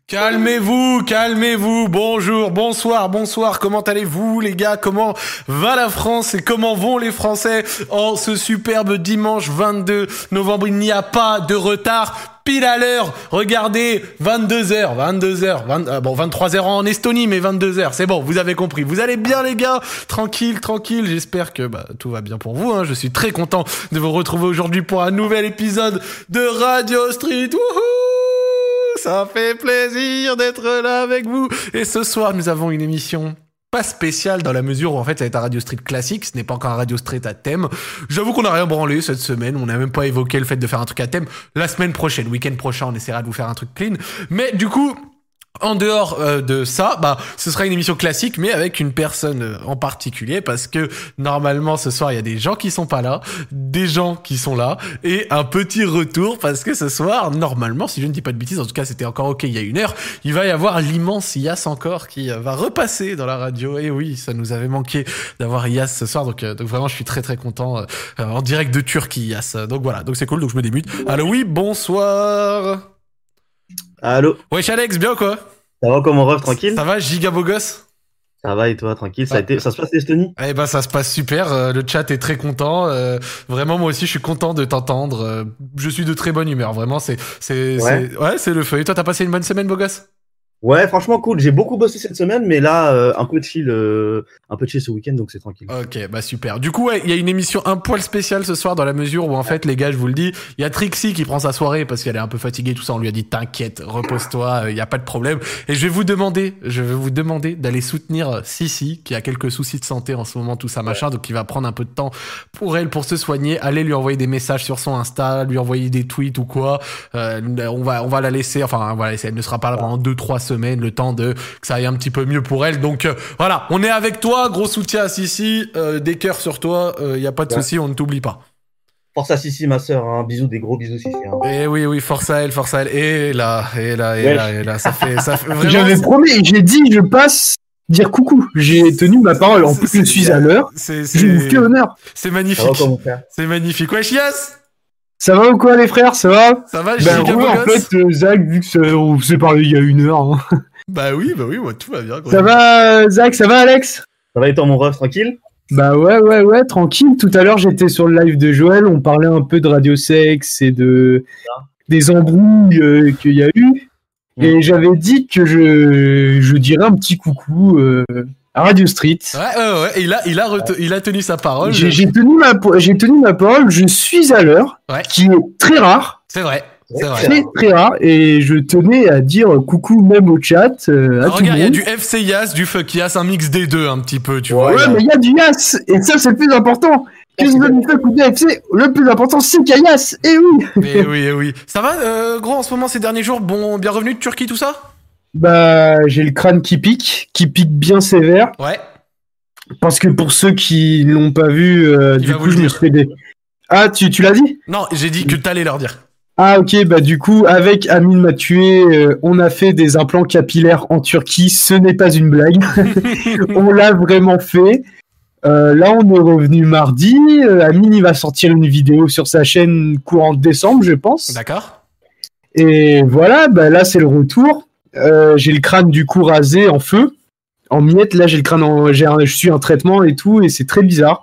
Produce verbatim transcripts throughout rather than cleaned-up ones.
Calmez-vous, calmez-vous, bonjour, bonsoir, bonsoir, comment allez-vous les gars, comment va la France et comment vont les Français en ce superbe dimanche vingt-deux novembre, il n'y a pas de retard, pile à l'heure, regardez, vingt-deux heures, vingt-deux heures, vingt, euh, bon vingt-trois heures en Estonie mais vingt-deux heures, c'est bon, vous avez compris, vous allez bien les gars, tranquille, tranquille, j'espère que bah, tout va bien pour vous, hein. Je suis très content de vous retrouver aujourd'hui pour un nouvel épisode de Radio Street, wouhou! Ça fait plaisir d'être là avec vous. Et ce soir, nous avons une émission pas spéciale dans la mesure où en fait ça va être un Radio Street classique. Ce n'est pas encore un Radio Street à thème. J'avoue qu'on n'a rien branlé cette semaine. On n'a même pas évoqué le fait de faire un truc à thème. La semaine prochaine, week-end prochain, on essaiera de vous faire un truc clean. Mais du coup... En dehors euh, de ça, bah ce sera une émission classique, mais avec une personne euh, en particulier, parce que normalement ce soir il y a des gens qui sont pas là, des gens qui sont là, et un petit retour parce que ce soir, normalement, si je ne dis pas de bêtises, en tout cas c'était encore ok il y a une heure, il va y avoir l'immense Yass encore qui euh, va repasser dans la radio. Et oui, ça nous avait manqué d'avoir Yass ce soir, donc, euh, donc vraiment je suis très très content euh, en direct de Turquie, Yass. Donc voilà, donc c'est cool, donc je me débute. Allô, oui, bonsoir. Allô. Wesh Alex, bien quoi? Ça va comme on rêve, tranquille? Ça va, giga beau gosse? Ça va et toi, tranquille? Ça, a été... ça se passe l'Estonie? Eh ben ça se passe super, euh, le chat est très content, euh, vraiment moi aussi je suis content de t'entendre, euh, je suis de très bonne humeur, vraiment c'est c'est ouais. c'est ouais, c'est le feu. Et toi t'as passé une bonne semaine beau gosse? Ouais, franchement cool, j'ai beaucoup bossé cette semaine, mais là euh, un peu de chill euh, un peu de chill ce week-end, donc c'est tranquille. Ok, bah super. Du coup, ouais, il y a une émission un poil spéciale ce soir dans la mesure où en fait, les gars, je vous le dis, il y a Trixie qui prend sa soirée parce qu'elle est un peu fatiguée, tout ça. On lui a dit t'inquiète, repose-toi, il euh, y a pas de problème. Et je vais vous demander, je vais vous demander d'aller soutenir Sissi qui a quelques soucis de santé en ce moment, tout ça machin, ouais. Donc il va prendre un peu de temps pour elle pour se soigner. Allez lui envoyer des messages sur son Insta, lui envoyer des tweets ou quoi. Euh, on va on va la laisser, enfin on va la laisser. Elle ne sera pas là pendant deux trois semaines, le temps de que ça aille un petit peu mieux pour elle. Donc euh, voilà, on est avec toi, gros soutien à Sissi, euh, des cœurs sur toi, il euh, y a pas de ouais. souci, on ne t'oublie pas. Force à Sissi, ma sœur, hein. Bisous, des gros bisous Sissi. Hein. Et oui, oui, force à elle, force à elle. Et là, et là, et ouais. là, et là, ça fait, ça fait vraiment... J'avais promis, j'ai dit, je passe dire coucou. J'ai tenu ma parole. En plus, je suis à l'heure. Je vous fais honneur. C'est magnifique. C'est magnifique. Wesh, Yass. Ça va ou quoi, les frères? Ça va? Ça va, ben, j'ai ouais, en fait, euh, Zach, vu que on s'est parlé il y a une heure. Hein. Bah oui, bah oui, moi, tout va bien. Quoi. Ça va, Zach? Ça va, Alex? Ça va et toi, mon ref, tranquille? Bah ouais, ouais, ouais, tranquille. Tout à l'heure, j'étais sur le live de Joël. On parlait un peu de Radio Sex et de ah. des embrouilles euh, qu'il y a eu. Mmh. Et j'avais dit que je, je dirais un petit coucou euh, à Radio Street. Ouais, ouais, ouais. Et il a, il a, ret- il a tenu sa parole. J'ai, j'ai, tenu ma, j'ai tenu ma parole. Je suis à l'heure, ouais. Qui est très rare. C'est vrai. C'est vrai. Très très rare, et je tenais à dire coucou même au chat. Euh, à Alors, tout regarde, il y a monde. du F C Yass, du Fuck Yass, un mix des deux un petit peu, tu ouais, vois. Ouais, mais il y a du Yass, et ça c'est le plus important. Que ce soit du Fuck ou du F C, le plus important c'est qu'il y a Yass, et oui. Et oui, et oui. Ça va, euh, gros, en ce moment, ces derniers jours, bon, bien revenu de Turquie, tout ça? Bah, j'ai le crâne qui pique, qui pique bien sévère. Ouais. Parce que pour ceux qui l'ont pas vu, euh, du coup, je me suis fait des... Ah, tu, tu l'as dit? Non, j'ai dit que t'allais leur dire. Ah ok, bah du coup, avec Amine Mathieu, euh, on a fait des implants capillaires en Turquie, ce n'est pas une blague, on l'a vraiment fait. Euh, là, on est revenu mardi, euh, Amine, il va sortir une vidéo sur sa chaîne courant décembre, je pense. D'accord. Et voilà, bah là, c'est le retour. Euh, j'ai le crâne du coup rasé en feu, en miettes, là j'ai le crâne en... J'ai un... je suis en traitement et tout, et c'est très bizarre.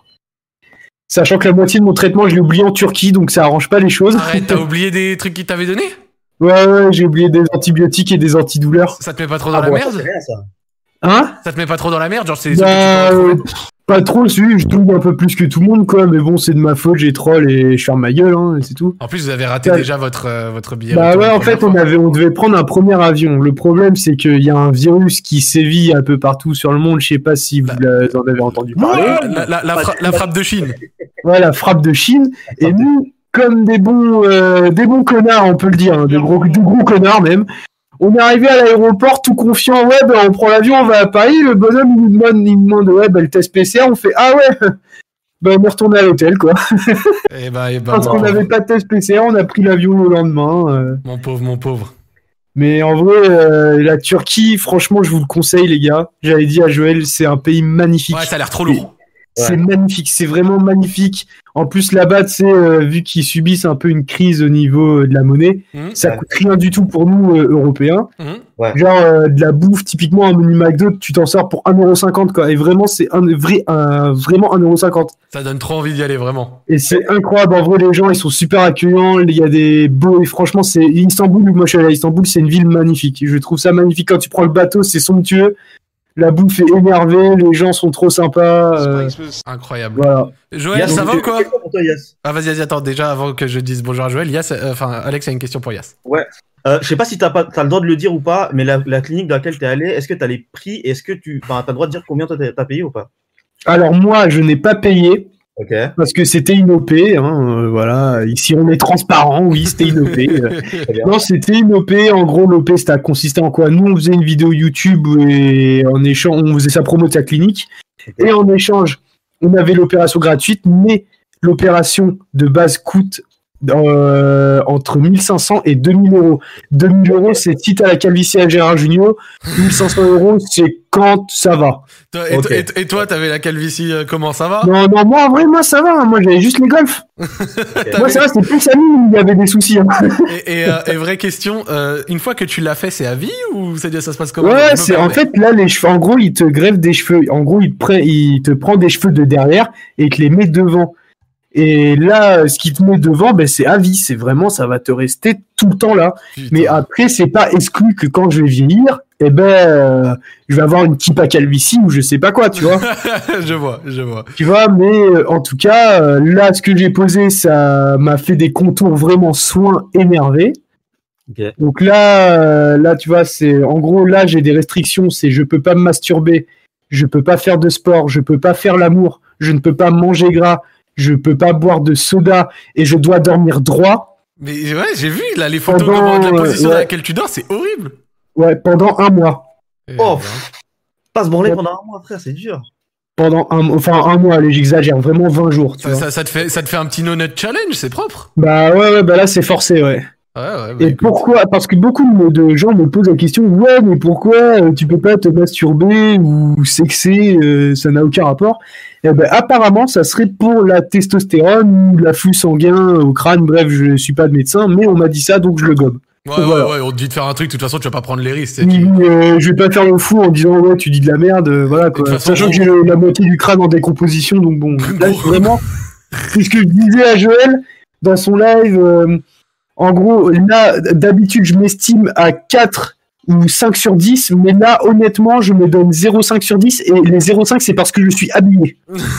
Sachant que la moitié de mon traitement, je l'ai oublié en Turquie, donc ça arrange pas les choses. Arrête, t'as oublié des trucs qu'ils t'avaient donné? Ouais, ouais, j'ai oublié des antibiotiques et des antidouleurs. Ça te met pas trop dans ah, la bon, merde? C'est rien, ça. Hein? Ça te met pas trop dans la merde? Genre, c'est... Bah, euh, pas trop, si, je tombe un peu plus que tout le monde, quoi, mais bon, c'est de ma faute, j'ai troll et je ferme ma gueule, hein, et c'est tout. En plus, vous avez raté bah, déjà votre, euh, votre billet. Bah ouais, en fait, on, avait, on devait prendre un premier avion. Le problème, c'est qu'il y a un virus qui sévit un peu partout sur le monde, je sais pas si vous bah, en avez entendu parler. La, la, la, fra- la frappe de Chine. Ouais, la frappe de Chine, et nous, comme des bons, euh, des bons connards, on peut le dire, hein, des gros, des gros connards même, on est arrivé à l'aéroport tout confiant, ouais, ben on prend l'avion, on va à Paris, le bonhomme il nous demande, il nous demande ouais, ben le test P C R, on fait ah ouais, ben on est retourné à l'hôtel quoi. Et bah, et bah, Parce qu'on n'avait pas de test P C R, on a pris l'avion le lendemain. Euh... Mon pauvre, mon pauvre. Mais en vrai, euh, la Turquie, franchement, je vous le conseille les gars. J'avais dit à Joël, c'est un pays magnifique. Ouais, ça a l'air trop lourd. C'est ouais. magnifique, c'est vraiment magnifique. En plus, là-bas, tu sais, euh, vu qu'ils subissent un peu une crise au niveau de la monnaie, mmh, ça ouais. coûte rien du tout pour nous, euh, Européens. Mmh. Ouais. Genre euh, de la bouffe, typiquement un menu McDo, tu t'en sors pour un euro cinquante quoi. Et vraiment, c'est un vrai, un, vraiment un euro cinquante. Ça donne trop envie d'y aller, vraiment. Et c'est incroyable, en vrai, les gens, ils sont super accueillants, il y a des beaux, et franchement, c'est Istanbul, moi je suis allé à Istanbul, c'est une ville magnifique. Je trouve ça magnifique quand tu prends le bateau, c'est somptueux, la bouffe est énervée, les gens sont trop sympas. Euh, Incroyable. voilà. Joël, Yass, ça va j'ai ou quoi? une question pour toi, Yass. Ah, vas-y, vas-y, attends, déjà, avant que je dise bonjour à Joël, Yass, euh, enfin, Alex a une question pour Yass. Ouais. Euh, je sais pas si t'as pas, t'as le droit de le dire ou pas, mais la, la clinique dans laquelle t'es allé, est-ce que t'as les prix et est-ce que tu, enfin, t'as le droit de dire combien toi t'as, t'as payé ou pas? Alors moi, je n'ai pas payé, Ok. parce que c'était une O P, hein, euh, voilà, ici on est transparent, oui, c'était une O P. euh. Très bien. Non, c'était une O P, en gros, l'O P, ça consistait en quoi? Nous, on faisait une vidéo YouTube et en échange, on faisait sa promo de sa clinique, et en échange, on avait l'opération gratuite, mais l'opération de base coûte euh, entre mille cinq cents et deux mille euros. deux mille euros, c'est si t'as la calvitie à Gérard Jugnot, mille cinq cents euros, c'est quand ça va. Toi- Et, Ok. et- et toi, t'avais la calvitie, euh, comment ça va? Non, non, moi, en vrai, moi, ça va, hein, moi, j'avais juste les golfs. Moi, ça va, c'est plus Samy où il y avait des soucis. Hein. Et, et, euh, et vraie question, euh, une fois que tu l'as fait, c'est à vie ou ça, ça se passe comment? Je Ouais, me c'est en permets. fait là les cheveux. En gros, il te greffe des cheveux. En gros, il te, prend, il te prend des cheveux de derrière et il te les met devant. Et là, ce qui te met devant, ben c'est à vie. C'est vraiment, ça va te rester tout le temps là. Putain. Mais après, c'est pas exclu que quand je vais vieillir, eh ben, euh, je vais avoir une type à calvitie ou je sais pas quoi, tu vois. je vois, je vois. Tu vois, mais euh, en tout cas, euh, là, ce que j'ai posé, ça m'a fait des contours vraiment soins énervés. Ok. Donc là, euh, là, tu vois, c'est en gros là, j'ai des restrictions. C'est je peux pas me masturber, je peux pas faire de sport, je peux pas faire l'amour, je ne peux pas manger gras, je peux pas boire de soda et je dois dormir droit. Mais ouais, j'ai vu là les photos Pendant, comment- de la euh, position ouais. dans laquelle tu dors, c'est horrible. Ouais, pendant un mois. Eh Oh, bien. Pas se branler Ouais. pendant un mois, frère, c'est dur. Pendant un, enfin un mois, allez, j'exagère, vraiment vingt jours, tu Ça, vois. ça, ça te fait, ça te fait un petit no-nut challenge, c'est propre. Bah ouais, ouais, bah là c'est forcé, ouais. Ouais, ouais. Bah, Et écoute. pourquoi? Parce que beaucoup de de gens me posent la question, ouais, mais pourquoi euh, tu peux pas te masturber ou sexer, euh, ça n'a aucun rapport. Et ben apparemment, ça serait pour la testostérone ou l'afflux sanguin au crâne. Bref, je suis pas de médecin, mais on m'a dit ça, donc je le gobe. Ouais, ouais, voilà. ouais, on te dit de faire un truc, de toute façon, tu vas pas prendre les risques. tu sais, Oui, tu- oui, euh, je vais pas faire le fou en disant ouais, tu dis de la merde, euh, voilà quoi. De toute façon, Sachant que j'ai gros- le- la moitié du crâne en décomposition, donc bon. Là, Gros. vraiment, c'est ce que je disais à Joël dans son live. euh, en gros, là, d'habitude, je m'estime à quatre ou cinq sur dix, mais là, honnêtement, je me donne zéro virgule cinq sur dix, et les zéro virgule cinq, c'est parce que je suis habillé.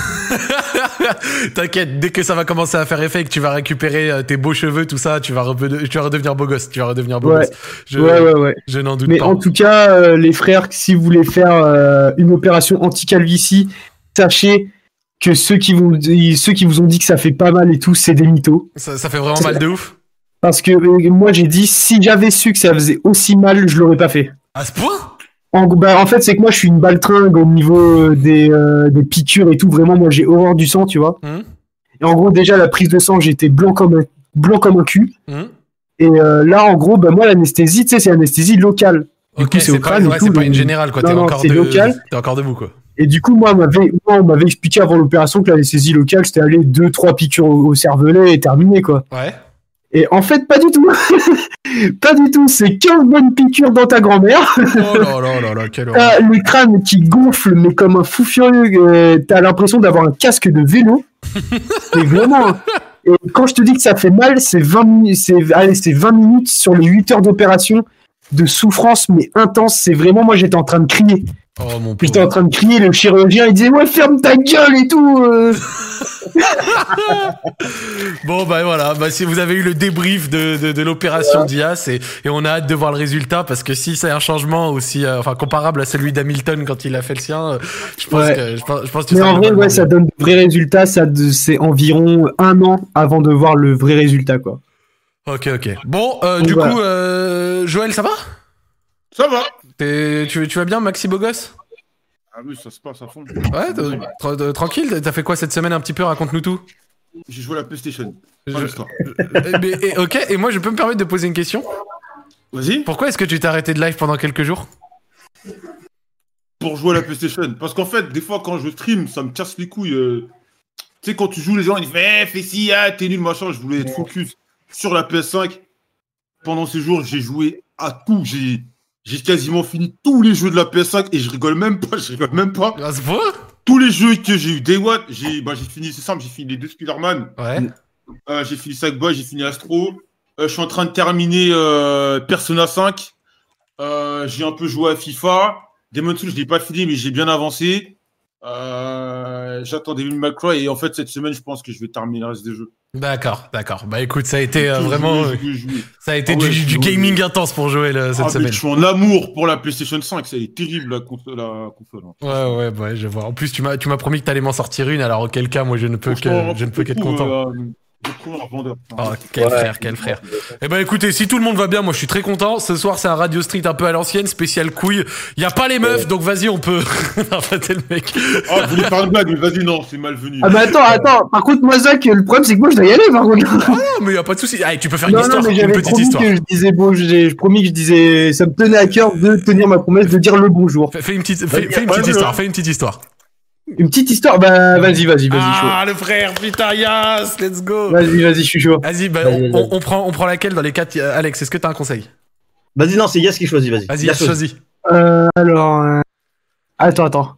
T'inquiète, dès que ça va commencer à faire effet et que tu vas récupérer euh, tes beaux cheveux, tout ça, tu vas, rede- tu vas redevenir beau gosse. Tu vas redevenir beau Ouais. gosse. Je, Ouais, ouais, ouais. je n'en doute Mais pas. en tout cas, euh, les frères, si vous voulez faire euh, une opération anti-calvitie, sachez que ceux qui, vont, ceux qui vous ont dit que ça fait pas mal et tout, c'est des mythos. Ça, ça fait vraiment mal de ouf. Parce que euh, moi, j'ai dit, si j'avais su que ça faisait aussi mal, je l'aurais pas fait. À ce point? En, bah, en fait, c'est que moi, je suis une baltringue au niveau euh, des, euh, des piqûres et tout. Vraiment, moi, j'ai horreur du sang, tu vois. Hum, Et en gros, déjà, la prise de sang, j'étais blanc comme un, blanc comme un cul. hum. Et euh, là, en gros, bah, moi, l'anesthésie, tu sais, c'est anesthésie locale. Du Ok, coup, c'est au pas, crâne et ouais, tout, c'est pas donc- une générale, quoi. Non, T'es non, encore, c'est de... local. T'es encore debout, quoi. Et du coup, moi, on m'avait, moi, on m'avait expliqué avant l'opération que l'anesthésie locale, c'était aller deux, trois piqûres au, au cervelet et terminé, quoi. Ouais. Et en fait, pas du tout. Pas du tout. C'est quinze bonnes piqûres dans ta grand-mère. Oh là là là là, quelle horreur. T'as le crâne qui gonfle, mais comme un fou furieux. euh, T'as l'impression d'avoir un casque de vélo. C'est vraiment. Et quand je te dis que ça fait mal, c'est vingt minutes, c'est, allez, c'est vingt minutes sur les huit heures d'opération de souffrance, mais intense. C'est vraiment, moi, j'étais en train de crier. Oh mon J'étais en pauvre. train de crier, le chirurgien, il disait, ouais, ferme ta gueule et tout. euh. Bon, bah voilà. Bah, si vous avez eu le débrief de, de, de l'opération d'Ias et, et on a hâte de voir le résultat parce que si c'est un changement aussi, euh, enfin, comparable à celui d'Hamilton quand il a fait le sien, euh, je pense Ouais. que, je pense, je pense que tu Mais seras en vrai, globalement ouais, ça bien. donne de vrais résultats. Ça, de- c'est environ un an avant de voir le vrai résultat, quoi. Ok, ok. Bon, euh, Donc du voilà. coup, euh, Joël, ça va? Ça va. T'es- tu, tu vas bien, Maxi Beau Gosse? Ah oui, ça se passe à fond. Ouais, t'as- tra- euh, tranquille. T'as fait quoi cette semaine un petit peu? Raconte-nous tout. J'ai joué à la PlayStation. Pas Je- l'histoire. Euh, mais, et- ok, et moi je peux me permettre de poser une question. Vas-y. Pourquoi est-ce que tu t'es arrêté de live pendant quelques jours? Pour jouer à la PlayStation. Parce qu'en fait, des fois, quand je stream, ça me casse les couilles. euh. Tu sais, quand tu joues, les gens ils disent eh, fais ci, ah, t'es nul, machin. Je voulais être focus sur la P S cinq. Pendant ces jours, j'ai joué à tout. J'ai j'ai quasiment fini tous les jeux de la P S cinq et je rigole même pas, je rigole même pas. À ce point ? Tous les jeux que j'ai eu Day One, j'ai, bah, j'ai fini, c'est simple, j'ai fini les deux Spider-Man. Ouais. Euh, j'ai fini Sackboy, j'ai fini Astro. Euh, je suis en train de terminer euh, Persona cinq. Euh, j'ai un peu joué à FIFA. Demon's Souls, je l'ai pas fini, mais j'ai bien avancé. Euh, j'attends Devil May Cry et en fait, cette semaine, je pense que je vais terminer le reste des jeux. D'accord, d'accord. Bah écoute, ça a été euh, Jouer, vraiment... jouer, jouer, jouer. Ça a été Ah ouais, du, du jouer. gaming intense pour Joël euh, cette Ah, semaine. je suis en amour pour la PlayStation cinq, ça est terrible la console. La console hein. Ouais, ouais, ouais, je vois. En plus, tu m'as, tu m'as promis que t'allais m'en sortir une, alors auquel cas, moi, je ne peux que, je ne peux qu'être content. Euh, je trouve un vendeur. Oh, quel Ouais. frère, quel frère. Eh ben, écoutez, si tout le monde va bien, moi, je suis très content. Ce soir, c'est un Radio Street un peu à l'ancienne, spécial couille. Y a pas les meufs, donc vas-y, on peut. Non, t'es le mec. Ah, vous voulez faire une blague, mais vas-y, non, c'est malvenu. Ah bah attends, attends, par contre, moi, Zach, le problème, c'est que moi, je dois y aller, par contre. Non, mais y a pas de souci. Allez, tu peux faire une Non, histoire, non, mais une j'avais petite promis histoire. que je disais bon, j'ai je promis que je disais, ça me tenait à cœur de tenir ma promesse de dire le bonjour. Fais, fais une petite, fais, fais une Ouais, petite ouais, histoire, ouais. fais une petite histoire. Une petite histoire, bah vas-y, vas-y, vas-y, Ah, le frère, putain, yes, let's go. chaud. Vas-y, vas-y, je suis chaud. Vas-y, bah, Vas-y, on, vas-y. on, on prend, on prend laquelle dans les quatre, euh, Alex, est-ce que t'as un conseil? Vas-y, non, c'est Yas qui choisit, vas-y. Vas-y, Yas choisis. Euh, alors, euh... attends, attends.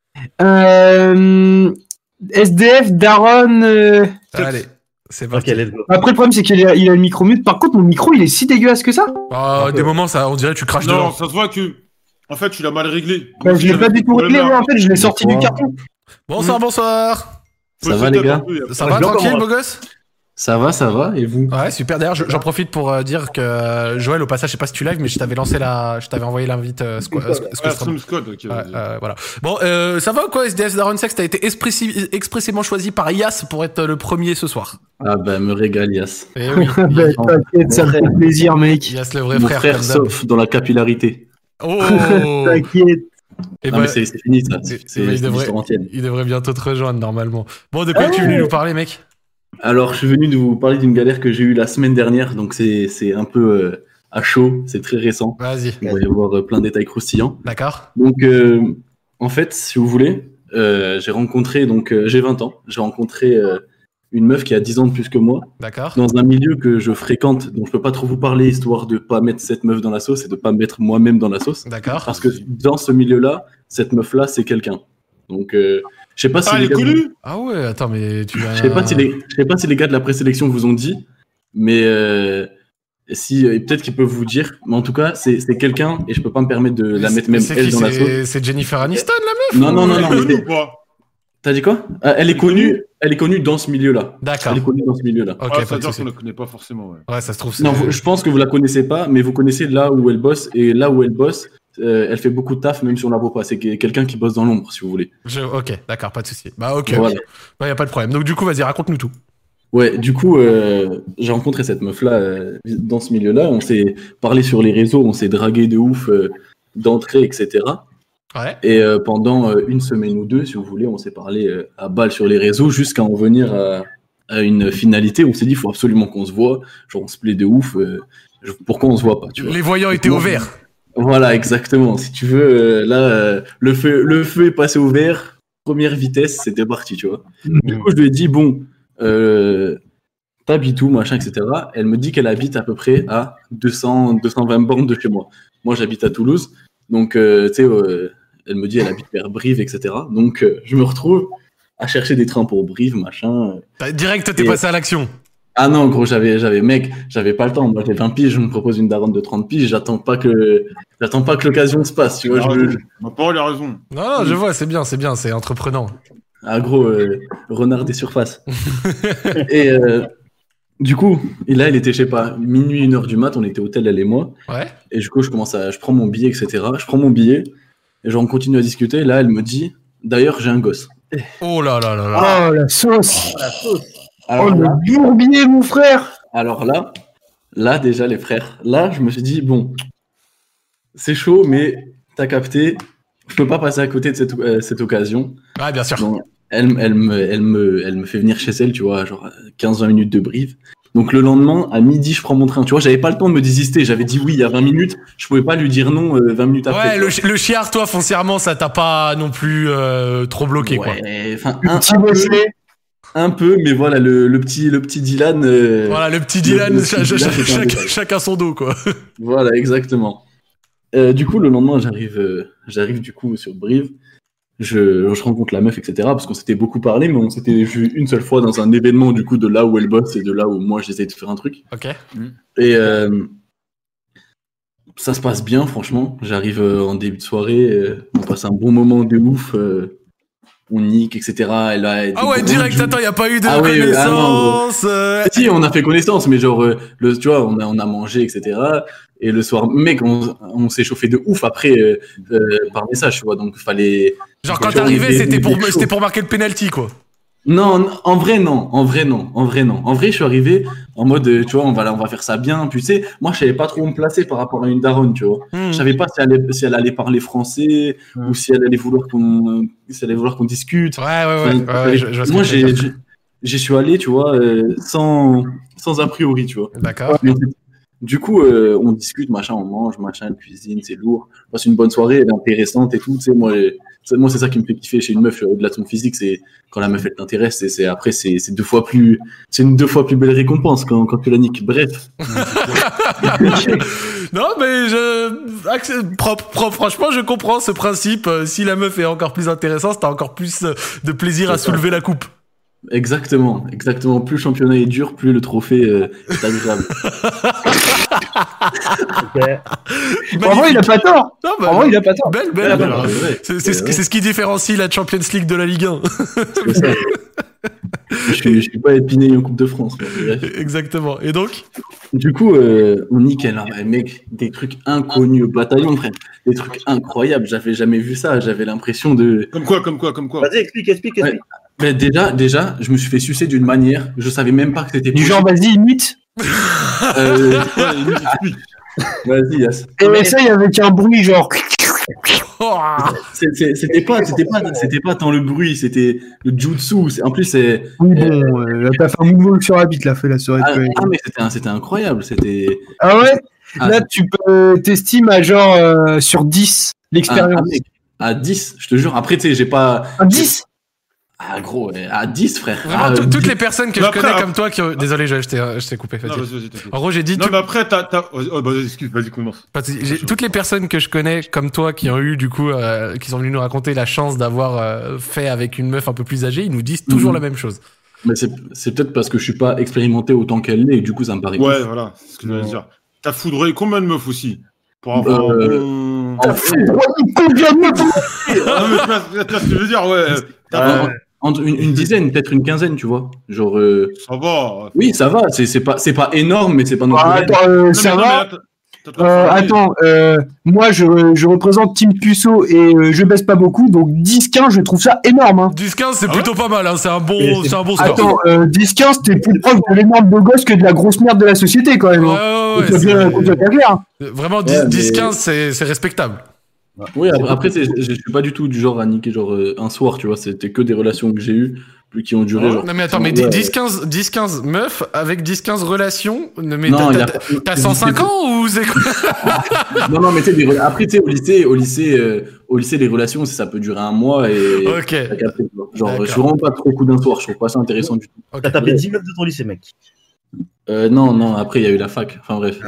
Euh... S D F, Daron. euh, Allez, c'est Ok, parti. let's go. Après, le problème, c'est qu'il a, il a le micro mute. Par contre, mon micro, il est si dégueulasse que ça. Ah, Un des peu. moments, ça, on dirait que tu craches Non, devant. ça se voit que. En fait, tu l'as mal réglé. Bah, je l'ai pas du tout réglé, moi, en fait, je l'ai sorti du Bonsoir. carton. Bonsoir, bonsoir. Ça va, les gars? Ça Ouais, va, je bloque tranquille, en beau gosse? Ça va, ça va, et vous? Ouais, super. D'ailleurs, je- j'en profite pour euh, dire que euh, Joël, au passage, je sais pas si tu live, mais je t'avais lancé la, je t'avais envoyé l'invite. Euh, squa- euh, squa- Ah, squa- Stream Squad, ok. Ouais, vas-y. euh, voilà. Bon, euh, ça va ou quoi, S D F Daron Sex? T'as été expressi- expressément choisi par Yas pour être le premier ce soir. Ah bah, me régale, Yas. Et oui, Bah, T'inquiète, ça me fait plaisir, mec. Yas le vrai Mon frère. frère, comme d'hab. sauf dans la capillarité. Oh. T'inquiète. Et non, bah, mais c'est c'est fini, ça. et- C'est et c'est bah, il c'est devrait- l'histoire entière. il devrait bientôt te rejoindre normalement. Bon, de quoi Ah tu es venu ouais. nous parler, mec? Alors, je suis venu de vous parler d'une galère que j'ai eue la semaine dernière, donc c'est c'est un peu euh, à chaud, c'est très récent. Vas-y. Il va y avoir euh, plein de détails croustillants. D'accord. Donc, euh, en fait, si vous voulez, euh, j'ai rencontré, donc euh, j'ai vingt ans, j'ai rencontré euh, une meuf qui a dix ans de plus que moi, D'accord. dans un milieu que je fréquente, dont je peux pas trop vous parler, histoire de pas mettre cette meuf dans la sauce et de pas me mettre moi-même dans la sauce. D'accord. Parce que dans ce milieu-là, cette meuf-là, c'est quelqu'un. Donc, euh, je sais pas si Ah, elle les est gars, connue? Ah ouais, attends, mais tu vas. je sais pas si les, je sais pas si les gars de la présélection vous ont dit, mais euh, si, et peut-être qu'ils peuvent vous dire. Mais en tout cas, c'est c'est quelqu'un et je peux pas me permettre de la mettre même C'est elle qui, dans la sauce. c'est- C'est Jennifer Aniston, la meuf? Non, non, non, Elle est non. mais connue c'est- ou pas? T'as dit quoi? Ah, Elle est connue. Elle est connue dans ce milieu-là. D'accord. Elle est connue dans ce milieu-là. Ok, Ah, pas de c'est-à-dire souci. qu'on la connaît pas forcément, ouais. Ouais, ça se trouve, c'est. Non, vous- je pense que vous la connaissez pas, mais vous connaissez là où elle bosse et là où elle bosse, euh, elle fait beaucoup de taf même si on la voit pas. C'est que- quelqu'un qui bosse dans l'ombre, si vous voulez. Je- Ok, d'accord, pas de souci. Bah, ok. Voilà. Ouais, y a pas de problème. Donc, du coup, vas-y, raconte-nous tout. Ouais, du coup, euh, j'ai rencontré cette meuf-là euh, dans ce milieu-là. On s'est parlé sur les réseaux, on s'est dragué de ouf euh, d'entrée, et cetera. Ouais. Et euh, pendant euh, une semaine ou deux, si vous voulez, on s'est parlé euh, à balle sur les réseaux jusqu'à en venir à, à une finalité. On s'est dit, il faut absolument qu'on se voit. Genre, on se plaît de ouf. euh, je- pourquoi on se voit pas, tu vois. Les voyants étaient au vert. Voilà, exactement. Si tu veux, euh, là, euh, le feu, le feu est passé au vert. Première vitesse, c'était parti, tu vois. Du coup, je lui ai dit, bon, euh, t'habites où, machin, et cetera. Elle me dit qu'elle habite à peu près à deux cents, deux cent vingt bornes de chez moi. Moi, j'habite à Toulouse. Donc, euh, tu sais, euh, elle me dit, elle habite vers Brive, et cetera. Donc, euh, je me retrouve à chercher des trains pour Brive, machin. T'as- Direct, t'es Et- passé à l'action. Ah non, gros, j'avais, j'avais, mec, j'avais pas le temps. Moi, j'ai vingt piges, je me propose une daronne de trente piges, j'attends pas que, j'attends pas que l'occasion se passe, tu vois. Il a Je, raison. Ma parole a raison. Non, non, je vois, c'est bien, c'est bien, c'est entreprenant. Ah gros, euh, renard des surfaces. Et euh, du coup, et là, il était, je sais pas, minuit, une heure du mat, on était au hôtel, elle et moi. Ouais. Et du coup, je commence à, je prends mon billet, et cetera. Je prends mon billet, et genre, on continue à discuter. Là, elle me dit, d'ailleurs, j'ai un gosse. Oh là là là là. Oh, la sauce. Alors, Oh, là, le bourbier, mon frère. alors là, là, déjà, les frères, là, je me suis dit, bon, c'est chaud, mais t'as capté, je peux pas passer à côté de cette, euh, cette occasion. Ouais, bien sûr. Donc, elle, elle, me, elle, me, elle me fait venir chez elle, tu vois, genre quinze vingt minutes de Brive. Donc le lendemain, à midi, je prends mon train. Tu vois, j'avais pas le temps de me désister. J'avais dit oui il y a vingt minutes. Je pouvais pas lui dire non euh, vingt minutes après. Ouais, tu le, vois. chi- le chiard, toi, foncièrement, ça t'a pas non plus euh, trop bloqué, quoi. Ouais, enfin, un, Petit un, peu, bossé. un peu, mais voilà, le, le, petit, le petit Dylan. euh, Voilà, le petit Dylan, le petit cha- cha- Dylan, cha- c'est un chaque- détail. chacun son dos, quoi. Voilà, exactement. Euh, du coup, le lendemain, j'arrive, euh, j'arrive du coup sur Brive. Je, je rencontre la meuf, et cetera. Parce qu'on s'était beaucoup parlé, mais on s'était vu une seule fois dans un événement du coup de là où elle bosse et de là où moi j'essaie de faire un truc. Ok. Et euh, ça se passe bien, franchement. J'arrive euh, en début de soirée, euh, on passe un bon moment de ouf. Euh, on nique, et cetera. Elle a Ah ouais, direct, joues. attends, il n'y a pas eu de Ah oui, ah non, connaissance. euh... Si, on a fait connaissance, mais genre, euh, le, tu vois, on a, on a mangé, et cetera. Et le soir, mec, on, on s'est chauffé de ouf après euh, euh, par message, tu vois. Donc, il fallait. Genre, quand genre, t'arrivais, on était- c'était on pour, était chaud. c'était pour marquer le penalty, quoi. Non, non, en vrai, non. En vrai, non. En vrai, non. En vrai, je suis arrivé en mode, euh, tu vois, on va, on va faire ça bien. Puis, tu sais, moi, je savais pas trop où me placer par rapport à une daronne, tu vois. Hmm. Je savais pas si elle, allait, si elle allait parler français Hmm. ou si elle allait vouloir qu'on, si elle allait vouloir qu'on discute. Ouais, ouais, ouais. ouais, Enfin, ouais, je, je vois ce moi, que tu veux j'ai, dire. j'ai- j'y suis allé, tu vois, euh, sans, sans a priori, tu vois. D'accord. Mais du coup, euh, on discute, machin, on mange, machin, elle cuisine, c'est lourd. On passe une bonne soirée, elle est intéressante et tout. Tu sais, moi, c'est- moi, c'est ça qui me fait kiffer chez une meuf, au-delà de son physique, c'est quand la meuf elle t'intéresse. Et c'est après, c'est c'est deux fois plus, c'est une deux fois plus belle récompense quand, quand tu la niques. Bref. Non, mais je. acc- Propre, propre. Franchement, je comprends ce principe. Euh, Si la meuf est encore plus intéressante, t'as encore plus euh, de plaisir à C'est ça. soulever la coupe. Exactement, exactement. Plus le championnat est dur, plus le trophée euh, est agréable. Ok. En vrai, il a pas tort. Non, bah, En vrai, il a pas tort. Belle, belle, Ouais, belle. ouais, ouais. C'est c'est ce, qui- c'est ce qui différencie la Champions League de la Ligue un. C'est ça. je, suis, je suis pas épiné en Coupe de France. mais bref. Exactement. Et donc Du coup, euh, on nique, alors, eh, mec, des trucs inconnus au bataillon, frère. Des trucs incroyables. J'avais jamais vu ça. J'avais l'impression de. Comme quoi, comme quoi, comme quoi. Vas-y, explique, explique, Ouais. explique. Mais déjà, déjà, je me suis fait sucer d'une manière. Je savais même pas que c'était Du possible. genre, vas-y, imite. Euh, Ouais, il explique. Vas-y, Yass. Et essaye avec un bruit genre. Oh, C'est- c'est- C'était pas, c'était pas, c'était pas tant le bruit, c'était le jutsu. C'est- En plus, c'est. Oui, bon, euh, là, t'as fait un moonwalk sur la bite, là, fait la soirée. Ah, de ah, mais c'était, un- c'était incroyable. C'était. Ah ouais. Ah, Là, tu peux t'estimes à genre euh, sur dix ah, l'expérience. ah, mec, à dix, je te jure. Après, tu sais, j'ai pas. Un dix. Ah, gros, ouais, à dix, frère. Vraiment, Ah, tout- toutes dix. les personnes que Mais je après, connais après- comme toi qui ont... Désolé, je, je t'ai je t'ai coupé. Non, vas-y. vas-y, vas-y, t'inquiète. En gros, j'ai dit Non, tout- mais après, t'as. t'as- Oh, bah, excuse, vas-y, commence. pas de souci. J'ai- toutes les personnes que je connais comme toi qui ont eu du coup, euh, qui sont venues nous raconter la chance d'avoir euh, fait avec une meuf un peu plus âgée, ils nous disent toujours Mhm. la même chose. Mais c'est, c'est peut-être parce que je suis pas expérimenté autant qu'elle l'est et du coup, ça me paraît. Ouais, ouf. voilà, c'est ce que je voulais dire. T'as foudroyé combien de meufs aussi pour avoir un Euh, bon. En vrai, Combien de meufs Ah, mais tu vois- tu vois ce que je veux dire, ouais. T'as- Ouais. entre une, une dizaine, peut-être une quinzaine, tu vois. Genre. euh, Ça va. Oui, ça va. C'est, c'est pas, c'est pas énorme, mais c'est pas non plus. Ah, raide. attends, euh, Non, ça mais non, va. mais là, t'as- t'as trop Euh, formé. attends, euh, moi je, je représente Team Puceau et euh, je baisse pas beaucoup, donc dix quinze je trouve ça énorme. Hein. dix quinze, c'est Ah plutôt pas mal, hein. C'est un bon, Mais c'est- c'est un bon score. Attends, euh, dix quinze t'es plus proche de l'énorme beau gosse que de la grosse merde de la société quand même. Ouais, Hein. ouais, ouais, Qu'on soit bien- c'est- qu'on soit bien clair. Hein. Vraiment, Ouais, mais- dix quinze, c'est c'est respectable. Oui, après, après, tu sais, je, je suis pas du tout du genre à niquer genre euh, un soir, tu vois. C'était que des relations que j'ai eues, plus qui ont duré. Ah, genre, Non mais attends, mais ouais. dix quinze, dix quinze meufs avec dix quinze relations. Non, mais Non, t'as- il y a t'as- pas- t'as cent cinq ans ou c'est quoi? Non, non, mais tu sais, des re- après, tu sais, au lycée, au lycée, euh, au lycée, les relations, ça peut durer un mois et. Ok. T'as capté, tu vois. Genre, D'accord. je suis vraiment pas trop coup d'un soir. Je trouve pas ça intéressant du tout. Ok. T'as tapé dix meufs de ton lycée, mec. Euh, non, non. Après, il y a eu la fac. Enfin bref.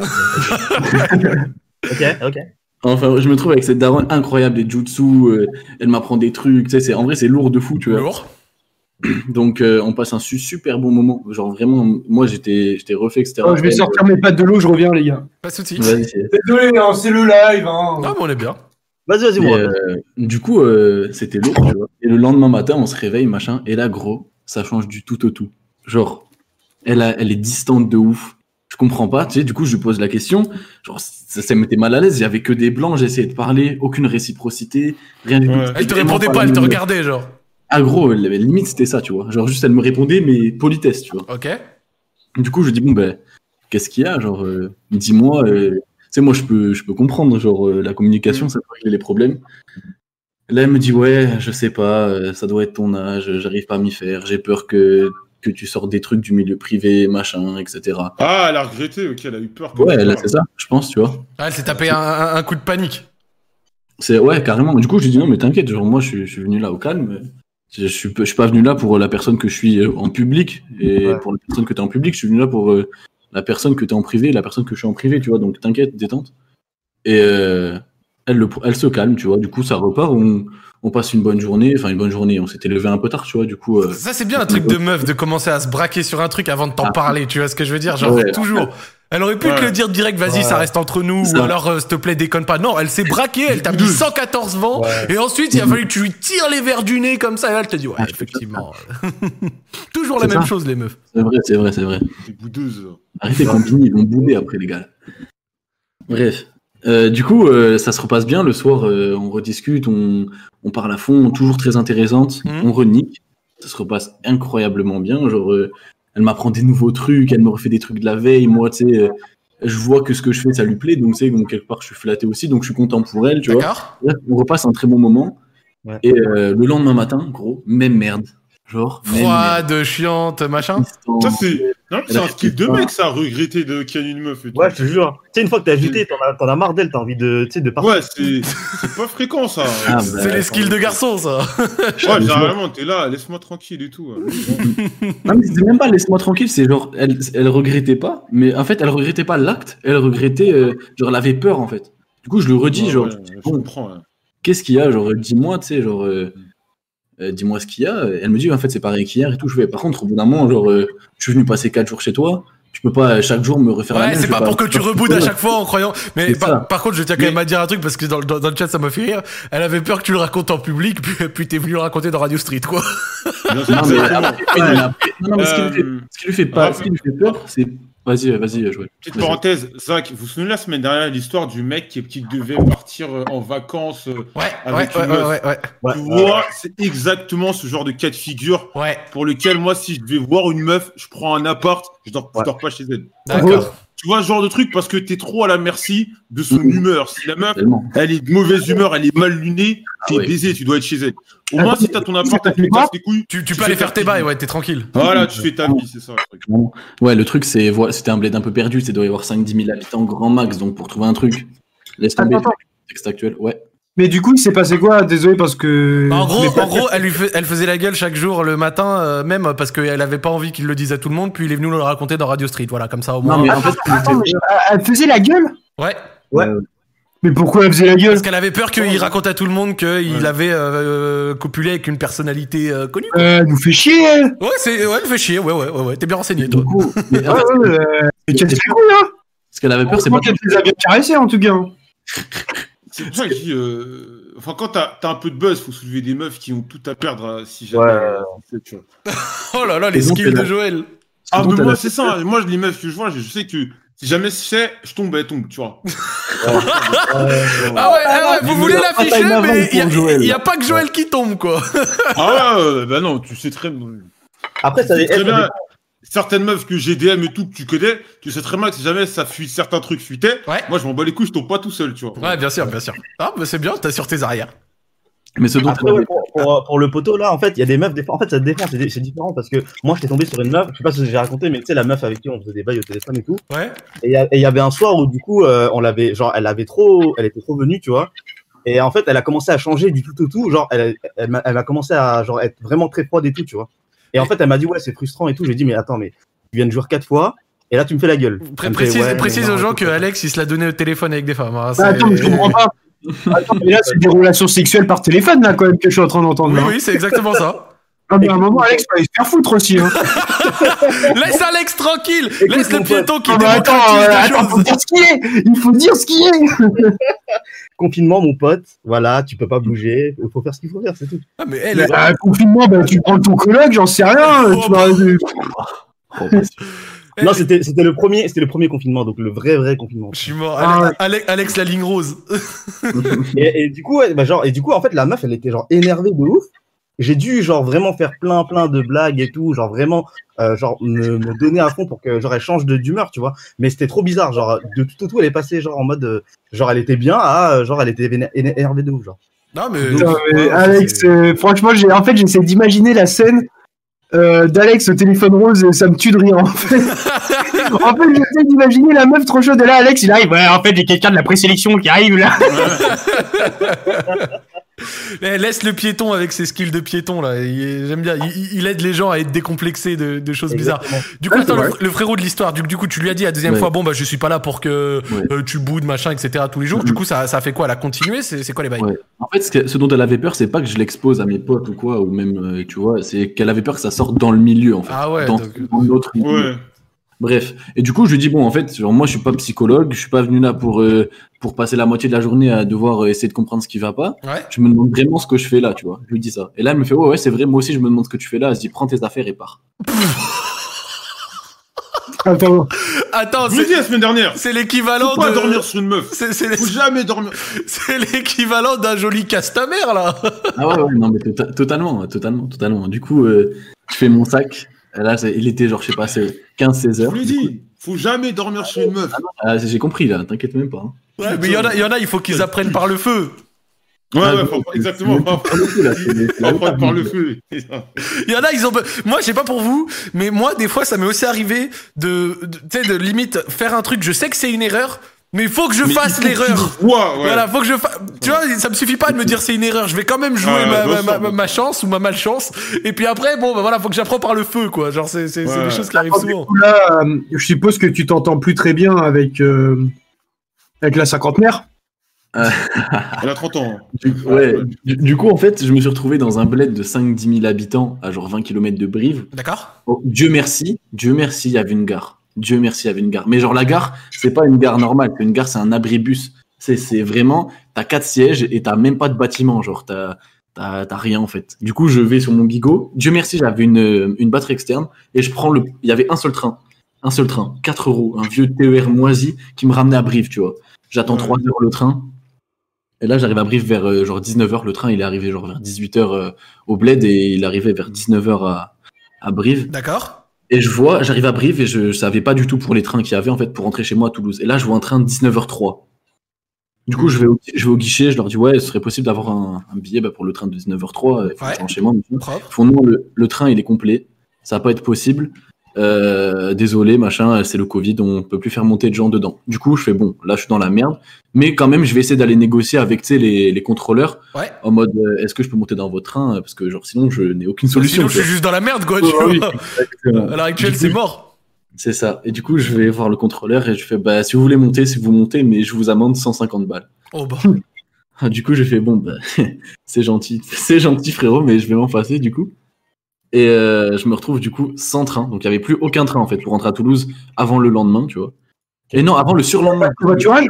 Ok, ok. Enfin, je me trouve avec cette daronne incroyable, des jutsu. euh, elle m'apprend des trucs. Tu sais, c'est en vrai, c'est lourd de fou, tu vois. Lourd. Donc, euh, on passe un su- super bon moment. Genre, vraiment, moi, j'étais, j'étais refait, et cetera. Oh, je vais Elle, sortir mes pattes de l'eau, je reviens les gars. Pas de soucis. euh, Vas-y, c'est- Désolé, hein, c'est le live. Hein. Non, mais on est bien. Vas-y, vas-y, Et, moi. euh, du coup, euh, c'était lourd, tu vois. Et le lendemain matin, on se réveille, machin. Et là, gros, ça change du tout au tout. Genre, elle, a- elle est distante de ouf. Je comprends pas, tu sais. Du coup, je lui pose la question. Genre, ça, ça me mettait mal à l'aise. Il y avait que des blancs. J'essayais de parler, aucune réciprocité, rien du tout. Ouais. Elle te Vraiment répondait la pas, elle te même- regardait, genre. Ah, gros, elle- limite, c'était ça, tu vois. Genre, juste, elle me répondait, mais politesse, tu vois. Ok. Du coup, je dis, bon, ben, qu'est-ce qu'il y a? Genre, euh, dis-moi, euh, tu sais, moi, je peux, je peux comprendre, genre, euh, la communication, ça peut régler les problèmes. Là, elle me dit, ouais, je sais pas, euh, ça doit être ton âge, j'arrive pas à m'y faire, j'ai peur que, que tu sortes des trucs du milieu privé, machin, et cetera. Ah, elle a regretté, ok, elle a eu peur. Ouais, là, c'est ça, je pense, tu vois. Ah, elle s'est tapé un, un- un coup de panique. C'est, ouais, carrément. Du coup, je lui dis, non, mais t'inquiète, genre, moi, je, suis- je suis venu là au calme. Je, je suis, je suis pas venu là pour la personne que je suis euh, en public, et Ouais. pour la personne que t'es en public, je suis venu là pour euh, la personne que t'es en privé, et la personne que je suis en privé, tu vois, donc t'inquiète, détente. Et, euh, elle, le, elle se calme, tu vois. Du coup, ça repart, on, on passe une bonne journée. Enfin, une bonne journée, on s'était levé un peu tard, tu vois. Du coup. Euh, ça, c'est bien un truc de meuf, de commencer à se braquer sur un truc avant de t'en ah. parler, tu vois ce que je veux dire? Genre, ouais. toujours. Elle aurait pu ouais. te le dire direct, vas-y, ouais. ça reste entre nous, ça. Ou alors, euh, s'il te plaît, déconne pas. Non, elle s'est braquée, elle t'a mis cent quatorze vents, ouais. et ensuite, il a fallu que tu lui tires les verres du nez comme ça, et là, elle te dit, ouais, effectivement. Toujours c'est la ça. Même chose, les meufs. C'est vrai, c'est vrai, c'est vrai. Des boudeuses. Arrêtez, Combini, ils vont bouder après, les gars. Bref. Euh, du coup, euh, ça se repasse bien. Le soir, euh, on rediscute, on, on parle à fond, toujours très intéressante. Mmh. On renique. Ça se repasse incroyablement bien. Genre, euh, elle m'apprend des nouveaux trucs, elle me refait des trucs de la veille. Moi, tu sais, euh, je vois que ce que je fais, ça lui plaît. Donc, tu sais, donc, quelque part, je suis flatté aussi. Donc, je suis content pour elle, tu D'accord. vois. On repasse un très bon moment. Ouais. Et euh, le lendemain matin, gros, même merde. Genre, froide, chiante, machin. Ça, c'est, non, c'est un skill de mec, ça, regretter de qu'il y a une meuf. Et tout. Ouais, je te jure. Tu sais, une fois que t'as agité, t'en as, t'en as marre d'elle, t'as envie de, tu sais, de partir. Ouais, c'est, c'est pas fréquent, ça. Ah, bah, c'est les skills de garçon, ça. Ouais, généralement, t'es là, laisse-moi tranquille et tout. Non, mais c'est même pas laisse-moi tranquille, c'est genre, elle, elle regrettait pas, mais en fait, elle regrettait pas l'acte, elle regrettait, euh, genre, elle avait peur, en fait. Du coup, je le redis, ouais, genre, ouais, je bon, comprends, ouais. Qu'est-ce qu'il y a, genre, dis-moi, tu sais, genre. Euh, Euh, dis-moi ce qu'il y a. Elle me dit en fait c'est pareil qu'hier et tout. Je fais par contre au bout d'un moment genre euh, je suis venu passer quatre jours chez toi. Tu peux pas chaque jour me refaire ouais, la même. C'est pas, pas pour que tu reboudes à chaque fois en croyant. Mais par, par contre je tiens quand mais... même à dire un truc parce que dans, dans, dans le chat ça m'a fait rire. Elle avait peur que tu le racontes en public puis, puis t'es venu le raconter dans Radio Street quoi. Non, non mais, après, après, non, non, mais ce, qui lui fait, ce qui lui fait pas, ce qui lui fait peur c'est. Vas-y, vas-y, Joël. Petite vas-y. Parenthèse, Zach, vous vous souvenez la semaine dernière l'histoire du mec qui, qui devait partir en vacances ouais, avec ouais, une ouais, meuf. Ouais, ouais, ouais. Tu vois, c'est exactement ce genre de cas de figure ouais. pour lequel moi, si je vais voir une meuf, je prends un appart, je dors, ouais. je dors pas chez elle. D'accord. Tu vois ce genre de truc parce que t'es trop à la merci de son mmh. humeur. Si la meuf, elle est de mauvaise humeur, elle est mal lunée, t'es ah, ouais. baisé, tu dois être chez elle. Au moins, si t'as ton appart, tu casses tes couilles. Tu, tu peux aller faire tes bails, ouais, t'es tranquille. Voilà, tu fais ta vie, c'est ça. Le truc. Ouais, le truc, c'est, c'était un bled un peu perdu, c'est doit y avoir cinq à dix mille habitants grand max, donc pour trouver un truc, laisse tomber le texte actuel, ouais. Mais du coup, il s'est passé quoi? Désolé parce que. En gros, en gros, elle lui fait, elle faisait la gueule chaque jour le matin, euh, même parce qu'elle avait pas envie qu'il le dise à tout le monde. Puis il est venu le raconter dans Radio Street, voilà, comme ça au moins. Non, mais en fait, attends, mais elle faisait la gueule? Ouais. Ouais. Mais pourquoi elle faisait la gueule? Parce qu'elle avait peur qu'il raconte à tout le monde qu'il ouais. avait euh, copulé avec une personnalité euh, connue. Euh, elle nous fait chier, elle. Ouais, c'est, ouais, elle fait chier. Ouais, ouais, ouais, ouais. T'es bien renseigné, toi. Mais ouais, ouais, euh, mais qu'elle se fait couille, hein. Parce qu'elle avait peur, c'est pas. Qu'elle les a bien caressés, en tout cas. C'est pour ça que je dis, euh... enfin, quand t'as, t'as un peu de buzz, faut soulever des meufs qui ont tout à perdre euh, si jamais. Ouais. Euh, tu vois. Oh là là, les skills de Joël. Ah, mais moi, c'est ça. Moi, les meufs que je vois, je sais que si jamais c'est, je tombe, elle tombe, tu vois. ah ouais, ah ouais, vous voulez l'afficher, mais il n'y a, a pas que Joël qui tombe, quoi. ah ouais, euh, bah non, tu sais très bien. Après, ça très bien. Certaines meufs que j'ai D M et tout, que tu connais, tu sais très bien que si jamais ça fuit, certains trucs fuitaient, ouais. moi je m'en bats les couilles, je tombe pas tout seul, tu vois. Ouais, bien sûr, bien sûr. Ah, bah c'est bien, t'as sur tes arrières. Mais ce dont Après, ouais, pour, pour, pour le poteau, là, en fait, il y a des meufs, des... en fait, ça te défend, c'est, c'est différent parce que moi j'étais tombé sur une meuf, je sais pas si j'ai raconté, mais tu sais, la meuf avec qui on faisait des bails au téléphone et tout. Ouais. Et il y avait un soir où, du coup, euh, on l'avait, genre, elle avait trop, elle était trop venue, tu vois. Et en fait, elle a commencé à changer du tout au tout, genre, elle, elle, elle, m'a, elle a commencé à genre, être vraiment très froide et tout, tu vois. Et en fait, elle m'a dit, ouais, c'est frustrant et tout. J'ai dit, mais attends, mais tu viens de jouer quatre fois, et là, tu me fais la gueule. Pré- précise fait, ouais, précise aux gens que Alex, il se l'a donné au téléphone avec des femmes. Hein, bah, attends, mais je comprends pas. Attends, mais là, c'est des relations sexuelles par téléphone, là, quand même, que je suis en train d'entendre. Oui, oui, c'est exactement ça. Ah, mais à un moment, Alex va aller se faire foutre aussi. Hein. Laisse Alex tranquille. Écoute, laisse le piéton qui ah, démocratise attends, les euh, attends, faut dire ce qu'il est. Il faut dire ce qu'il est. Confinement, mon pote. Voilà, tu peux pas bouger. Il faut faire ce qu'il faut faire, c'est tout. Ah, mais elle. Mais, euh, confinement, bah, tu prends ton coloc, j'en sais rien. Oh, tu vas... oh, non, c'était, c'était, le premier, c'était le premier confinement, donc le vrai, vrai confinement. Je suis mort. Ah, Alex, Alex, la ligne rose. et, et, du coup, ouais, bah, genre, et du coup, en fait, la meuf, elle était genre énervée de ouf. J'ai dû genre vraiment faire plein plein de blagues et tout, genre vraiment euh, genre me, me donner à fond pour que genre elle change de, d'humeur, tu vois. Mais c'était trop bizarre, genre de tout au tout elle est passée genre en mode euh, genre elle était bien à genre elle était énervée de ouf, genre. Non mais, non, mais Alex, euh, franchement j'ai en fait j'essaie d'imaginer la scène euh, d'Alex au téléphone rose et ça me tue de rire en fait. En fait j'essaie d'imaginer la meuf trop chaude et là Alex il arrive, ouais en fait j'ai quelqu'un de la présélection qui arrive là. Laisse le piéton avec ses skills de piéton là. Il- J'aime bien. Il, il aide les gens à être décomplexés de, de choses bizarres. Du coup, Ouais, attends, c'est le, vrai. le frérot de l'histoire. Du, du coup, tu lui as dit la deuxième Ouais. fois, bon bah je suis pas là pour que Ouais. euh, tu boudes machin, et cetera tous les jours. Du coup, ça, ça a fait quoi? Elle a continué? C'est c'est quoi les bails? Ouais. En fait, ce, que- ce dont elle avait peur, c'est pas que je l'expose à mes potes ou quoi, ou même, euh, tu vois, c'est qu'elle avait peur que ça sorte dans le milieu, en fait. Ah ouais, Dans, donc- dans notre milieu. Ouais. Bref. Et du coup, je lui dis, bon, en fait, genre, moi, je suis pas psychologue, je suis pas venu là pour, euh, pour passer la moitié de la journée à devoir euh, essayer de comprendre ce qui va pas. Ouais. Je me demande vraiment ce que je fais là, tu vois. Je lui dis ça. Et là, elle me fait, ouais, ouais, c'est vrai, moi aussi, je me demande ce que tu fais là. Elle se dit, prends tes affaires et pars. Attends, Attends, Je vous l'ai dit c'est la semaine dernière. c'est l'équivalent Faut pas de. dormir sur une meuf. C'est c'est- Faut jamais dormir. c'est l'équivalent d'un joli casse-ta-mère là. Ah ouais, ouais, non, mais tota- totalement, totalement, totalement. Du coup, euh, je fais mon sac. Et là, c'est- il était genre, je sais pas, c'est quinze seize Je heures. vous l'ai Du coup, dit. Faut jamais dormir sur une meuf. ah, j'ai compris là, t'inquiète même pas. hein. Ouais, mais il y en a, il y en a, il faut qu'ils apprennent par le feu. Ouais, Ah, ouais, je- faut- exactement. c'est- Faut c'est- c'est- là, c'est- c'est- apprendre par le feu. Il y en a, ils ont. Moi, je sais pas pour vous, mais moi, des fois, ça m'est aussi arrivé de, de tu sais, de limite faire un truc. Je sais que c'est une erreur, mais il faut que je Mais fasse il faut que tu l'erreur. le vois, ouais. Voilà, faut que je fasse. Tu vois, ça me suffit pas de me dire c'est une erreur. Je vais quand même jouer Ah, ma, bien ma, sûr, ma, bien ma chance ou ma malchance. Et puis après, bon, bah voilà, faut que j'apprends par le feu, quoi. Genre, c'est c'est c'est Ouais. des choses qui arrivent souvent. là, euh, je suppose que tu t'entends plus très bien avec, euh, avec la cinquantenaire. Elle a trente ans. Du, ouais, du, du coup, en fait, je me suis retrouvé dans un bled de cinq dix mille habitants à genre vingt kilomètres de Brive. D'accord. Oh, Dieu merci, Dieu merci, il y avait une gare. Dieu merci, il y avait une gare. Mais genre, la gare, c'est pas une gare normale. Une gare, c'est un abribus. C'est, c'est vraiment, t'as quatre sièges et t'as même pas de bâtiment. Genre, t'as, t'as, t'as rien, en fait. Du coup, je vais sur mon bigot. Dieu merci, j'avais une, une batterie externe et je prends le, il y avait un seul train. Un seul train. quatre euros. Un vieux T E R moisi qui me ramenait à Brive, tu vois. J'attends Ouais. trois heures le train. Et là, j'arrive à Brive vers euh, genre dix-neuf heures. Le train, il est arrivé genre vers dix-huit heures euh, au bled et il arrivait vers dix-neuf heures à, à Brive. D'accord. Et je vois, j'arrive à Brive et je, je savais pas du tout pour les trains qu'il y avait en fait pour rentrer chez moi à Toulouse. Et là, je vois un train de dix-neuf heures trois. Du coup, je vais, au, je vais au guichet, je leur dis ouais, ce serait possible d'avoir un, un billet bah, pour le train de dix-neuf heures trois. Il faut Ouais. que je rentre chez moi. Ils Propre. font non, le, le train il est complet, ça va pas être possible. Euh, désolé, machin, c'est le Covid, on peut plus faire monter de gens dedans. Du coup, je fais bon, là je suis dans la merde, mais quand même, je vais essayer d'aller négocier avec tu sais, les, les contrôleurs Ouais. en mode euh, est-ce que je peux monter dans votre train parce que genre sinon je n'ai aucune Sinon, solution. je suis juste dans la merde, quoi. Tu Ouais, oui, vois. exactement. À l'heure actuelle, Du c'est coup, mort. C'est ça. Et du coup, je vais voir le contrôleur et je fais bah si vous voulez monter, si vous montez, mais je vous amende cent cinquante balles. Oh bah. Ah, du coup, j'ai fait bon bah c'est gentil, c'est gentil frérot, mais je vais m'en passer du coup. Et euh, je me retrouve du coup sans train. Donc il y avait plus aucun train en fait pour rentrer à Toulouse avant le lendemain, tu vois. Et non, avant le surlendemain. Le voiturage.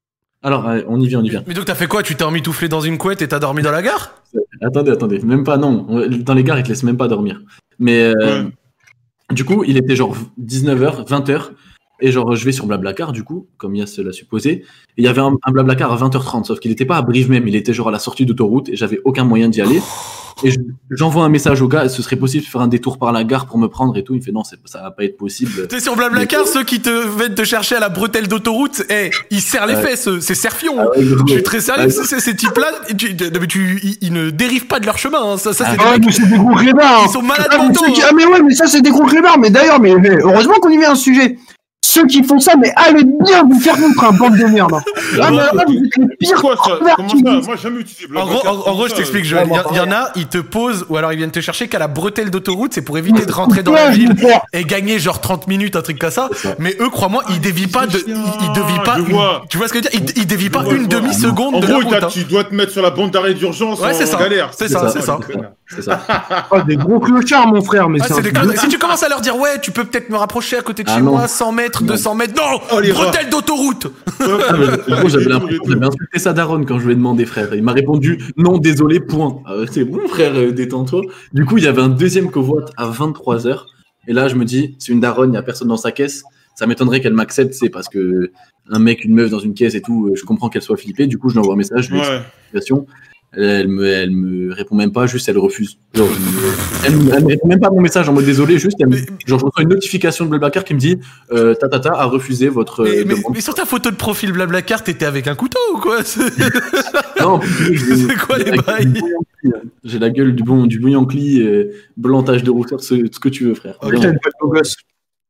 Alors euh, on y vient, on y vient. Mais donc, t'as fait quoi? Tu t'es emmitouflé dans une couette et t'as dormi dans la gare? Attendez, attendez, même pas non. Dans les gares, ils te laissent même pas dormir. Mais euh, Ouais. du coup, il était genre dix-neuf heures, vingt heures. Et genre, je vais sur Blablacar, du coup, comme Yass l'a supposé. Et il y avait un, un Blablacar à vingt heures trente, sauf qu'il n'était pas à Brive même, il était genre à la sortie d'autoroute et j'avais aucun moyen d'y aller. Et je- j'envoie un message au gars, ce serait possible de faire un détour par la gare pour me prendre et tout. Il me fait non, c'est- ça va pas être possible. T'es sur Blablacar, ceux qui te viennent te chercher à la bretelle d'autoroute, eh, ils serrent les Ouais. fesses, c'est Serfion. Ah ouais, gros. Je suis très sérieux, Ouais. c'est- c'est- ces types-là, tu, non, mais tu, ils, ils ne dérivent pas de leur chemin, hein. Ça, ça, c'est Ah, des Ah, mecs- mais c'est des gros crébards. ils sont malades Ah, mais mentaux. ceux qui- hein. ah, mais ouais, mais ça, c'est des gros crébards. Mais d'ailleurs, mais, mais heureusement qu'on y met un sujet. Ceux qui font ça, mais allez bien vous faire contre un bande de merde. hein. Ah, mais là, vous êtes les C'est pires quoi ça? crevards Comment qui ça? existent. Moi, j'ai jamais utilisé En gros, Blablacar. en, en Comment gros, je ça? t'explique, Ouais, Joël. Il y, moi, a- il y en a, ils te posent, ou alors ils viennent te chercher qu'à la bretelle d'autoroute, c'est pour éviter de rentrer dans Ouais, la je ville me perds. et gagner genre trente minutes, un truc comme ça. ça. Mais eux, crois-moi, ils dévient pas de, ils, ils dévient pas, Je une- vois. tu vois ce que je veux dire? Ils, ils dévient Je pas vois, une je vois. demi-seconde En de gros, la route. t'as- hein. tu dois te mettre sur la bande d'arrêt d'urgence Ouais, en c'est ça. galère. C'est ça, c'est ça. C'est ça. Ah, des gros clochards, mon frère. Mais Ah, c'est c'est un des truc connes. de- Si tu commences à leur dire, ouais, tu peux peut-être me rapprocher à côté de Ah chez non. moi, cent mètres, Non. deux cents mètres. Non! Oh, les rats. Bretelle d'autoroute! Ah, mais, en gros, j'avais l'impression que j'avais insulté sa daronne quand je lui ai demandé, frère. Il m'a répondu non, désolé, point. Ah, c'est bon, frère, euh, détends-toi. Du coup, il y avait un deuxième covoite à vingt-trois heures. Et là, je me dis, c'est une daronne, il n'y a personne dans sa caisse. Ça m'étonnerait qu'elle m'accepte, c'est parce que un mec, une meuf dans une caisse et tout, euh, je comprends qu'elle soit flippée. Du coup, je lui envoie un message, je lui explique Ouais. la situation. Elle me, elle me répond même pas, juste elle refuse. Genre, elle, me- elle me répond même pas à mon message en mode désolé, juste elle me- Mais- genre je reçois une notification de Blablacar qui me dit euh, Tatata a refusé votre Mais, euh, mais- demande. mais sur ta photo de profil Blablacar, t'étais avec un couteau ou quoi? C'est Non, en plus, j'ai- c'est quoi j'ai les la gueule bails? du bouillon cli, hein. J'ai la gueule du bon du bouillon cli, euh, blanc tache de rousseur, ce, ce que tu veux, frère. Ok. T'as Vraiment. une voix de beau gosse.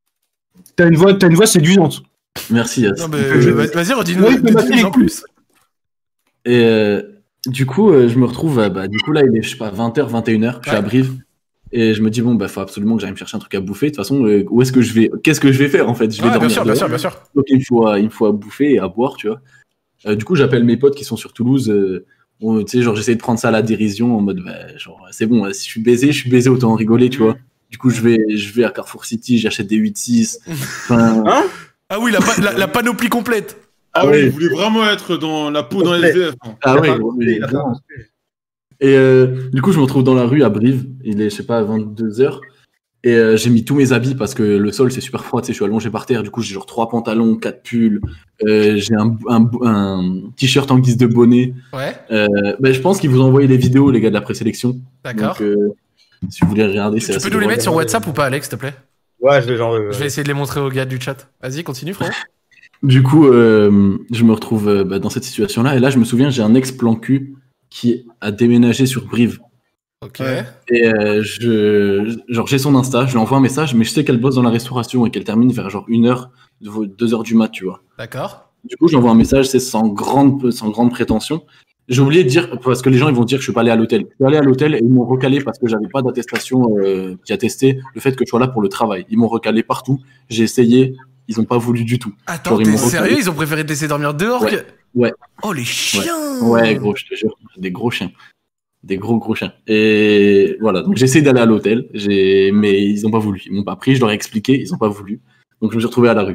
T'as une voix, t'as une voix séduisante. Merci. Yass. Non, mais Je- vas- vas-y, redis-nous Oui, mais dis-nous vas-y, en plus. Et, euh, du coup, euh, je me retrouve, euh, bah, du coup, là, il est, je sais pas, vingt heures, vingt et une heures, je suis Ouais. à Brive. Et je me dis, bon, bah, faut absolument que j'aille me chercher un truc à bouffer. De toute façon, euh, où est-ce que je vais, qu'est-ce que je vais faire, en fait? Je vais Ouais, bien dormir sûr, bien dehors. sûr, bien sûr. Donc, il me faut, à- il me faut à bouffer et à boire, tu vois. Euh, du coup, j'appelle mes potes qui sont sur Toulouse. Euh, on- tu sais, genre, j'essaie de prendre ça à la dérision en mode, bah, genre, c'est bon, euh, si je suis baisé, je suis baisé, autant en rigoler, tu vois. Du coup, je vais, je vais à Carrefour City, j'achète des huit six. Enfin, Hein Ah oui, la, pa- la, la panoplie complète. Ah Ah oui, ouais. il voulait vraiment être dans la peau dans les S D F. hein. ah Il a ouais, fait un gros, cosplay, mais il a fait un vraiment. cosplay. Et euh, du coup, je me retrouve dans la rue à Brive. Il est, je sais pas, vingt-deux heures. Et euh, j'ai mis tous mes habits parce que le sol, c'est super froid. Tu sais, je suis allongé par terre. Du coup, j'ai genre trois pantalons, quatre pulls. Euh, j'ai un, un, un t-shirt en guise de bonnet. Ouais, Euh, ben, je pense qu'ils vous ont envoyé les vidéos, les gars de la présélection. d'accord. Donc, euh, si vous voulez regarder, Tu, c'est tu assez peux nous les drôle. mettre sur WhatsApp ou pas, Alex, s'il te plaît? Ouais, je vais genre. euh, Je vais essayer de les montrer aux gars du chat. Vas-y, continue, frérot. Du coup, euh, je me retrouve euh, bah, dans cette situation-là. Et là, je me souviens, j'ai un ex-plan cul qui a déménagé sur Brive. Ok. Ouais. Et euh, je, genre, j'ai son Insta, je lui envoie un message, mais je sais qu'elle bosse dans la restauration et qu'elle termine vers genre une heure, deux heures du mat, tu vois. D'accord. Du coup, j'envoie un message, c'est sans grande, sans grande prétention. J'ai oublié de dire, parce que les gens ils vont dire que je suis pas allé à l'hôtel. Je suis allé à l'hôtel et ils m'ont recalé parce que j'avais pas d'attestation euh, qui attestait le fait que je sois là pour le travail. Ils m'ont recalé partout. J'ai essayé, ils ont pas voulu du tout. Attends, Genre, ils t'es m'ont sérieux? recalé. Ils ont préféré te laisser dormir dehors Ouais. que... Ouais. Oh, les chiens! Ouais, gros, je te jure, des gros chiens. Des gros gros chiens. Et voilà, donc j'ai essayé d'aller à l'hôtel, j'ai... mais ils ont pas voulu. Ils m'ont pas pris, je leur ai expliqué, ils ont pas voulu. Donc je me suis retrouvé à la rue.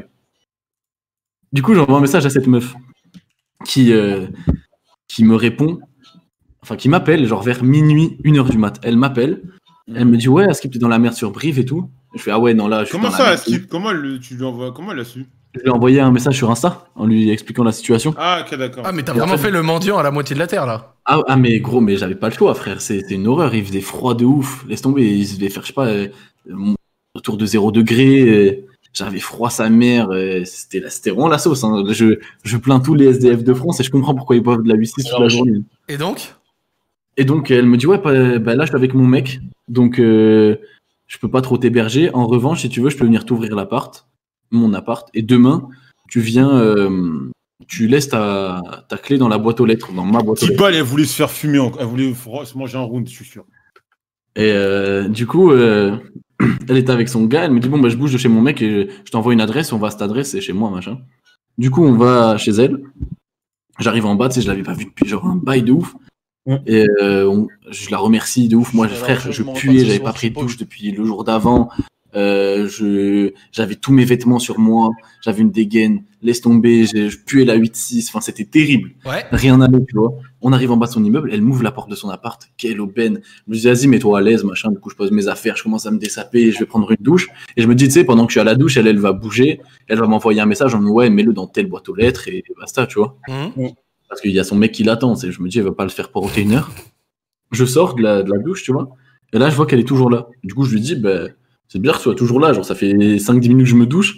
Du coup, j'envoie un message à cette meuf qui, euh, qui me répond, enfin qui m'appelle, genre vers minuit, une heure du mat. Elle m'appelle, elle me dit ouais, Askip, t'es dans la merde sur Brive et tout. Je fais ah ouais, non là, je suis Comment dans ça, la merde. Skip Comment elle, tu lui envoies Comment elle a su Je lui ai envoyé un message sur Insta en lui expliquant la situation. Ah, ok, d'accord. Ah, mais t'as Et vraiment après- fait le mendiant à la moitié de la terre, là. Ah, ah, mais gros, mais j'avais pas le choix, frère. C'est c'est une horreur. Il faisait froid de ouf. Laisse tomber. Il devait faire, je sais pas, euh, euh, autour de zéro degré. euh, J'avais froid sa mère. euh, C'était la- c'était vraiment la sauce. Hein. Je, je plains tous les S D F de France et je comprends pourquoi ils boivent de la huit six toute la journée. Et donc? Et donc, elle me dit, ouais, bah, bah, là, je suis avec mon mec. Donc, euh, je peux pas trop t'héberger. En revanche, si tu veux, je peux venir t'ouvrir l'appart, mon appart. Et demain, tu viens, euh, tu laisses ta, ta clé dans la boîte aux lettres, dans ma boîte aux Petite lettres. balle, elle voulait se faire fumer, en- elle voulait se manger un round, je suis sûr. Et euh, du coup, euh, elle était avec son gars, elle me dit bon bah je bouge de chez mon mec et je t'envoie une adresse, on va à cette adresse, c'est chez moi machin. Du coup on va chez elle, j'arrive en bas, tu sais je l'avais pas vue depuis genre un bail de ouf. Mm. Et euh, on- je la remercie de ouf, moi Alors, frère je- je je m'en rends puais, compte, j'avais ce pas soir, pris de je sais douche depuis le jour d'avant. Euh, je j'avais tous mes vêtements sur moi, j'avais une dégaine, laisse tomber, j'ai- je puais la huit six, enfin c'était terrible. Ouais. Rien n'allait, tu vois. On arrive en bas de son immeuble, elle m'ouvre la porte de son appart. Quelle aubaine. Je me dis, vas-y, mets-toi à l'aise, machin. Du coup, je pose mes affaires, je commence à me dessaper, je vais prendre une douche. Et je me dis, tu sais, pendant que je suis à la douche, elle, elle va bouger, elle va m'envoyer un message en me disant, ouais, mets-le dans telle boîte aux lettres et basta, tu vois. Mhm. Parce qu'il y a son mec qui l'attend. tu sais. Je me dis, elle va pas le faire pour une heure. Je sors de la, de la douche, tu vois. Et là, je vois qu'elle est toujours là. Du coup, je lui dis, bah, c'est bizarre que tu sois toujours là. Genre, ça fait cinq dix minutes que je me douche.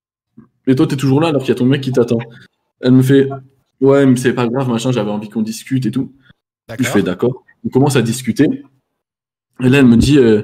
Et toi, t'es toujours là alors qu'il y a ton mec qui t'attend. Elle me fait, ouais, mais c'est pas grave, machin, j'avais envie qu'on discute et tout. Je fais D'accord. d'accord. On commence à discuter. Et là, elle me dit, euh,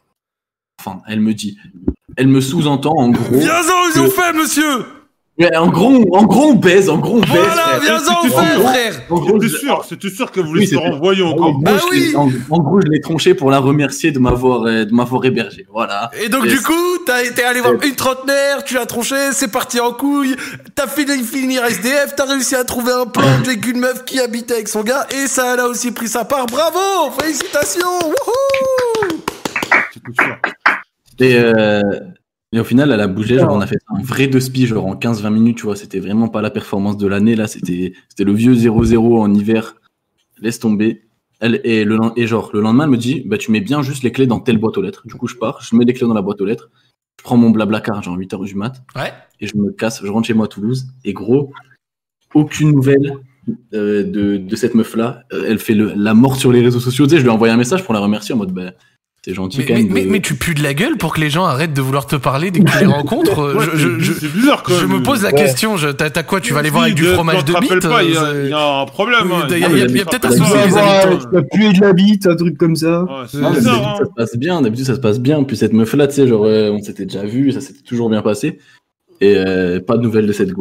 enfin, elle me dit, elle me sous-entend en gros. Viens-en, ils ont que- fait, monsieur! Ouais, en gros, en gros, on baise, en gros, on baise. Voilà, frère. viens-en, C'était on fait, sûr. frère! En gros, C'était je- sûr, c'était sûr qu'elle voulait Oui, se faire c'était- envoyer En encore. gros, Bah je l'ai- oui. en, en gros, je l'ai tronché pour la remercier de m'avoir euh, de m'avoir hébergé. Voilà. Et donc, Et du c'est- coup, t'as été allé voir une trentenaire, tu l'as tronché, c'est parti en couille, t'as fini finir S D F, t'as réussi à trouver un plan avec une meuf qui habitait avec son gars, et ça, elle a aussi pris sa part. Bravo! Félicitations! Wouhou! C'était sûr. Et, euh, et au final, elle a bougé. Genre, on a fait un vrai deux spi, genre en quinze vingt minutes, tu vois. C'était vraiment pas la performance de l'année, là. C'était c'était le vieux zéro zéro en hiver. Laisse tomber. Elle, et, le, len- et genre, le lendemain, elle me dit, bah, tu mets bien juste les clés dans telle boîte aux lettres. Du coup, je pars, je mets les clés dans la boîte aux lettres. Je prends mon blabla car, genre huit heures du mat. Ouais. Et je me casse, je rentre chez moi à Toulouse. Et gros, aucune nouvelle euh, de, de cette meuf-là. Euh, elle fait le, la mort sur les réseaux sociaux. Tu sais, je lui ai envoyé un message pour la remercier en mode, bah, c'est gentil Mais, quand mais, même. mais, de- mais tu pues de la gueule pour que les gens arrêtent de vouloir te parler dès que tu les rencontres. euh, Ouais, je, je, je, c'est bizarre quand je même. me pose la Ouais. question, je- t'as t'as quoi? Tu vas aller voir avec du Oui, fromage de t'en te bite? rappelles pas, il y, a- euh, il y a un problème. hein. Il y a- il y a- il y a peut-être un Tu Tu souci, vas les avoir, habitants. euh, tu vas puer de la bite, un truc comme ça. Ouais, c'est Non, mais bizarre, d'habitude, hein. ça se passe bien. D'habitude, ça se passe bien. Puis cette meuf-là, tu sais, genre, euh, on s'était déjà vu, ça s'était toujours bien passé. Et euh, pas de nouvelles de cette go. Et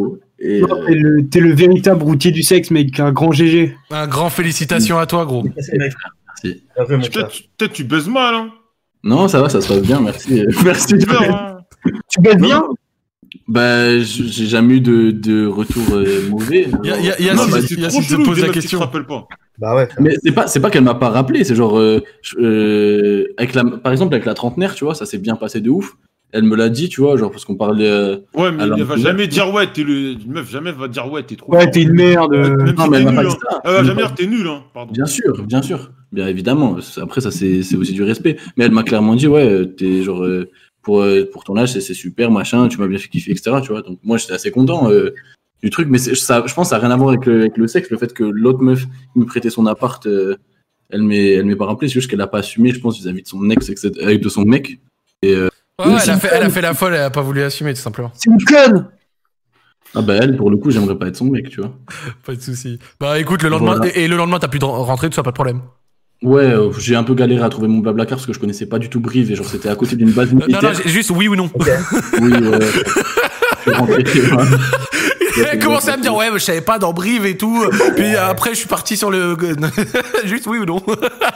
Et, Non, euh, t'es, le, t'es le véritable routier du sexe, mec. Un grand G G. Un grand félicitations à toi, gros. C'est mec. merci. Bien fait, mon Peut-être frère. peut-être tu baises mal, hein. Non, ça va, ça se passe bien, merci. merci. Peur, hein. Tu baises bien? Bah, j- j'ai jamais eu de, de retour euh, mauvais. Y a- y a- y a- Non, si- mais y c'est a- trop si je te chelou, pose des la meufs qui question. te rappellent pas. Bah ouais. Mais c'est pas, c'est pas qu'elle m'a pas rappelé, c'est genre, euh, je- euh, avec la, par exemple, avec la trentenaire, tu vois, ça s'est bien passé de ouf. Elle me l'a dit, tu vois, genre, parce qu'on parlait. euh, Ouais, mais Alors, elle va ouais. jamais dire ouais, t'es le. Une meuf jamais va dire ouais, t'es trop. Ouais, fort. t'es une merde. Même euh. si Non, mais t'es elle m'a pas nul, dit hein. ça. Elle va Elle jamais m'a dire t'es nul, hein. Pardon. Bien sûr, bien sûr, bien évidemment. Après, ça, c'est c'est aussi du respect. Mais elle m'a clairement dit, ouais, euh, t'es genre, euh, pour, euh, pour ton âge, c'est c'est super, machin, tu m'as bien fait kiffer, et cetera. Tu vois, donc moi, j'étais assez content euh, du truc. Mais c'est- ça, je pense que ça n'a rien à voir avec le, avec le sexe, le fait que l'autre meuf qui me prêtait son appart, euh, elle m'est elle m'est pas rappelé, c'est juste qu'elle a pas assumé, je pense, vis-à-vis de son ex, et cetera, avec de son mec. Et, euh, Ouais, ouais, elle, a fait, elle a fait la folle, elle a pas voulu assumer, tout simplement. C'est une conne. ah bah, elle, pour le coup, j'aimerais pas être son mec, tu vois. Pas de souci. Bah écoute, le lendemain, Voilà. et, et le lendemain, t'as pu de- rentrer, tout ça, pas de problème. Ouais, euh, j'ai un peu galéré à trouver mon Blablacar parce que je connaissais pas du tout Brive et genre c'était à côté d'une base Euh, Non, militaire. non, j'ai- juste oui ou non. Oui, ouais. Je suis rentré, ouais. Il a commencé à me dire, ouais, mais je savais pas dans Brive et tout. Puis après, je suis parti sur le. Juste oui ou non.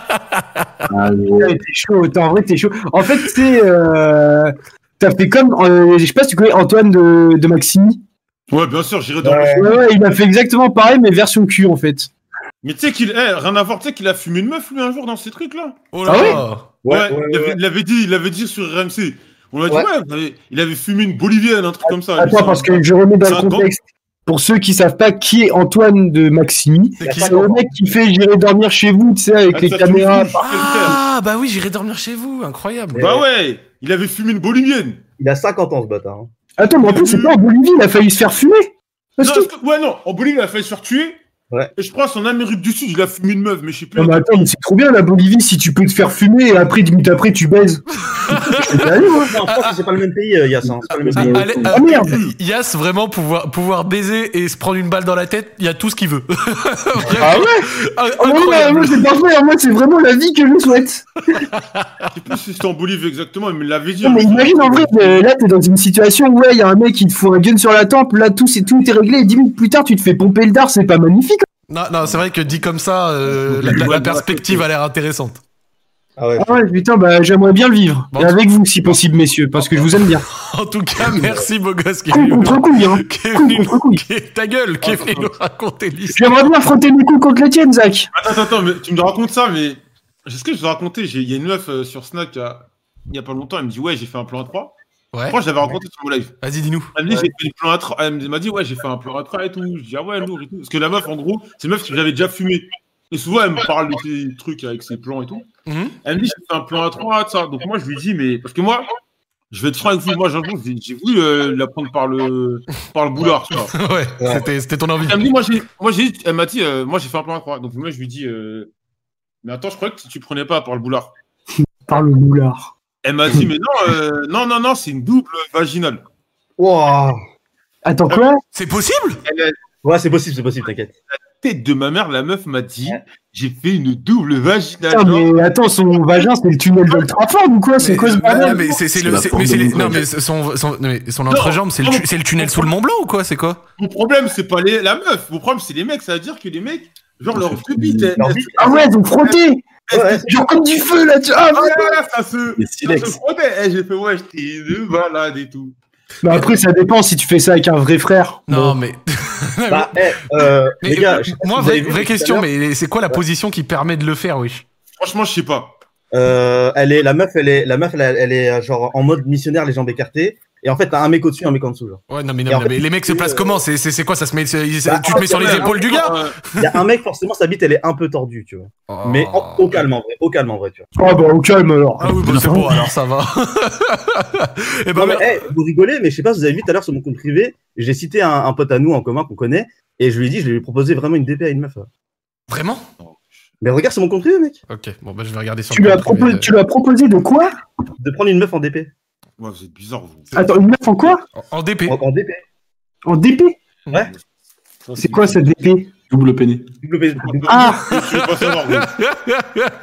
Ah, gros. Ouais, t'es chaud, t'es- en vrai, t'es chaud. En fait, c'est. Euh... T'as fait comme. Euh, je sais pas si tu connais Antoine de, de Maximi. Ouais, bien sûr, j'irai dans Ouais. le. Ouais, ouais, il a fait exactement pareil, mais version cul, en fait. Mais tu sais qu'il. Eh, rien à voir, tu sais qu'il a fumé une meuf, lui, un jour, dans ces trucs-là. Oh Ah ouais Ouais, Ouais, ouais, il, avait, ouais. il avait dit, il avait dit sur R M C. On a dit, Ouais. ouais, il avait, il avait fumé une bolivienne, un truc comme ça. Attends, parce que je remets dans C'est le un grand- contexte. Pour ceux qui savent pas qui est Antoine de Maximi, C'est qui c'est le mec qui fait j'irai dormir chez vous, tu sais, avec Ah, les ça, caméras. tu me fous, je fais le frère. Ah, bah oui, j'irai dormir chez vous, incroyable. Bah ouais, il avait fumé une bolivienne. Il a cinquante ans, ce bâtard. hein. Attends, mais en plus, c'est pas en Bolivie, il a failli se faire fumer. Non, Parce que- est-ce que- ouais, non, en Bolivie, il a failli se faire tuer. Ouais. Et je pense en Amérique du Sud, il a fumé une meuf, mais je sais plus. Non, mais attends, mais c'est trop bien la Bolivie si tu peux te faire fumer et après, dix minutes après, tu baises. Je vais aller, moi. Non, je pense que c'est pas le même pays, euh, Yass. Hein. C'est pas le même Ah, pays. allez, Ah, ah, merde. Yass, vraiment, pouvoir, pouvoir baiser et se prendre une balle dans la tête, il y a tout ce qu'il veut. Ah ouais Ah, Ah ouais, incroyable. moi, c'est parfait, moi, c'est vraiment la vie que je souhaite. Je sais plus si c'était en Bolivie exactement, mais il l'avait dit. Non, mais imagine en vrai, euh, là, t'es dans une situation où, ouais, il y a un mec qui te fout un gun sur la tempe, là, tout, c'est, tout est réglé, et dix minutes plus tard, tu te fais pomper le dard, c'est pas magnifique. Non, non, c'est vrai que dit comme ça, euh, la, la- la perspective a l'air intéressante. Ah ouais. Ah ouais, putain, bah, j'aimerais bien le vivre. Bon. Et avec vous, si possible, messieurs, parce que je vous aime bien. En tout cas, merci beau gosse qui est Couille venu, contre couille, hein. qui est Couille venu- contre couille. qui est- ta gueule, qui est venu nous raconter l'histoire. J'aimerais bien frotter mes couilles contre les tiennes, Zach. Attends, attends, attends, mais tu me racontes ça, mais. Est-ce que je te raconter j'ai- Il y a une meuf euh, sur Snack il y, a... il y a pas longtemps, elle me dit, ouais, j'ai fait un plan à trois. Ouais, Moi, je l'avais raconté sur mon live. vas-y, dis-nous. Elle me dit, Ouais. j'ai fait un plan à trois. Elle m'a dit, ouais, j'ai fait un plan à trois et tout. Je dis, ah ouais, lourd et tout. Parce que la meuf, en gros, c'est une meuf que j'avais déjà fumé. Et souvent, elle me parle de ces trucs avec ses plans et tout. Mhm. Elle me dit, j'ai fait un plan à trois, ça. Donc, moi, je lui dis, mais. Parce que moi, je vais être franc avec vous. Moi, j'ai j'ai voulu euh, la prendre par le, par le boulard, tu vois. Ouais, Ouais. c'était, c'était ton envie. Elle me dit, moi, j'ai, moi, j'ai, elle m'a dit, euh, moi, j'ai fait un plan à trois. Donc, moi, je lui dis, euh, mais attends, je croyais que tu prenais pas par le boulard. Par le boulard. Elle m'a dit, mais non, euh, non, non, non, c'est une double vaginale. Wow. Attends, quoi? C'est possible? Elle a Ouais, c'est possible, c'est possible, t'inquiète. la tête de ma mère, la meuf m'a dit, j'ai fait une double vaginale. Putain, mais attends, son vagin, c'est le tunnel d'Ultrafort ou quoi? C'est Mais- quoi ce mais- bordel? mais c'est, c'est C'est le, la c'est- forme mais c'est de les- mon non, corps. mais son, son, non, mais son entrejambe, c'est le, tu- c'est le tunnel sous le Mont Blanc ou quoi? C'est quoi? Mon problème, c'est pas les, la meuf. Mon problème, c'est les mecs. Ça veut dire que les mecs, genre, leur bite, elle- Leur elle- bite, Ah ouais, ils ont frotté! Ouais, ouais. Genre comme du feu là, tu... Ah Ah ouais. là là, ça se. Les Ça silex. se frottait. Eh, j'ai fait, ouais, j'étais une malade et tout. Mais après, ça dépend si tu fais ça avec un vrai frère. Non, Bon. mais. Bah, eh, euh, Mais, les gars, euh, je sais pas moi, si vous avez vraie, vu vraie tout à question, l'heure. mais c'est quoi la position qui permet de le faire, oui? Franchement, je sais pas. Euh, elle est, la meuf, elle est, la meuf, elle, elle est euh, genre en mode missionnaire, les jambes écartées. Et en fait, t'as un mec au-dessus, un mec en dessous. Genre. Ouais, non, mais, non, Et en mais fait, les mecs se c'est, placent euh, comment? C'est, c'est, c'est quoi? Ça se met, c'est- Bah, tu te mets sur les Ouais, épaules du gars? euh, Il y a un mec, forcément, sa bite, elle est un peu tordue, tu vois. Oh. Mais en- au calme, en vrai, au calme, en vrai, tu vois. Ah bah au calme alors. Ah oui, bah, c'est bon, alors ça va. Et ben, Non, mais, eh, vous rigolez, mais je sais pas si vous avez vu tout à l'heure sur mon compte privé, j'ai cité un, un pote à nous en commun qu'on connaît, et je lui ai dit, je lui ai proposé vraiment une D P à une meuf. là. vraiment? Mais regarde sur mon compte privé, mec. Ok, bon, bah, je vais regarder sur Tu le lui, as compte privé proposé, de- tu lui as proposé de quoi? De prendre une meuf en D P. Ouais, vous êtes bizarre, vous. Attends, une meuf en quoi? En- En D P. En, en D P. En D P? Ouais. Ça, C'est quoi cette D P? Double péné. Double P. Ah! Je veux pas savoir, vous.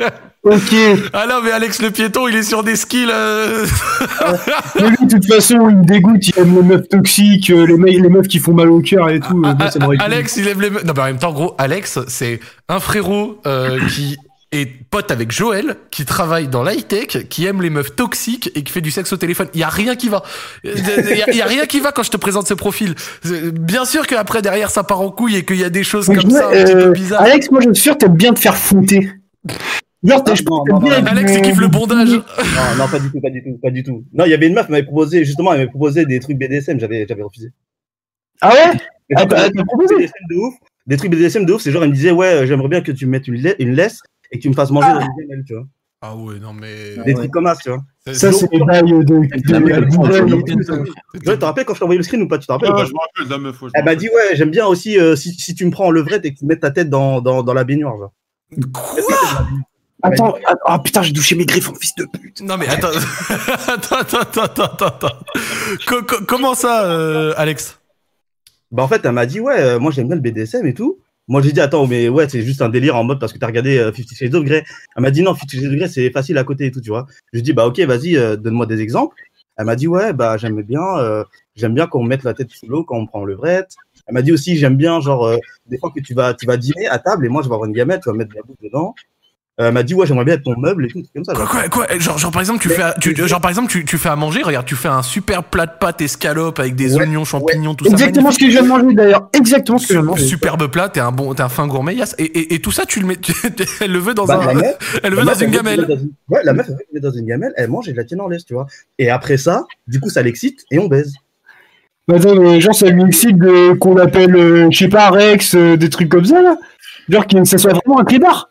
Ok. Ah non, mais Alex le piéton, il est sur des skills. Euh... Mais lui, de toute façon, il me dégoûte. Il aime les meufs toxiques, euh, les, me- les meufs qui font mal au cœur et tout. Ah, euh, moi, ah, ça me récupère. Alex, il aime les meufs. Non, mais en même temps, gros, Alex, c'est un frérot euh, qui est pote avec Joël, qui travaille dans l'high-tech, qui aime les meufs toxiques et qui fait du sexe au téléphone. Il y a rien qui va. Il y, a- il y a rien qui va quand je te présente ce profil. Bien sûr qu'après, derrière, ça part en couille et qu'il y a des choses Mais comme je- ça un petit euh, peu bizarres. Alex, moi, je suis sûr, t'aimes bien te faire fouter. Genre, t'es- Ah, je non, pense que non, t'aimes bien non, être Alex, il du- kiffe le bondage. Non, non, pas du tout, pas du tout, pas du tout. Non, il y avait une meuf qui m'avait proposé, justement, elle m'avait proposé des trucs B D S M, j'avais, j'avais refusé. Ah ouais? Mais Ah, genre, bah, des t'as trucs proposé? B D S M de ouf, des trucs B D S M de ouf, c'est genre, elle me disait, ouais, j'aimerais bien que tu me mettes une, la- une laisse et que tu me fasses manger dans une gamelle, tu vois. Ah ouais, non mais. Des ouais. trucs comme ça, tu vois. Ça, c'est des bails de. de, La meuf, de- elle de- prend- de- elle de- prend- Tu te rappelles quand je t'ai envoyé le screen ou pas? Tu te rappelles? Ouais, ou ouais, pas je me rappelle de la meuf. ouais, je me Elle m'a rappelle. dit, ouais, j'aime bien aussi euh, si, si tu me prends en levrette et que tu mets ta tête dans, dans, dans la baignoire, genre. Quoi? Attends, attends, ah putain, j'ai douché mes griffes en fils de pute. Non mais attends, attends, attends, attends, attends, attends. Co- co- comment ça, euh, Alex? Bah, en fait, elle m'a dit, ouais, euh, moi j'aime bien le B D S M et tout. Moi j'ai dit, attends, mais ouais, c'est juste un délire en mode parce que t'as regardé euh, Fifty Shades of Grey. Elle m'a dit, non, Fifty Shades of Grey, c'est facile à côté et tout, tu vois. Je lui ai dit, bah, ok, vas-y, euh, donne-moi des exemples. Elle m'a dit, ouais, bah, j'aime bien, euh, j'aime bien qu'on mette la tête sous l'eau quand on prend le levrette. Elle m'a dit aussi, j'aime bien, genre, euh, des fois que tu vas, tu vas dîner à table et moi je vais avoir une gamelle, tu vas mettre de la bouffe dedans. Euh, elle m'a dit, ouais, j'aimerais bien être ton meuble et tout, comme ça. Quoi, genre. quoi, quoi? Genre, genre par exemple, tu Mais- fais, à, tu, genre par exemple, tu, tu fais à manger. Regarde, tu fais un super plat de pâtes escalope avec des Ouais, oignons, champignons, tout ça. Exactement ce que je viens de manger d'ailleurs. Exactement ce que je viens de manger. Superbe plat, t'es un bon, t'es un fin gourmet, Yass. Et, et, et tout ça, tu le mets, tu- elle le veut dans Bah, un, la meuf, elle le la veut dans meuf, une elle veut que je gamelle. mette dans une- Ouais, la meuf, elle veut que je mette dans une gamelle, elle mange et je la tienne en laisse, tu vois. Et après ça, du coup, ça l'excite et on baise. Bah, attends, mais genre, ça lui excite de, qu'on appelle, euh, je sais pas, Rex, euh, des trucs comme ça, là. Genre, que ça soit vraiment un clébard.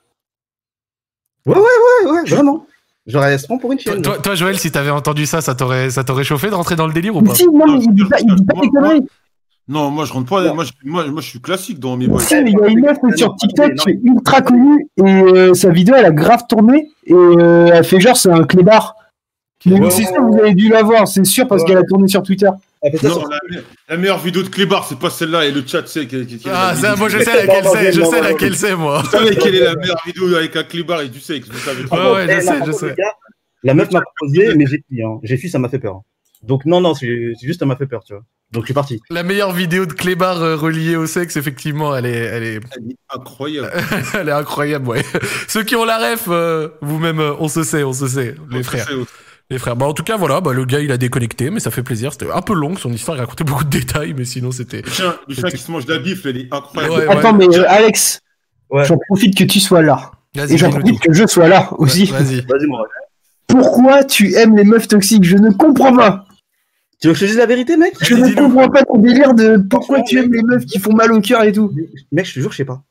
Ouais, ouais, vraiment. Genre, elle se prend pour une Toi, chienne. toi, toi, Joël, si t'avais entendu ça, ça t'aurait, ça t'aurait chauffé de rentrer dans le délire ou Mais pas? si, non, mais il dit pas, il dit pas des Moi- conneries. Non, moi je rentre pas. Non. Moi je, moi, moi, je suis classique dans mes boys. Si, mais il y a une meuf sur TikTok Non, qui est ultra connue et euh, sa vidéo, elle a grave tourné et euh, elle fait genre, c'est un clébard. Mais Ouais, c'est ouais, sûr, vous avez dû la voir, c'est sûr, parce Ouais. qu'elle a tourné sur Twitter. Elle fait ça Non, sur- la, me- la meilleure vidéo de Clébar, c'est pas celle-là et le chat c'est qui, qui, qui Ah, la ça, vidéo. moi, je sais laquelle Non, non, c'est, je non, sais non, laquelle non. c'est, moi. Vous savez quelle est la meilleure vidéo avec un Clébar et du sexe, vous savez trop. Ouais, ouais, je Elle, sais, là, je par contre, sais. les gars, La meuf m'a proposé, mais j'ai fui. Hein. J'ai fui, ça m'a fait peur. Donc, non, non, c'est c'est juste, ça m'a fait peur, tu vois. Donc, je suis parti. La meilleure vidéo de Clébar euh, reliée au sexe, effectivement, elle est, elle est, Elle est incroyable. elle est incroyable, ouais. Ceux qui ont la ref, euh, vous-même, euh, on se sait, on se sait, les frères. Les frères. Bah, en tout cas, voilà, bah, le gars, il a déconnecté, mais ça fait plaisir. C'était un peu long, son histoire, il racontait beaucoup de détails, mais sinon, c'était... Le chien, le chien qui se mange de la bifle, elle est incroyable. Ouais, Attends, mais euh, Alex, Ouais. j'en profite que tu sois là. Vas-y, Et j'en dis-nous profite tout. que je sois là aussi. Vas-y. Vas-y, mon ref. Pourquoi tu aimes les meufs toxiques? Je ne comprends pas. Tu veux que je te dise la vérité, mec Je Vas-y, ne dis-nous. comprends pas ton délire de pourquoi tu aimes les meufs qui font mal au cœur et tout. Mec, je te jure, je sais pas.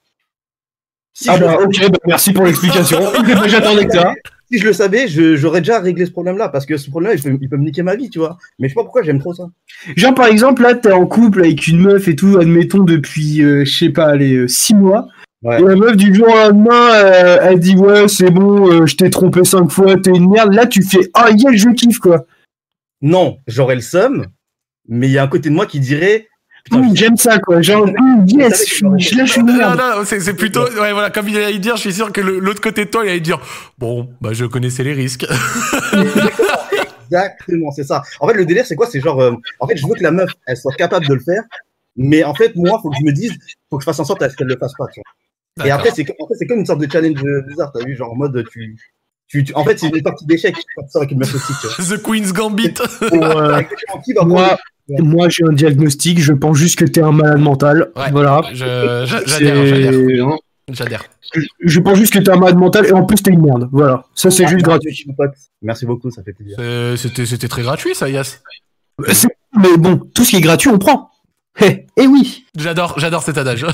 Si, Ah je, bah ok, bah merci pour l'explication. J'attendais que ça. si je le savais, je- j'aurais déjà réglé ce problème-là. Parce que ce problème-là, il peut, il peut me niquer ma vie, tu vois. Mais je sais pas pourquoi j'aime trop ça. Genre par exemple là t'es en couple avec une meuf et tout, admettons depuis euh, je sais pas allez euh, six mois. Ouais. Et la meuf du jour au lendemain euh, elle dit ouais c'est bon euh, je t'ai trompé cinq fois, t'es une merde. Là tu fais ah yeah je kiffe quoi. Non, j'aurais le seum. Mais il y a un côté de moi qui dirait. Putain, Hum, je- J'aime ça quoi. Genre hum, yes je suis je lâche une Non, merde. non, c'est, c'est plutôt, ouais, voilà, comme il allait dire, je suis sûr que le- l'autre côté de toi, il allait dire, bon, bah, je connaissais les risques. Exactement, c'est ça. En fait, le délire, c'est quoi? C'est genre, euh, en fait, je veux que la meuf, elle soit capable de le faire, mais en fait, moi, faut que je me dise, faut que je fasse en sorte à ce qu'elle le fasse pas, tu vois. Et après, c'est, en fait, c'est comme une sorte de challenge bizarre, t'as vu, genre en mode, tu, tu, tu- en fait, c'est une partie d'échecs quand tu sors avec une meuf toxique, tu vois. The Queen's Gambit. Pour, euh, Exactement, qui va moi, prendre- moi j'ai un diagnostic, je pense juste que t'es un malade mental. Ouais. Voilà. Je, je- C'est- j'adhère, j'adhère. J'adhère. Je, je pense juste que t'es un malade mental et en plus t'es une merde. Voilà. Ça c'est Ah, juste merci, gratuit. mon pote. Merci beaucoup, ça fait plaisir. C'est- C'était, c'était très gratuit, ça, Yass. C'est- Mais bon, tout ce qui est gratuit on prend. Eh eh oui. J'adore, j'adore cet adage.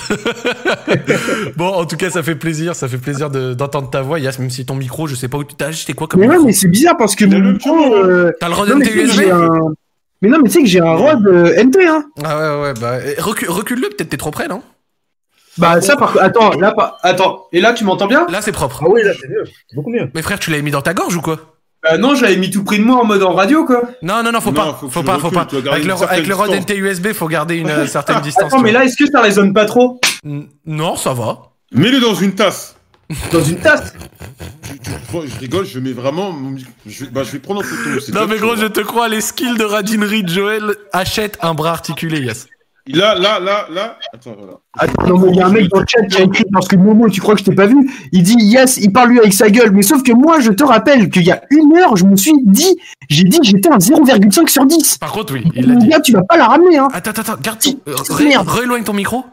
Bon, en tout cas, ça fait plaisir, ça fait plaisir de- d'entendre ta voix, Yass, même si ton micro, je sais pas où tu t'as acheté quoi comme Mais ouais, micro. mais c'est bizarre parce que Il a mon le micro, micro, euh, T'as le Rode non, mais N T tu sais que U S B? j'ai un... Mais non, mais tu sais que j'ai un Rode euh, N T, hein. Ah ouais, ouais, bah, eh, recule, recule-le, peut-être t'es trop près, non? Bah ça par contre, attends, là pas... Attends, et là tu m'entends bien? Là, c'est propre. Ah oui, là, c'est mieux. C'est beaucoup mieux. Mais frère, tu l'avais mis dans ta gorge ou quoi? Bah non, j'avais mis tout près de moi en mode en radio quoi. Non, non, non, faut Non, pas, faut que faut tu pas, faut recules, pas. tu dois garder Avec le, une certaine avec le Rode distance. N T U S B, faut garder une euh, certaine distance. Attends, tu mais vois. là est-ce que ça résonne pas trop? N- Non, ça va. Mets-le dans une tasse. Dans une tasse. Tu- tu- moi, je rigole, je mets vraiment. mon mic- Je, vais- bah, je vais prendre en photo. c'est Non top, mais tu gros, vois. je te crois, les skills de radinerie de Joël, achète un bras articulé, yes. Là, là, là, là. Attends, voilà. Attends, non, mais il y a un mec dans le chat qui a écrit, parce que Momo, tu crois que je t'ai pas vu? Il dit, yes, il parle lui avec sa gueule. Mais sauf que moi, je te rappelle qu'il y a une heure, je me suis dit, j'ai dit que j'étais un zéro virgule cinq sur dix. Par contre, oui, il l'a dit. Là, tu vas pas la ramener, hein. Attends, attends, attends, garde Petite- ton... euh, petite ré- merde. Rééloigne ton micro.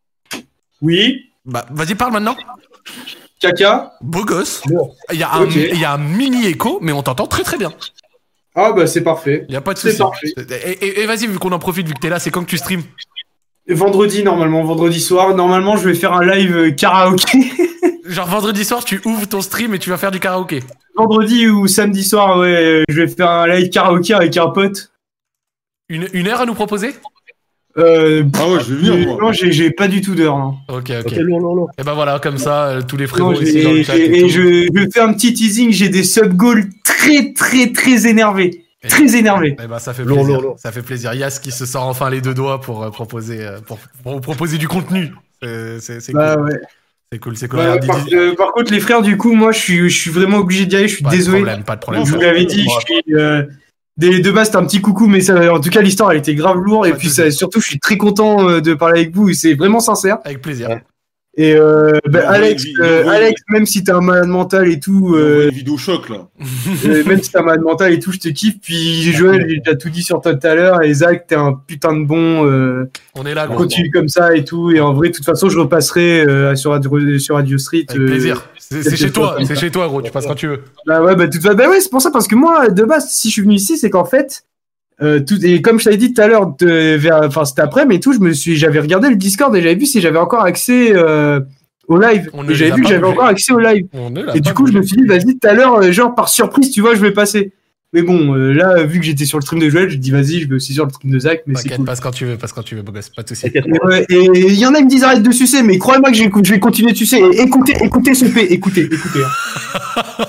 Oui, Bah, vas-y, parle maintenant. caca. Beau gosse. Bon. Il y a un, Ok. il y a un mini écho, mais on t'entend très très bien. Ah bah c'est parfait. Il y a pas de C'est souci. parfait. Et, et- et vas-y, vu qu'on en profite, vu que t'es là, c'est quand que tu streams? Vendredi normalement, vendredi soir. Normalement, je vais faire un live euh, karaoké. Genre vendredi soir, tu ouvres ton stream et tu vas faire du karaoké. Vendredi ou samedi soir, ouais, euh, je vais faire un live karaoké avec un pote. Une, une heure à nous proposer? Euh, Ah ouais, je vais venir, moi. non, j'ai j'ai pas du tout d'heure. Non. Ok, ok. Ok, lourd, lourd, lourd. Et ben voilà, comme ça, euh, tous les Non, frérots j'ai- ici dans le chat. j'ai- Et, et tout. je, je fais un petit teasing. J'ai des sub goals très très très énervés, Et- très énervés. Eh ben ça fait Lourd, plaisir. lourd, lourd. Ça fait plaisir. Yas qui se sort enfin les deux doigts pour euh, proposer euh, pour, pour vous proposer du contenu. C'est c'est- c'est Bah cool. ouais. C'est cool, c'est cool. Bah, Regarde, par, Didi- euh, par contre, les frères, du coup, moi, je suis, je suis vraiment obligé d'y aller. Je suis pas de désolé. problème, pas de problème. Non, Je Ça- vous l'avais dit, je suis, euh, des, de base, c'était un petit coucou, mais ça, en tout cas, l'histoire, elle était grave lourde. Et Pas de puis, soucis. ça, surtout, je suis très content euh, de parler avec vous. Et c'est vraiment sincère. Avec plaisir. Ouais. Et euh, bah, Non, Alex, oui, euh, oui, oui. Alex, même si t'es un malade mental et tout, Euh... euh, Une vidéo choc, là. euh, même si t'es un malade mental et tout, je te kiffe. Puis Joël, j'ai déjà tout dit sur toi tout à l'heure. Et Zach, t'es un putain de bon. Euh, On est là, gros. continue comme ça et tout. Et en vrai, de toute façon, je repasserai euh, sur, Radio, sur Radio Street. Avec euh, plaisir. C'est c'est quelques chez toi, fois comme c'est ça. chez toi, gros. Tu passes quand tu veux. Bah ouais, bah, de toute façon, bah ouais, c'est pour ça, parce que moi, de base, si je suis venu ici, c'est qu'en fait, euh, tout, et comme je t'avais dit tout à l'heure, de- vers, enfin, c'était après, mais tout, je me suis, j'avais regardé le Discord et j'avais vu si j'avais encore accès, euh, au live. On ne Et j'avais les a vu que pas j'avais bougés. encore accès au live. On est là. Et du coup, je me suis dit, vas-y, tout à l'heure, euh, genre, par surprise, tu vois, je vais passer. Mais bon, euh, là, vu que j'étais sur le stream de Joël, je dis, vas-y, je vais aussi sur le stream de Zach, mais c'est T'inquiète, cool. passe quand tu veux, passe quand tu veux, beau gosse. Pas de soucis. T'inquiète Et pas. ouais, et il y en a qui me disent arrête de sucer, mais croyez-moi que je vais, je vais continuer de sucer. Et écoutez, écoutez ce P, écoutez, écoutez. hein.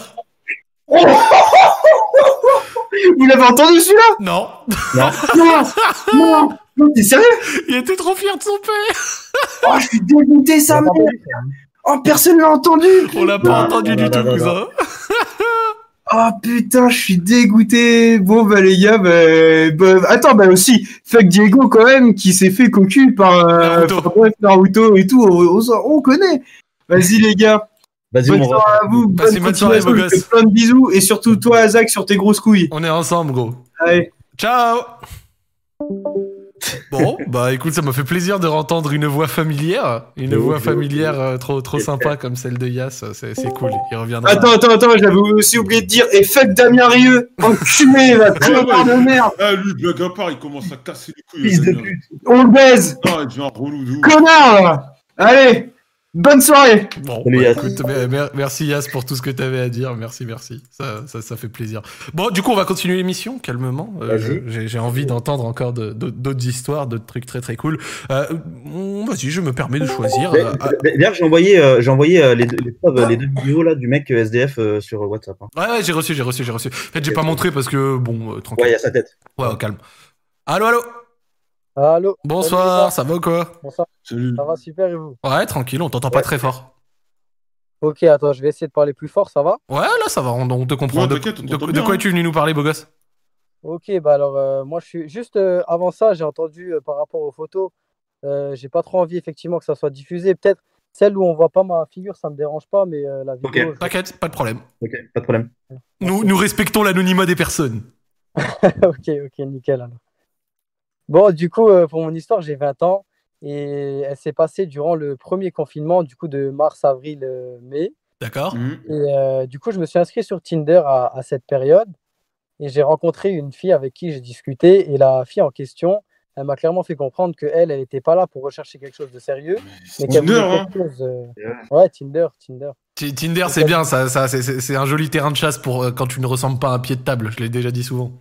Vous l'avez entendu celui-là? Non. Non, non, non, t'es sérieux? Il était trop fier de son père. Oh, je suis dégoûté, ça, merde. Oh, personne l'a entendu. On l'a pas Non, entendu non, du non, tout, non, cousin. Oh putain, je suis dégoûté. Bon, bah les gars, bah, bah, attends, bah aussi, fuck Diego quand même, qui s'est fait cocu par euh, Naruto. enfin, bref, Naruto et tout, on, on- on connaît. Vas-y les gars, Vas-y, bonne mon soirée ref. à vous, Passez bonne bonne soirée, continuation, beau je vous gosse. fais plein de bisous, et surtout toi, Zach, sur tes grosses couilles. On est ensemble, gros. Allez. Ciao. Bon, bah écoute, ça m'a fait plaisir de entendre une voix familière, une De ouf, voix de ouf. familière euh, trop trop sympa comme celle de Yas. C'est c'est cool. Il reviendra. Attends, attends, attends, j'avais aussi oublié de dire, et fuck Damien Rieu, enculé, va, connard de merde, Ah, lui, blague à part, il commence à casser les couilles. Fils de Damien. pute. on le baise, Ah, il devient un relou de ouf. connard, là. Allez, bonne soirée. Bon, Salut, bah, Yas. écoute, mer- mer- merci Yas pour tout ce que tu avais à dire. Merci, merci. Ça, ça, ça fait plaisir. Bon, du coup, on va continuer l'émission calmement. Euh, Vas-y. je- J'ai j'ai envie d'entendre encore de- de- d'autres histoires, d'autres trucs très très cool. Euh, on- Vas-y, je me permets de choisir. Mais- Euh, ah, D'ailleurs, j'ai envoyé, euh, j'ai envoyé euh, les, deux, les, preuves, les deux vidéos là, du mec euh, S D F euh, sur WhatsApp. Hein. ouais, ouais, j'ai reçu, j'ai reçu, j'ai reçu. En fait, j'ai pas montré parce que bon, euh, tranquille. Ouais, il y a sa tête. Ouais, au calme. Allô, allô. Allô. Bonsoir, Salut, ça va ou quoi? Bonsoir. Salut. Ça va super et vous? Ouais, tranquille, on t'entend pas très fort. Ok, attends, je vais essayer de parler plus fort, ça va? Ouais, là, ça va, on, on te comprend. Ouais, de, t'inquiète, on de- t'entend de bien, quoi hein. es-tu venu nous parler, beau gosse? Ok, bah alors euh, moi je suis juste euh, avant ça, j'ai entendu euh, par rapport aux photos, euh, j'ai pas trop envie effectivement que ça soit diffusé. Peut-être celle où on voit pas ma figure, ça me dérange pas, mais euh, la vidéo. je- T'inquiète, pas de problème. Ok, pas de problème. Nous, nous respectons l'anonymat des personnes. ok, ok, nickel alors. Bon, du coup, euh, pour mon histoire, j'ai vingt ans et elle s'est passée durant le premier confinement, du coup de mars, avril, euh, mai. D'accord? Mhm. Et euh, du coup, je me suis inscrit sur Tinder à, à cette période et j'ai rencontré une fille avec qui j'ai discuté. Et la fille en question, elle m'a clairement fait comprendre qu'elle, elle n'était pas là pour rechercher quelque chose de sérieux, mais qu'elle Tinder, voulait hein. quelque chose. euh, Ouais. Ouais, Tinder, Tinder. T- Tinder, c'est bien, ça, ça, c'est- c'est c'est un joli terrain de chasse pour euh, quand tu ne ressembles pas à un pied de table. Je l'ai déjà dit souvent.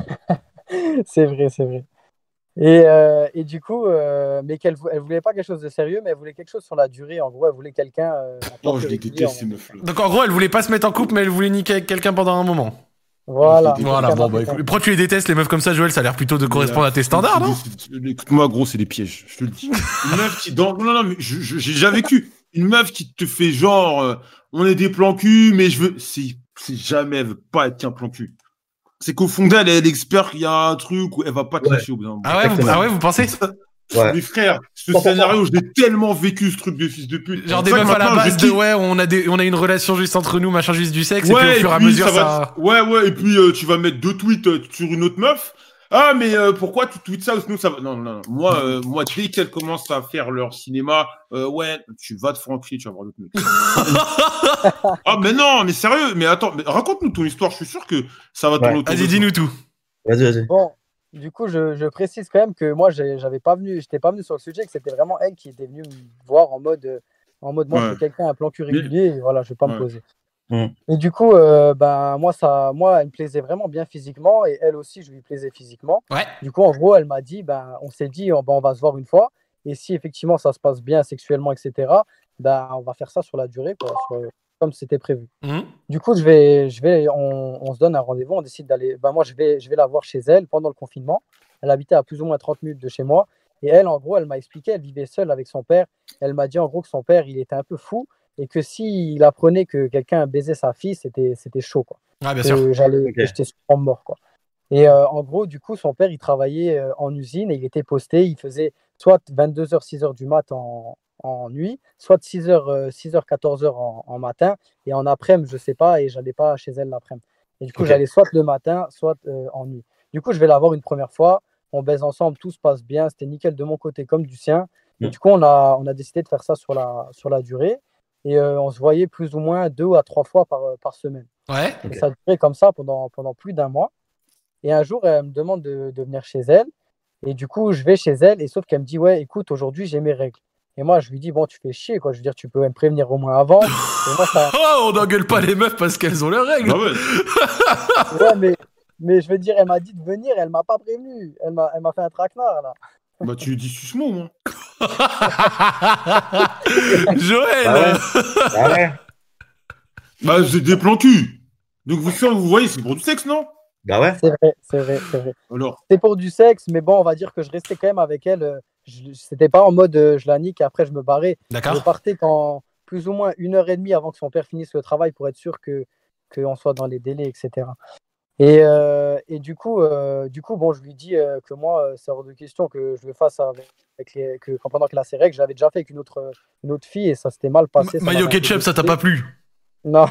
C'est vrai, c'est vrai. Et, euh, et du coup, euh, mais qu'elle vou- elle voulait pas quelque chose de sérieux, mais elle voulait quelque chose sur la durée. En gros, elle voulait quelqu'un. euh, à temps Oh, je les régulier, déteste, en- ces meufs-là. Donc en gros, elle voulait pas se mettre en couple, mais elle voulait niquer avec quelqu'un pendant un moment. Voilà. Voilà, Quelqu'un bon, bah d'important. écoute, pourquoi tu les détestes, les meufs comme ça, Joël? Ça a l'air plutôt de correspondre à tes standards, non? Écoute-moi, gros, c'est des pièges, je te le dis. Une meuf qui danse. Non, non, mais je- je- j'ai déjà vécu. une meuf qui te fait genre, euh, on est des plans cul, mais je veux. C'est, c'est jamais, elle veut pas être qu'un plan cul. C'est qu'au fond d'elle, elle espère qu'il y a un truc où elle va pas te Ouais. lâcher au bout d'un moment. Ah ouais, vous, ah ouais, vous pensez? Ouais. Les frères, ce cent pour cent. scénario, je l'ai tellement vécu, ce truc de fils de pute. Genre C'est des ça que meufs à la maintenant, je base de kiffe. ouais, on a des, on a une relation juste entre nous, machin, juste du sexe, et Ouais, puis au fur et à puis mesure ça ça. va- Ouais, ouais, et puis euh, tu vas mettre deux tweets euh, sur une autre meuf. Ah, mais euh, pourquoi tu tweets ça ou sinon ça va. Non, non, non. Moi, euh, moi dès qu'elles commencent à faire leur cinéma, euh, ouais, tu vas te franquer, tu vas voir d'autres mecs. Ah, mais non, mais sérieux, mais attends, mais raconte-nous ton histoire, je suis sûr que ça va tourner Ouais. autour de Vas-y, toi. dis-nous tout. Vas-y, vas-y. Bon, du coup, je, je précise quand même que moi, j'ai- j'avais pas venu, j'étais pas venu sur le sujet, que c'était vraiment elle qui était venue me voir en mode, euh, en mode moi, je Ouais. veux quelqu'un un plan cul régulier, et voilà, je vais pas Ouais. me poser. Mm. Et du coup, euh, ben, moi, ça, moi, elle me plaisait vraiment bien physiquement, et elle aussi, je lui plaisais physiquement. Ouais. Du coup, en gros, elle m'a dit, ben, on s'est dit, on, ben, on va se voir une fois, et si effectivement ça se passe bien sexuellement, et cetera, ben, on va faire ça sur la durée, quoi, sur- comme c'était prévu. Mhm. Du coup, je vais, je vais, on, on se donne un rendez-vous, on décide d'aller. Ben moi, je vais, je vais la voir chez elle pendant le confinement. Elle habitait à plus ou moins trente minutes de chez moi. Et elle, en gros, elle m'a expliqué, elle vivait seule avec son père. Elle m'a dit en gros que son père, il était un peu fou et que s'il apprenait que quelqu'un baisait sa fille, c'était, c'était chaud, quoi. Ouais, bien Que sûr. j'allais, Ok. que j'étais sûrement mort, quoi. Et euh, en gros, du coup, son père, il travaillait euh, en usine et il était posté. Il faisait soit vingt-deux heures, six heures du mat en, en nuit, soit six heures, euh, six heures, quatorze heures en, en matin. Et en après-midi, je sais pas, et j'allais pas chez elle l'après-midi. Et du coup, Ok. j'allais soit le matin, soit euh, en nuit. Du coup, je vais la voir une première fois. On baise ensemble, tout se passe bien. C'était nickel de mon côté comme du sien. Et Mm. du coup, on a, on a décidé de faire ça sur la, sur la durée. Et euh, on se voyait plus ou moins deux à trois fois par, par semaine. Ouais. Ok. Et ça durait comme ça pendant, pendant plus d'un mois. Et un jour, elle me demande de, de venir chez elle. Et du coup, je vais chez elle. Et sauf qu'elle me dit, ouais, écoute, aujourd'hui, j'ai mes règles. Et moi, je lui dis, bon, tu fais chier, quoi. Je veux dire, tu peux me prévenir au moins avant. Et moi, ça. Oh, on n'engueule pas les meufs parce qu'elles ont leurs règles. Ah ouais. Ouais, mais, mais je veux dire, elle m'a dit de venir. Elle m'a pas prévenu. Elle m'a, elle m'a fait un traquenard, là. Bah, tu lui dis suce-moi, moi. Joël. Ah ouais. Ah ouais. Bah, c'est des plans cul. Donc, vous, ça, vous voyez, c'est pour du sexe, non? Bah ouais. C'est vrai, c'est vrai, c'est vrai. Alors, C'était pour du sexe, mais bon, on va dire que je restais quand même avec elle. euh, Je, c'était pas en mode euh, je la nique et après je me barrais. Je D'accord. partais quand plus ou moins une heure et demie avant que son père finisse le travail pour être sûr que qu'on soit dans les délais, et cetera. Et, euh, et du coup, euh, du coup, bon, je lui dis euh, que moi, euh, c'est hors de question que je le fasse avec, avec les, que quand- pendant qu'elle a ses règles, j'avais déjà fait avec une autre, une autre fille et ça s'était mal passé. ça Mayo m'avait un peu ketchup, ça t'a dégoûté. pas plu. Non.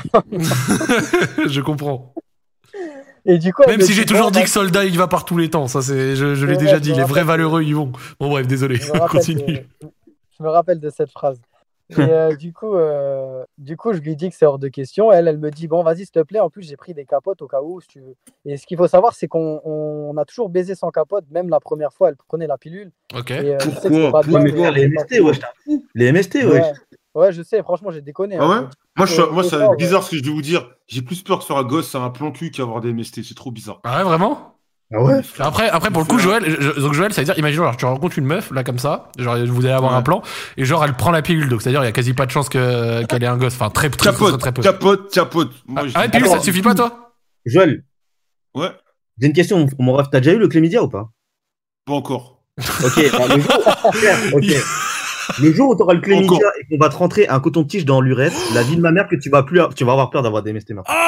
Je comprends. Et du coup, elle Même me si j'ai dit, toujours bon, dit bah, que soldat il va par tous les temps, ça c'est, je, je l'ai Ouais, déjà je dit, me les vrais rappelle valeureux y vont. Bon bref, désolé, Je me rappelle continue. de, je me rappelle de cette phrase. Et euh, du coup, euh, du coup, je lui dis que c'est hors de question. Elle, elle me dit bon, vas-y, s'il te plaît. En plus, j'ai pris des capotes au cas où, si tu veux. Et ce qu'il faut savoir, c'est qu'on on a toujours baisé sans capote, même la première fois, elle prenait la pilule. Ok. Et euh, je sais que Pourquoi c'est pas Ouais, bien, mais mais quoi, elle les sait pas M S T, pourquoi. wesh, t'es un fou. Les M S T, wesh. Ouais. Ouais, je sais, franchement, j'ai déconné. ah hein. ouais? Moi, je, Et- moi, et c'est ça, ouais. bizarre ce que je vais vous dire. J'ai plus peur de faire un gosse à un plan cul qu'avoir des M S T. C'est trop bizarre. Ah ouais, vraiment? Ah ouais. Après, après pour le coup, Faire- Joël, je- donc Joël, ça veut dire, imagine, alors tu rencontres une meuf, là, comme ça, genre, vous allez avoir Ouais. un plan, et genre, elle prend la pilule, donc c'est-à-dire, il y a quasi pas de chance que, qu'elle ait un gosse, enfin, très, très, très, Capote, très peu. capote, capote. Ah, Moi, je ah, dis- pilule, ça te Attends. suffit pas, toi? Joël, Ouais, j'ai une question, mon ref. T'as déjà eu le chlamydia ou pas? pas encore. Ok, bah, le jour, frère, ok. Le jour où t'auras le chlamydia Encore. et qu'on va te rentrer un coton-tige dans l'urètre, la vie de ma mère que tu vas plus, tu vas avoir peur d'avoir des M S T maintenant.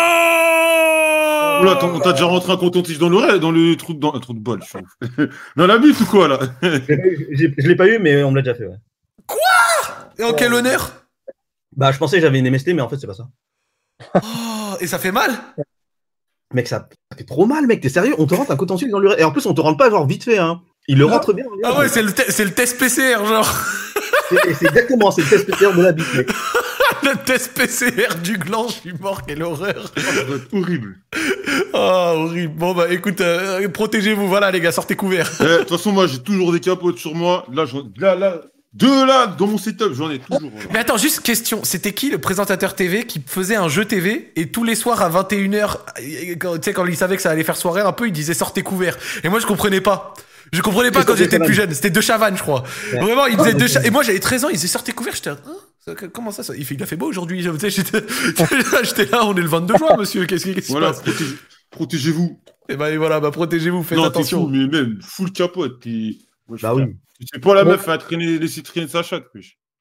Oh Oula, attends, on t'a déjà rentré un coton-tige dans l'oreille, dans le trou de, dans, un trou de bol, je suis ouf. Dans la bite ou quoi, là? J'ai- j'ai- Je l'ai pas eu, mais on me l'a déjà fait, ouais. Et en quel honneur? Bah, je pensais que j'avais une M S T, mais en fait, c'est pas ça. Oh, et ça fait mal? Mec, ça, ça fait trop mal, mec. T'es sérieux? On te rentre un coton-tige dans l'urètre. Et en plus, on te rentre pas genre vite fait, hein. Il le rentre bien. Ah ouais, c'est le, te- c'est le test P C R, genre. c'est c'est exactement, c'est le test P C R de la bite, mec. Le test P C R du gland, je suis mort, quelle horreur. Ça doit être horrible. Ah, horrible. Bon, bah, écoute, euh, protégez-vous, voilà, les gars, sortez couverts. Eh, De toute façon, moi, j'ai toujours des capotes sur moi. Là, j'en- là, là, deux là, dans mon setup, j'en ai toujours. voilà. Mais attends, juste question, c'était qui le présentateur T V qui faisait un jeu T V et tous les soirs à vingt et une heures, quand, tu sais, quand il savait que ça allait faire soirée un peu, il disait sortez couverts. Et moi, je comprenais pas. Je comprenais pas C'est quand De j'étais plus Chavannes. jeune. C'était De Chavannes, je crois. Ouais. Vraiment, il faisait Ah, deux ok. cha- Et moi, j'avais treize ans, il disait sortez couverts. J'étais, hein, ça- comment ça, ça il, fait, il a fait beau aujourd'hui. Tu sais, J'étais j'étais là, on est le vingt-deux juin, monsieur. Qu'est-ce qui qu'est-ce qui Voilà, se passe? protégez- protégez-vous. Et bah, et voilà, bah, protégez-vous, faites Non, t'es attention. fou, mais même, full capote. T'es... Ouais, Bah frère. oui. C'est pas la Mais- meuf à traîner, laisser traîner sa chatte, wesh.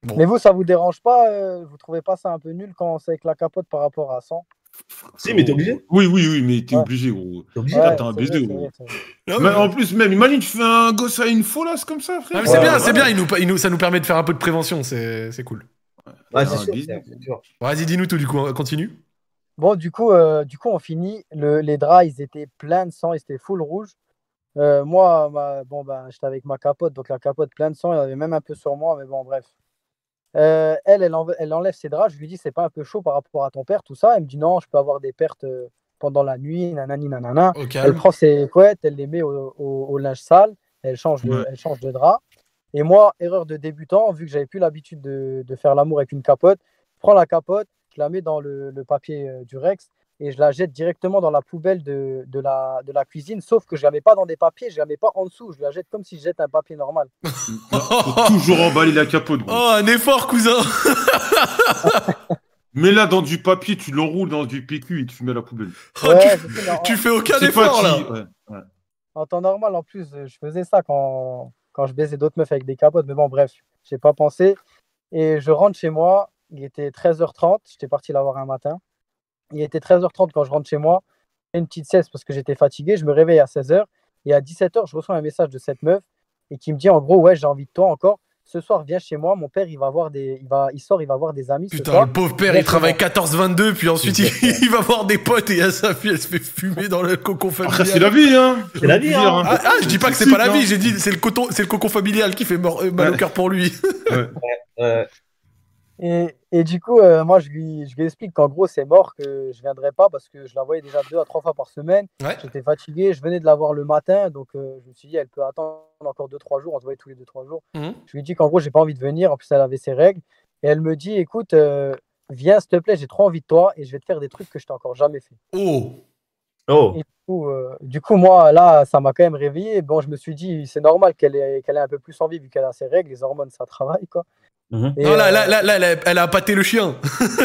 Bon. Mais vous, ça vous dérange pas euh, Vous trouvez pas ça un peu nul quand c'est avec la capote par rapport à cent? Si, mais t'es obligé. Oui, oui, oui, mais t'es Ouais. obligé, gros. T'es obligé. Ouais, là. t'as un c'est baiser, vrai, c'est gros. vrai, c'est vrai. Non, Mais mais- en plus, même, imagine, tu fais un gosse à une folasse comme ça, Ah, frère. mais c'est Ouais, bien, ouais, c'est bien. Il nous, il nous- ça nous permet de faire un peu de prévention. C'est c'est cool. Ouais, un c'est sûr. baiser. c'est- c'est sûr. Vas-y, dis-nous tout, du coup, on continue. Bon, du coup, euh, du coup, on finit. Le, les draps, ils étaient pleins de sang, ils étaient full rouge. Euh, moi, ma- bon, ben, j'étais avec ma capote, donc la capote pleine de sang, il y en avait même un peu sur moi, mais bon, bref. Euh, elle, elle, enve- elle enlève ses draps. Je lui dis, c'est pas un peu chaud par rapport à ton père, tout ça. Elle me dit, non, je peux avoir des pertes euh, pendant la nuit, nanani, nanana. Au Elle calme. prend ses couettes, elle les met au, au- au linge sale, elle change, de, Ouais. elle change de drap. Et moi, erreur de débutant, vu que j'avais plus l'habitude de, de faire l'amour avec une capote, je prends la capote, je la mets dans le, le papier euh, du Rex et je la jette directement dans la poubelle de, de, la, de la cuisine. Sauf que je la mets pas dans des papiers, je la mets pas en dessous, je la jette comme si je jette un papier normal. Faut toujours emballer la capote, gros. Oh, un effort, cousin. Mets là dans du papier, tu l'enroules dans du P Q et tu mets à la poubelle. Oh, Ouais, tu, je sais, mais en- tu fais aucun C'est effort, pas là. qui. Ouais, ouais. En temps normal, en plus, euh, je faisais ça quand, quand je baisais d'autres meufs avec des capotes. Mais bon, bref, j'ai pas pensé. Et je rentre chez moi. Il était treize heures trente. J'étais parti la voir un matin. Il était treize heures trente quand je rentre chez moi. Je fais une petite sieste parce que j'étais fatigué. Je me réveille à seize heures. Et à dix-sept heures, je reçois un message de cette meuf et qui me dit en gros, ouais, j'ai envie de toi encore. Ce soir, viens chez moi. Mon père, il va voir des, il va, il sort, il va voir des amis. Ce Putain, soir. le pauvre père, Viens il chez travaille moi. quatorze vingt-deux, puis ensuite il, il va voir des potes et à sa fille, elle se fait fumer dans le cocon Après, familial. c'est la vie, hein. C'est la vie, hein. Ah, ah, je dis pas que c'est Si, pas la non. vie, j'ai dit c'est le coton, c'est le cocon familial qui fait mort- euh, mal au Ouais. cœur pour lui. Euh, Et, et du coup, euh, moi, je lui, je lui explique qu'en gros, c'est mort, que je viendrai pas parce que je la voyais déjà deux à trois fois par semaine. Ouais. J'étais fatigué, je venais de la voir le matin, donc euh, je me suis dit, elle peut attendre encore deux trois jours, on se voyait tous les deux trois jours. Mhm. Je lui dis qu'en gros, j'ai pas envie de venir, en plus, elle avait ses règles. Et elle me dit, écoute, euh, viens, s'il te plaît, j'ai trop envie de toi et je vais te faire des trucs que je t'ai encore jamais fait. Oh. Oh. Et du coup, euh, du coup, moi, là, ça m'a quand même réveillé. Bon, je me suis dit, c'est normal qu'elle ait, qu'elle ait un peu plus envie vu qu'elle a ses règles, les hormones, ça travaille, quoi. Mhm. Et, Non, là, euh, là, là, là, elle a, elle a pâté le chien.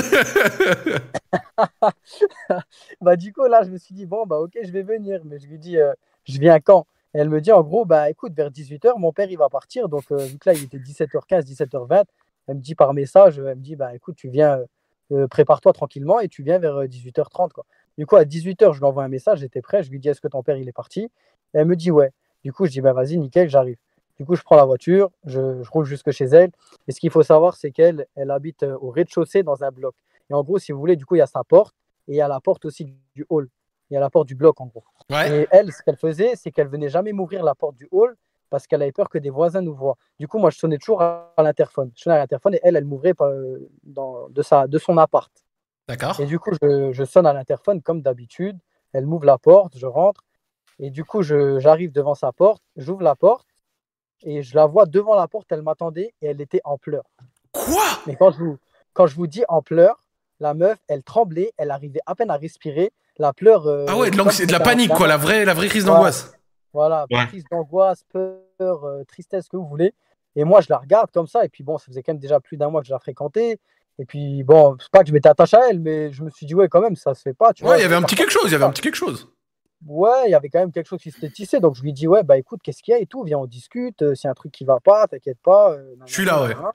Bah, du coup, là, je me suis dit, bon, bah, ok, je vais venir. Mais je lui dis, euh, je viens quand? Et elle me dit, en gros, bah, écoute, vers dix-huit heures, mon père, il va partir. Donc, euh, vu que là, il était dix-sept heures quinze, dix-sept heures vingt, elle me dit par message, elle me dit, bah, écoute, tu viens, euh, euh, prépare-toi tranquillement et tu viens vers euh, dix-huit heures trente, quoi. Du coup, à dix-huit heures, je lui envoie un message, j'étais prêt. Je lui dis, est-ce que ton père, il est parti? Et elle me dit, ouais. Du coup, je dis, bah, vas-y, nickel, j'arrive. Du coup, je prends la voiture, je, je roule jusque chez elle. Et ce qu'il faut savoir, c'est qu'elle, elle habite euh, au rez-de-chaussée dans un bloc. Et en gros, si vous voulez, du coup, il y a sa porte et il y a la porte aussi du hall. Il y a la porte du bloc, en gros. Ouais. Et elle, ce qu'elle faisait, c'est qu'elle venait jamais m'ouvrir la porte du hall parce qu'elle avait peur que des voisins nous voient. Du coup, moi, je sonnais toujours à, à l'interphone. Je sonnais à l'interphone et elle, elle m'ouvrait pas, euh, dans, de, sa, de son appart. D'accord. Et du coup, je, je sonne à l'interphone comme d'habitude. Elle m'ouvre la porte, je rentre. Et du coup, je- j'arrive devant sa porte, j'ouvre la porte et je la vois devant la porte. Elle m'attendait et elle était en pleurs. Quoi? Mais quand je vous, quand je vous dis en pleurs, la meuf, elle tremblait, elle arrivait à peine à respirer. La pleure. euh, Ah ouais, de, comme l'anxi- de la c'était un panique, gamin. quoi, la vraie, la vraie crise Voilà. d'angoisse. Voilà, Ouais. crise d'angoisse, peur, euh, tristesse, ce que vous voulez. Et moi, je la regarde comme ça. Et puis bon, ça faisait quand même déjà plus d'un mois que je la fréquentais. Et puis bon, c'est pas que je m'étais attaché à elle, mais je me suis dit, ouais, quand même, ça se fait pas. Tu vois, Ouais, il y avait un je- petit quelque chose, il y avait un petit quelque chose. Ouais, il y avait quand même quelque chose qui s'était tissé. Donc je lui dis, ouais, bah écoute, qu'est-ce qu'il y a et tout, viens, on discute. Euh, S'il y a un truc qui va pas, t'inquiète pas. euh, Je suis là, ouais. nanana.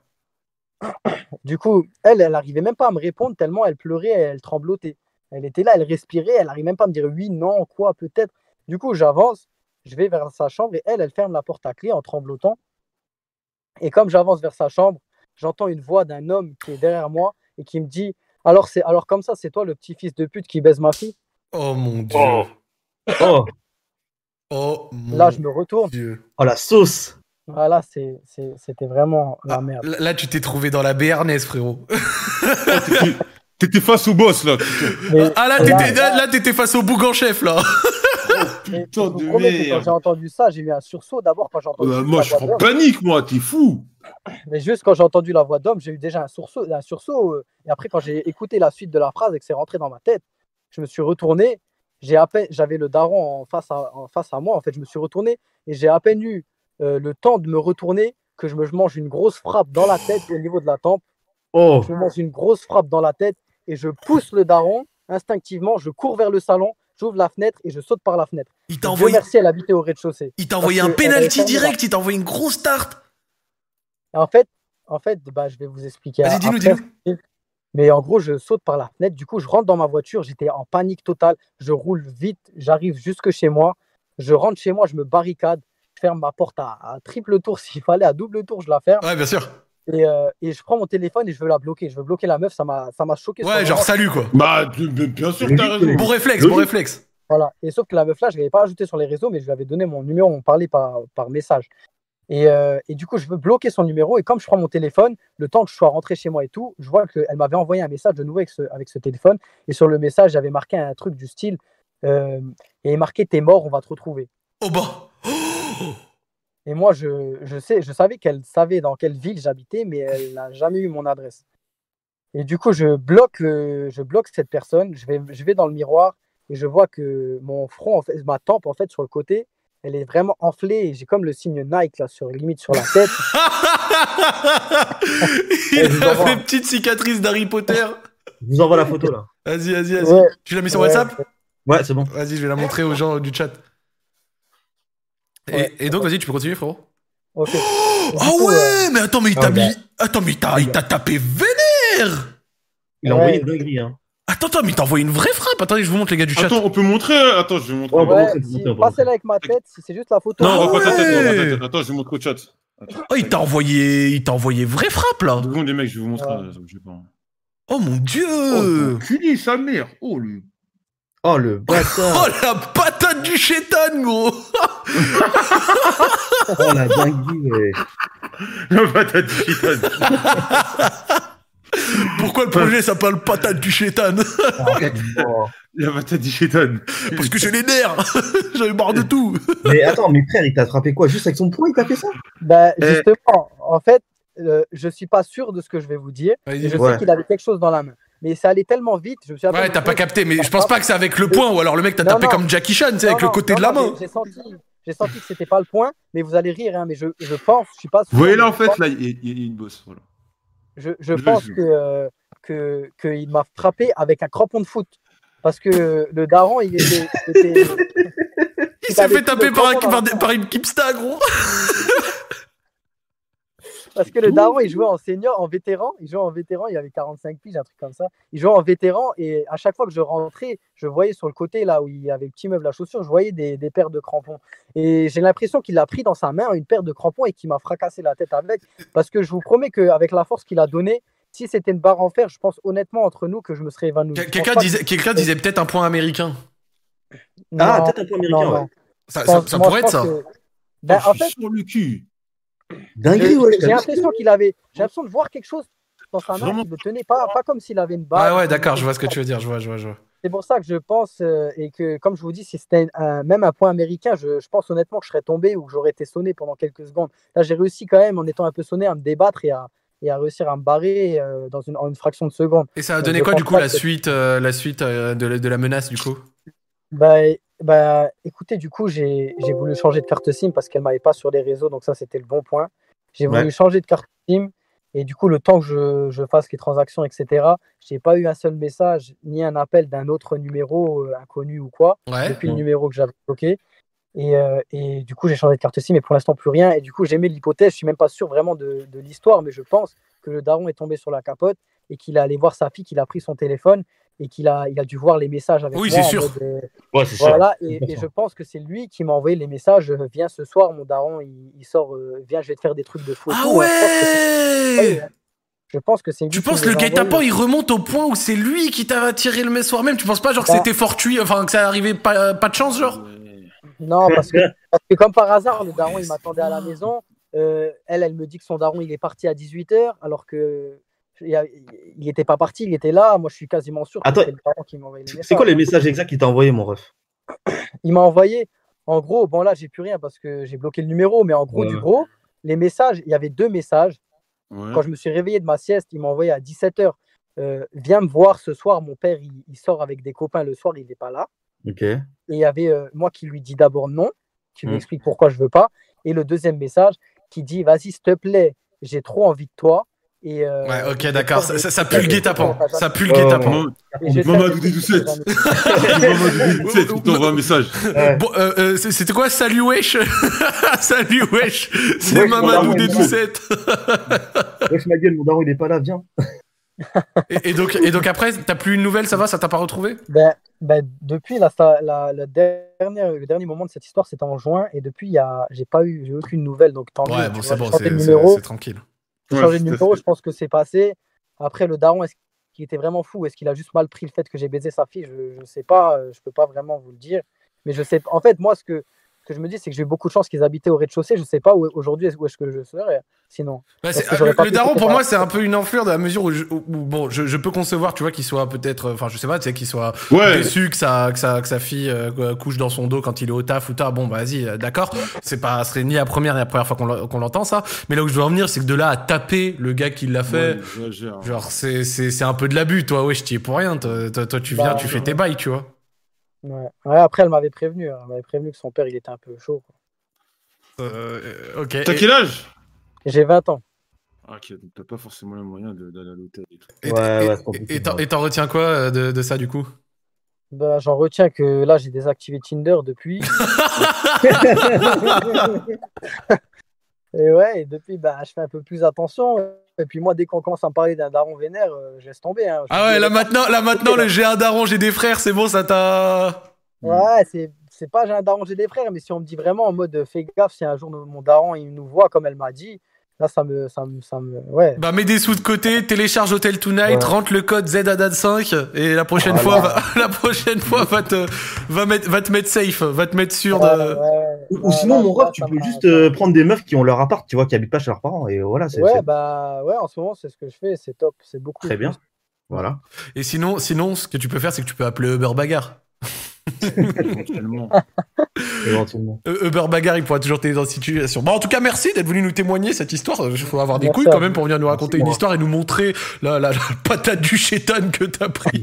Du coup, elle, elle arrivait même pas à me répondre tellement elle pleurait, elle tremblotait. Elle était là, elle respirait, elle arrive même pas à me dire oui, non, quoi, peut-être. Du coup, j'avance, je vais vers sa chambre et elle, elle ferme la porte à clé en tremblotant. Et comme j'avance vers sa chambre, j'entends une voix d'un homme qui est derrière moi et qui me dit, alors c'est alors comme ça, c'est toi le petit fils de pute qui baise ma fille? Oh mon dieu. Oh. Oh. Oh mon Là, je me retourne. dieu. Oh, la sauce. Voilà, c'est, c'est- c'était vraiment la Ah, merde. là, là, tu t'es trouvé dans la béarnaise, frérot. T'étais- T'étais face au boss, là. Mais- Ah là, là, t'étais, là, là, t'étais face au bouc en chef, là. mais Putain je vous de promets que quand merde. j'ai entendu ça, j'ai eu un sursaut d'abord quand j'ai entendu Bah, la moi, je voix suis en d'homme. panique, moi. T'es fou. Mais juste quand j'ai entendu la voix d'homme, j'ai eu déjà un sursaut, un sursaut. euh, Et après, quand j'ai écouté la suite de la phrase et que c'est rentré dans ma tête, je me suis retourné. J'ai à peine, j'avais le daron en face à, en face à moi. En fait, je me suis retourné et j'ai à peine eu euh, le temps de me retourner que je me je mange une grosse frappe dans la tête au niveau de la tempe. Oh. Je me mange une grosse frappe dans la tête et je pousse le daron instinctivement. Je cours vers le salon, j'ouvre la fenêtre et je saute par la fenêtre. Il t'a Dieu envoyé, merci, elle habitait au rez-de-chaussée. il t'a envoyé Parce un que elle avait penalty fermé la- direct, il t'a envoyé une grosse tarte. Et en fait, en fait, bah, je vais vous expliquer. Vas-y, a- dis-nous, après. dis-nous. Mais en gros, je saute par la fenêtre. Du coup, je rentre dans ma voiture. J'étais en panique totale. Je roule vite. J'arrive jusque chez moi. Je rentre chez moi. Je me barricade. Je ferme ma porte à, à triple tour. S'il fallait, à double tour, je la ferme. Ouais, bien sûr. Et, euh, et je prends mon téléphone et je veux la bloquer. Je veux bloquer la meuf. Ça m'a, ça m'a choqué. sur Ouais, le genre moment. salut quoi. Bah, tu- mais bien sûr que t'as raison. Bon réflexe, bon réflexe. Voilà. Et sauf que la meuf là, je ne l'avais pas ajoutée sur les réseaux, mais je lui avais donné mon numéro. On parlait par, par message. Et, euh, et du coup, je veux bloquer son numéro. Et comme je prends mon téléphone, le temps que je sois rentré chez moi et tout, je vois qu'elle m'avait envoyé un message de nouveau avec ce, avec ce téléphone. Et sur le message, j'avais marqué un truc du style euh, et marqué t'es mort, on va te retrouver. Oh bah. Et moi, je, je, sais, je savais qu'elle savait dans quelle ville j'habitais, mais elle n'a jamais eu mon adresse. Et du coup, je bloque, le, je bloque cette personne. Je vais, je vais dans le miroir et je vois que mon front, en fait, ma tempe, en fait, sur le côté, elle est vraiment enflée. Et j'ai comme le signe Nike, là, sur, limite sur la tête. Il a fait petite cicatrice d'Harry Potter. Je vous envoie la photo là. Vas-y, vas-y, vas-y. Ouais. Tu l'as mis sur Ouais. WhatsApp? Ouais, c'est bon. Vas-y, je vais la montrer aux gens du chat. Et, Ouais. et donc, vas-y, tu peux continuer, frérot. Ok. Et du Ah coup, ouais, euh, mais attends, mais il Ah t'a bah. mis. Attends, mais il t'a, il t'a tapé vénère. Il a Ouais. envoyé une dinguerie. Hein. Attends, attends, mais il t'a envoyé une vraie frappe. Attendez, je vous montre les gars du chat. Attends, on peut montrer. euh, Attends, je vais montrer. Ouais, on va ouais, montrer, si, montrer, on va pas montrer. celle avec ma tête, si c'est juste la photo. Non, Ah on va pas ta tête, on va pas ta ouais. tête. Attends, je vais montrer au chat. Attends, Oh, il t'a envoyé, il t'a envoyé vraie frappe là. deux secondes, les mecs, je vais vous montrer. Ouais. euh, je sais pas. Oh mon dieu. Oh, enculé, sa mère. Oh, le. Oh le bâtard. Oh la patate du chétan, gros. Oh la dinguerie. Ouais. La patate du chitan. Pourquoi le projet s'appelle patate du chétan? Oh. La patate du chitan. Parce que j'ai les nerfs. J'avais marre de tout. Mais attends, mais frère, il t'a attrapé quoi? Juste avec son poing, il t'a fait ça? Bah, Eh. justement, en fait, euh, je suis pas sûr de ce que je vais vous dire. Vas-y. Et je Ouais. sais qu'il avait quelque chose dans la main. Mais ça allait tellement vite. Je me suis Ouais, attends, t'as pas je- capté, mais je pense pas que c'est avec le poing, ou alors le mec t'a Non, tapé non. comme Jackie Chan, tu sais, Non, avec le non, côté non, de la non, main. mais J'ai senti, j'ai senti que c'était pas le point, mais vous allez rire, hein, mais je, je pense, je suis pas sûr. Vous voyez là, mais en je fait, pense- là, il y, a- il y a une bosse. Voilà. Je, je Je pense joue. que, euh, que, qu'il m'a frappé avec un crampon de foot. Parce que le daron, il était. il était- Il s'est avait fait pris taper le par, un, crampon dans par, la des- main. par une Kipsta, gros. Parce que le daron, il jouait en senior, en vétéran. Il jouait en vétéran, il avait quarante-cinq piges, un truc comme ça. Il jouait en vétéran et à chaque fois que je rentrais, je voyais sur le côté, là où il y avait le petit meuble à chaussures, je voyais des, des paires de crampons. Et j'ai l'impression qu'il a pris dans sa main une paire de crampons et qu'il m'a fracassé la tête avec. Parce que je vous promets qu'avec la force qu'il a donnée, si c'était une barre en fer, je pense honnêtement entre nous que je me serais évanoui. Quel- Je Quelqu'un pense pas disait, quelqu'un disait peut-être un point américain. que- Ah, Non, peut-être un peu américain, non, ouais. non. Ça, Je ça- pense- ça moi, pourrait je être pense ça. que- Ben, Oh, en je fait, suis sur le cul. Dinguerie, Je- ouais. J'ai l'impression qu'il avait. J'ai l'impression de voir quelque chose dans sa main Vraiment. qui le tenait pas, pas comme s'il avait une Ouais, barre. ouais, d'accord, je vois ce que tu veux dire, je vois, je vois, je vois. C'est pour ça que je pense euh, et que, comme je vous dis, si c'était un- même un point américain, je, je pense honnêtement que je serais tombé ou que j'aurais été sonné pendant quelques secondes. Là, j'ai réussi quand même, en étant un peu sonné, à me débattre et à, et à réussir à me barrer euh, dans une, en une fraction de seconde. Et ça a Donc, donné je quoi, du pense coup, pas la que- suite, euh, la suite euh, de, la- de la menace, du coup? Bah, bah, écoutez, du coup, j'ai j'ai voulu changer de carte SIM parce qu'elle m'avait pas sur les réseaux, donc ça, c'était le bon point. J'ai voulu Ouais. changer de carte SIM et du coup, le temps que je, je fasse les transactions, et cetera, j'ai pas eu un seul message ni un appel d'un autre numéro euh, inconnu ou quoi, Ouais. depuis le Ouais. numéro que j'avais bloqué. Et, euh, et du coup, j'ai changé de carte SIM, mais pour l'instant, plus rien. Et du coup, j'ai mis l'hypothèse, je suis même pas sûr vraiment de, de l'histoire, mais je pense que le daron est tombé sur la capote et qu'il est allé voir sa fille, qu'il a pris son téléphone et qu'il a, il a dû voir les messages avec Oui, moi. c'est en sûr. mode, euh, Ouais, c'est sûr. voilà, et, cent pour et cent. je pense que c'est lui qui m'a envoyé les messages. euh, Viens ce soir, mon daron, il, il sort, euh, viens, je vais te faire des trucs de fou. et Ah tout. Et je pense que c'est- ouais. ouais, je pense que c'est lui Tu qui penses me le les a guet-apens envoyés. il remonte au point où c'est lui qui t'a tiré le soir même? Tu penses pas genre que Bah. c'était fortuit, enfin que ça arrivait pas, pas de chance genre? Non, parce que, parce que comme par hasard, le daron, il m'attendait à la maison. Euh, elle, elle me dit que son daron, il est parti à dix-huit heures, alors que il n'était pas parti, il était là. Moi, je suis quasiment sûr que Attends, c'est le daron qui m'a envoyé les messages. C'est quoi les messages exacts qu'il t'a envoyé, mon ref? Il m'a envoyé, en gros, bon là, j'ai plus rien parce que j'ai bloqué le numéro, mais en gros, Ouais. du gros, les messages, il y avait deux messages. Ouais. Quand je me suis réveillé de ma sieste, il m'a envoyé à dix-sept heures. Euh, viens me voir ce soir, mon père, il, il sort avec des copains le soir, il n'est pas là. Ok. Et il y avait euh, moi qui lui dis d'abord non, qui lui Mm. explique pourquoi je veux pas. Et le deuxième message qui dit vas-y, s'il te plaît, j'ai trop envie de toi. Et, euh, Ouais, ok, j'ai d'accord. peur Ça, de- ça, ça pue le guet-apens. T'as jamais- Ça pue le Oh, guet-apens. Et j'ai Mamadou fait- Dédoucette. Mamadou Dédoucette, il t'envoie un message. Ouais. Bon, euh, euh, c'est- c'était quoi? Salut wesh. Salut wesh. C'est Wesh, Mamadou mon daron, Dédoucette. Wesh ma gueule, mon daron il est pas là, viens. Et, et donc, et donc après, t'as plus une nouvelle, ça va? Ça t'a pas retrouvé? Ben, ben, depuis la, sta- la, la dernière, le dernier moment de cette histoire, c'était en juin, et depuis, il y a, j'ai pas eu, j'ai eu aucune nouvelle, donc tant Ouais, mieux, bon, tu c'est vois, bon, j'ai changé c'est de c'est- numéro, c'est tranquille. j'ai Ouais, changé de tout à numéro, fait. je pense que c'est passé. Après, le daron, est-ce qu'il était vraiment fou? Est-ce qu'il a juste mal pris le fait que j'ai baisé sa fille? Je, je sais pas, euh, je peux pas vraiment vous le dire. Mais je sais, en fait, moi, ce que, ce que je me dis, c'est que j'ai eu beaucoup de chance qu'ils habitaient au rez-de-chaussée. Je sais pas où, aujourd'hui où est-ce que je serais, sinon. Bah, Parce c'est- que j'aurais le, pas le pu daron, sauter pour par moi, la c'est un peu une enflure dans la mesure où, je, où- où, bon, je, je peux concevoir, tu vois, qu'il soit peut-être, enfin, je sais pas, tu sais, qu'il soit Ouais. déçu que sa, que sa, que sa fille euh, couche dans son dos quand il est au taf ou tard. Bon, bah, vas-y, euh, d'accord. C'est pas, ce serait ni la première ni la première fois qu'on l'en- qu'on l'entend, ça. Mais là où je veux en venir, c'est que de là à taper le gars qui l'a fait, Ouais, j'exagère. genre, c'est, c'est, c'est un peu de l'abus, toi. Ouais, je t'y ai pour rien. Toi, toi, toi, tu viens, Bah, tu fais tes bails, tu vois. Ouais. Ouais, après, elle m'avait prévenu. hein. Elle m'avait prévenu que son père, il était un peu chaud. quoi. Euh, ok. T'as Et- quel âge? J'ai vingt ans. Ah, ok, donc t'as pas forcément les moyens de- d'aller à l'hôtel et tout. Et, Ouais, et- ouais, c'est compliqué, et t'en, ouais. et t'en retiens quoi euh, de, de ça, du coup? Bah, j'en retiens que là, j'ai désactivé Tinder depuis. Et ouais, et depuis, bah, je fais un peu plus attention. Et puis moi, dès qu'on commence à me parler d'un daron vénère, euh, je laisse tomber. hein. Je Ah me ouais, dis, là maintenant, là maintenant, le j'ai un daron, j'ai des frères, c'est bon, ça t'a. Ouais, c'est, c'est pas j'ai un daron, j'ai des frères, mais si on me dit vraiment en mode euh, fais gaffe, si un jour mon daron il nous voit comme elle m'a dit, là ça me. Ça me, ça me ouais. Bah, mets des sous de côté, télécharge Hotel Tonight, Ouais. rentre le code Z A D A D cinq et la prochaine Voilà. fois, va, la prochaine fois, va te, va mettre, va te mettre safe, va te mettre sûr Ouais, de. ouais, ouais. Ou, ou Ouais, sinon, là, mon là, ref, tu ça peux m'a- juste ça- euh, prendre des meufs qui ont leur appart, tu vois, qui habitent pas chez leurs parents, et voilà, c'est Ouais, c'est bah ouais, en ce moment c'est ce que je fais, c'est top, c'est beaucoup. très bien. Voilà. Et sinon, sinon, ce que tu peux faire, c'est que tu peux appeler Uber Bagarre. Éventuellement. Éventuellement. Euh, Uber Bagarre, il pourra toujours t'aider dans cette situation. Bon, en tout cas, merci d'être venu nous témoigner cette histoire. Il faut avoir des Merci couilles à quand vous. même pour venir nous raconter une Merci. histoire et nous montrer la, la, la patate du chétan que t'as pris.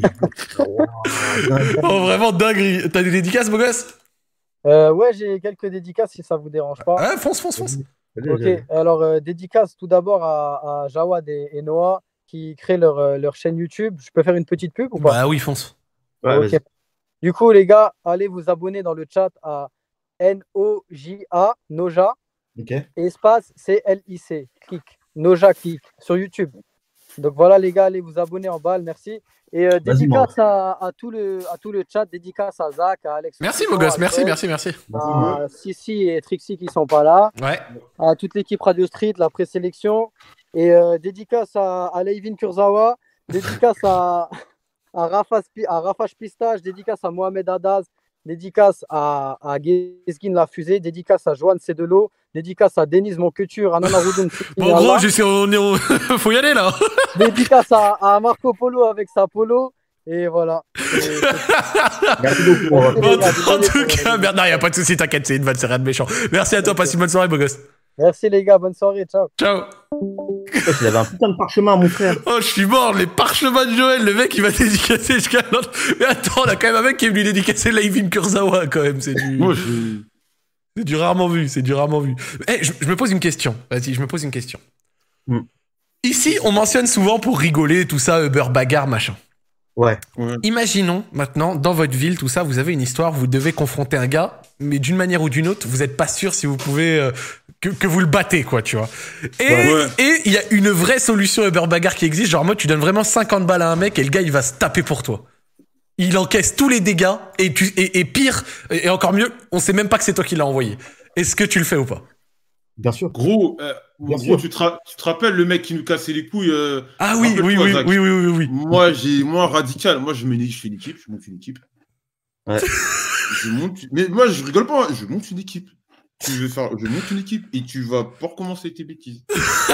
Oh, vraiment dinguerie. T'as des dédicaces, beau gosse? Euh, ouais, j'ai quelques dédicaces si ça vous dérange pas. Ouais, fonce, fonce, fonce. Ok, alors euh, dédicace tout d'abord à, à Jawad et, et Noah qui créent leur, euh, leur chaîne YouTube. Je peux faire une petite pub ou pas? Bah oui, fonce. Ouais, Ok. vas-y. Du coup, les gars, allez vous abonner dans le chat à N O J A, Noja, Ok. espace C L I C, clic, Noja clic, sur YouTube. Donc voilà, les gars, allez vous abonner en balle, merci. Et euh, Vas-y, dédicace à, à, tout le, à tout le chat, dédicace à Zach, à Alex. Merci, Foucault, beau gosse. à Merci, Greg, merci, merci. à Sissi et Trixie qui sont pas là, Ouais. à toute l'équipe Radio Street, la présélection, et euh, dédicace à, à Leivin Kurzawa, dédicace à, à, Rafa, Spi- à Rafash Pistache, dédicace à Mohamed Haddaz, dédicace à, à Gezgin La Fusée, dédicace à Joanne Cedelo, dédicace à Denise Monculture, à Nana Roudoun, Bon, gros, je sais, on est, on- faut y aller là. dédicace à, à Marco Polo avec sa polo, et voilà. Et- Merci beaucoup. mon ref. En, les gars, en désolé tout pour- cas, merde, non, y a pas de souci, t'inquiète, c'est une vanne, c'est rien de méchant. Merci à toi, passe une bonne soirée, beau gosse. Merci les gars, bonne soirée, ciao. Ciao. Wesh, il avait un putain de parchemin, mon frère. Oh, je suis mort, les parchemins de Joël, le mec il va dédicacer jusqu'à l'autre. Mais attends, on a quand même un mec qui est venu dédicacer Leivin Kurzawa quand même, c'est du. Moi, je. C'est du rarement vu, c'est du rarement vu. Eh, je, je me pose une question. Vas-y, je me pose une question. Hmm. Ici, on mentionne souvent pour rigoler tout ça, Uber bagarre, machin. Ouais. Ouais. Imaginons maintenant, dans votre ville, tout ça, vous avez une histoire, vous devez confronter un gars, mais d'une manière ou d'une autre, vous n'êtes pas sûr si vous pouvez euh, que, que vous le battez, quoi, tu vois. Et Ouais. et il y a une vraie solution Uber bagarre qui existe, genre moi, tu donnes vraiment cinquante balles à un mec et le gars, il va se taper pour toi. Il encaisse tous les dégâts et, tu, et, et pire, et, et encore mieux, on sait même pas que c'est toi qui l'as envoyé. Est-ce que tu le fais ou pas? Bien sûr. Gros, euh, Bien gros sûr. tu, te ra- tu te rappelles le mec qui nous cassait les couilles euh, Ah oui, oui, rappelle-toi, oui, Zach. oui, oui, oui, oui. Moi, j'ai, moi, radical, moi, je, mets, je fais une équipe, je monte une équipe. Ouais. Je monte, mais moi, je rigole pas, je monte une équipe. Tu veux faire, je monte une équipe et tu vas pas recommencer tes bêtises.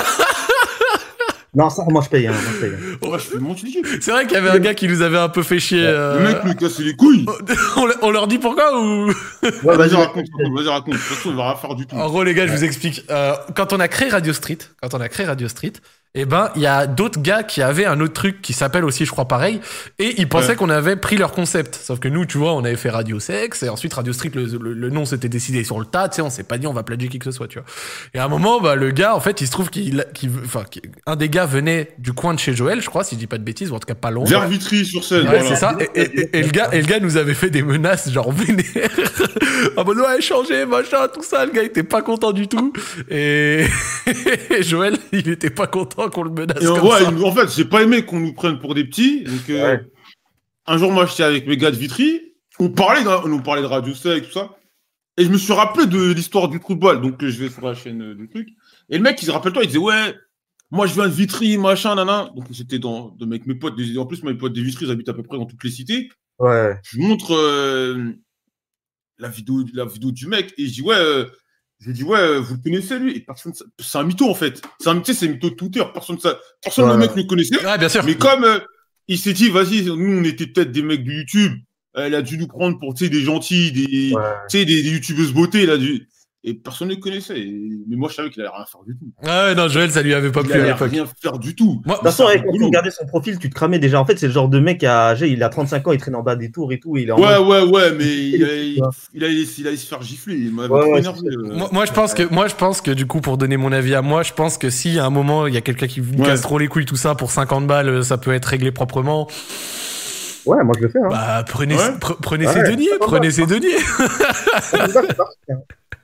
Non, ça, moi je paye. Hein, moi, je paye. Moi, je fais monte une équipe. C'est vrai qu'il y avait un gars qui nous avait un peu fait chier. Le euh, mec nous casse les couilles. on, le- on leur dit pourquoi ou... Ouais, Vas-y, vas-y, raconte, vas-y, raconte. De toute façon, il va rien faire du tout. En gros, les gars, je vous explique. Euh, quand on a créé Radio Street, quand on a créé Radio Street, Et ben, il y a d'autres gars qui avaient un autre truc qui s'appelle aussi, je crois, pareil, et ils pensaient Ouais. qu'on avait pris leur concept. Sauf que nous, tu vois, on avait fait Radio Sex, et ensuite Radio Street, le, le, le nom s'était décidé sur le tas, tu sais, on s'est pas dit on va plagier qui que ce soit, tu vois. Et à un moment, bah, le gars, en fait, il se trouve qu'il, qu'il, enfin, qu'il- un des gars venait du coin de chez Joël, je crois, si je dis pas de bêtises, ou en tout cas pas loin. Vers Vitry sur scène. Ouais, voilà. c'est ça. Et, et- et- et le gars, et le gars nous avait fait des menaces, genre vénère. En mode, ouais, changer, machin, tout ça. Le gars était pas content du tout. Et, et Joël, il était pas content qu'on le menace Et en, comme ouais, ça. en fait, j'ai pas aimé qu'on nous prenne pour des petits. Donc, euh, Ouais. un jour, moi, j'étais avec mes gars de Vitry. On parlait, de, on nous parlait de Radio Sex et tout ça. Et je me suis rappelé de l'histoire du football. Donc, euh, je vais sur la chaîne euh, du truc. Et le mec, il se rappelle-toi, il disait, ouais, moi, je viens de Vitry, machin, nana. Donc, j'étais dans, de, avec mes potes. Des, en plus, mes potes de Vitry, ils habitent à peu près dans toutes les cités. Ouais. Je montre euh, la, vidéo, la vidéo du mec. Et je dis, ouais, euh, je lui dis, ouais, euh, vous le connaissez, lui. Et personne, c'est un mytho, en fait. C'est un, tu sais, c'est un mytho de Twitter. Personne, ça, personne Ouais. le mec le connaissait. Ouais, bien sûr. Mais comme euh, il s'est dit, vas-y, nous, on était peut-être des mecs de YouTube, elle a dû nous prendre pour, tu sais, des gentils, des, Ouais. tu sais, des, des youtubeuses beauté, là, du... et personne ne les connaissait. Et- Mais moi, je savais qu'il allait rien faire du tout. Ah ouais, non, Joël, ça lui avait pas Il plu à allait l'époque. rien faire du tout. Moi, De toute façon, C'est avec, quand tu rigolo. regardais son profil, tu te cramais déjà. En fait, c'est le genre de mec qui a, il a trente-cinq ans, il traîne en bas des tours et tout. Et il est en Ouais, mode- ouais, ouais, mais il allait, Ouais. il allait, il allait se faire gifler. Il m'avait Ouais, trop ouais, énervé. c'est euh. moi, moi, je pense que, moi, je pense que, du coup, pour donner mon avis à moi, je pense que si à un moment, il y a quelqu'un qui vous Ouais. casse trop les couilles, tout ça, pour cinquante balles, ça peut être réglé proprement. Ouais, moi je le fais. Hein. Bah, prenez, Ouais. pre- prenez Ouais, ses deniers, cinquante prenez balles. ses deniers. C'est ça, c'est parti, hein.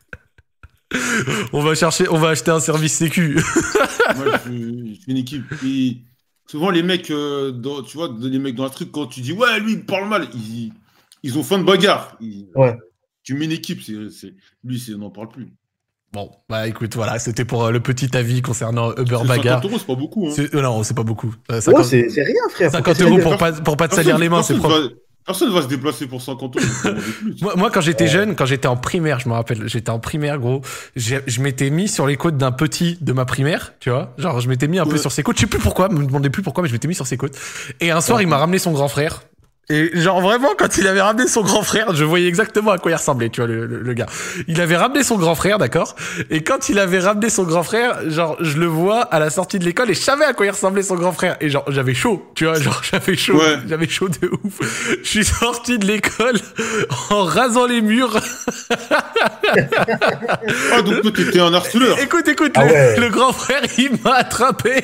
On va chercher, on va acheter un service sécu. Moi, je, je fais une équipe. Et souvent, les mecs, euh, dans, tu vois, les mecs dans un truc, quand tu dis, ouais, lui, il parle mal, ils, ils ont faim de bagarre. Ils- Ouais. Tu mets une équipe, c'est, c'est, lui, c'est, on n'en parle plus. Bon, bah écoute, voilà, c'était pour euh, le petit avis concernant Uber C'est Bagarre. cinquante euros, c'est pas beaucoup. Hein. C'est- euh, non, c'est pas beaucoup. Euh, Ouais, cinquante c'est c'est rien, frère. Faut cinquante casser euros les pour dents. pas, pour pas te Personne- salir les mains, c'est personne propre. va- Personne va se déplacer pour cinquante euros. faut demander plus. Moi, moi, quand j'étais jeune, quand j'étais en primaire, je me rappelle, j'étais en primaire, gros, j'ai- je m'étais mis sur les côtes d'un petit de ma primaire, tu vois. Genre, je m'étais mis un peu Ouais. sur ses côtes. Je sais plus pourquoi, me demandez plus pourquoi, mais je m'étais mis sur ses côtes. Et un soir, il m'a ramené son grand frère. Et genre vraiment, quand il avait ramené son grand frère, je voyais exactement à quoi il ressemblait, tu vois, le, le, le gars. Il avait ramené son grand frère, d'accord. Et quand il avait ramené son grand frère, genre, je le vois à la sortie de l'école et je savais à quoi il ressemblait son grand frère. Et genre, j'avais chaud, tu vois, genre, j'avais chaud, Ouais. j'avais chaud de ouf. Je suis sorti de l'école en rasant les murs. Ah, donc toi, t'étais un harceleur. Écoute, écoute, Ah le, ouais. le grand frère, il m'a attrapé.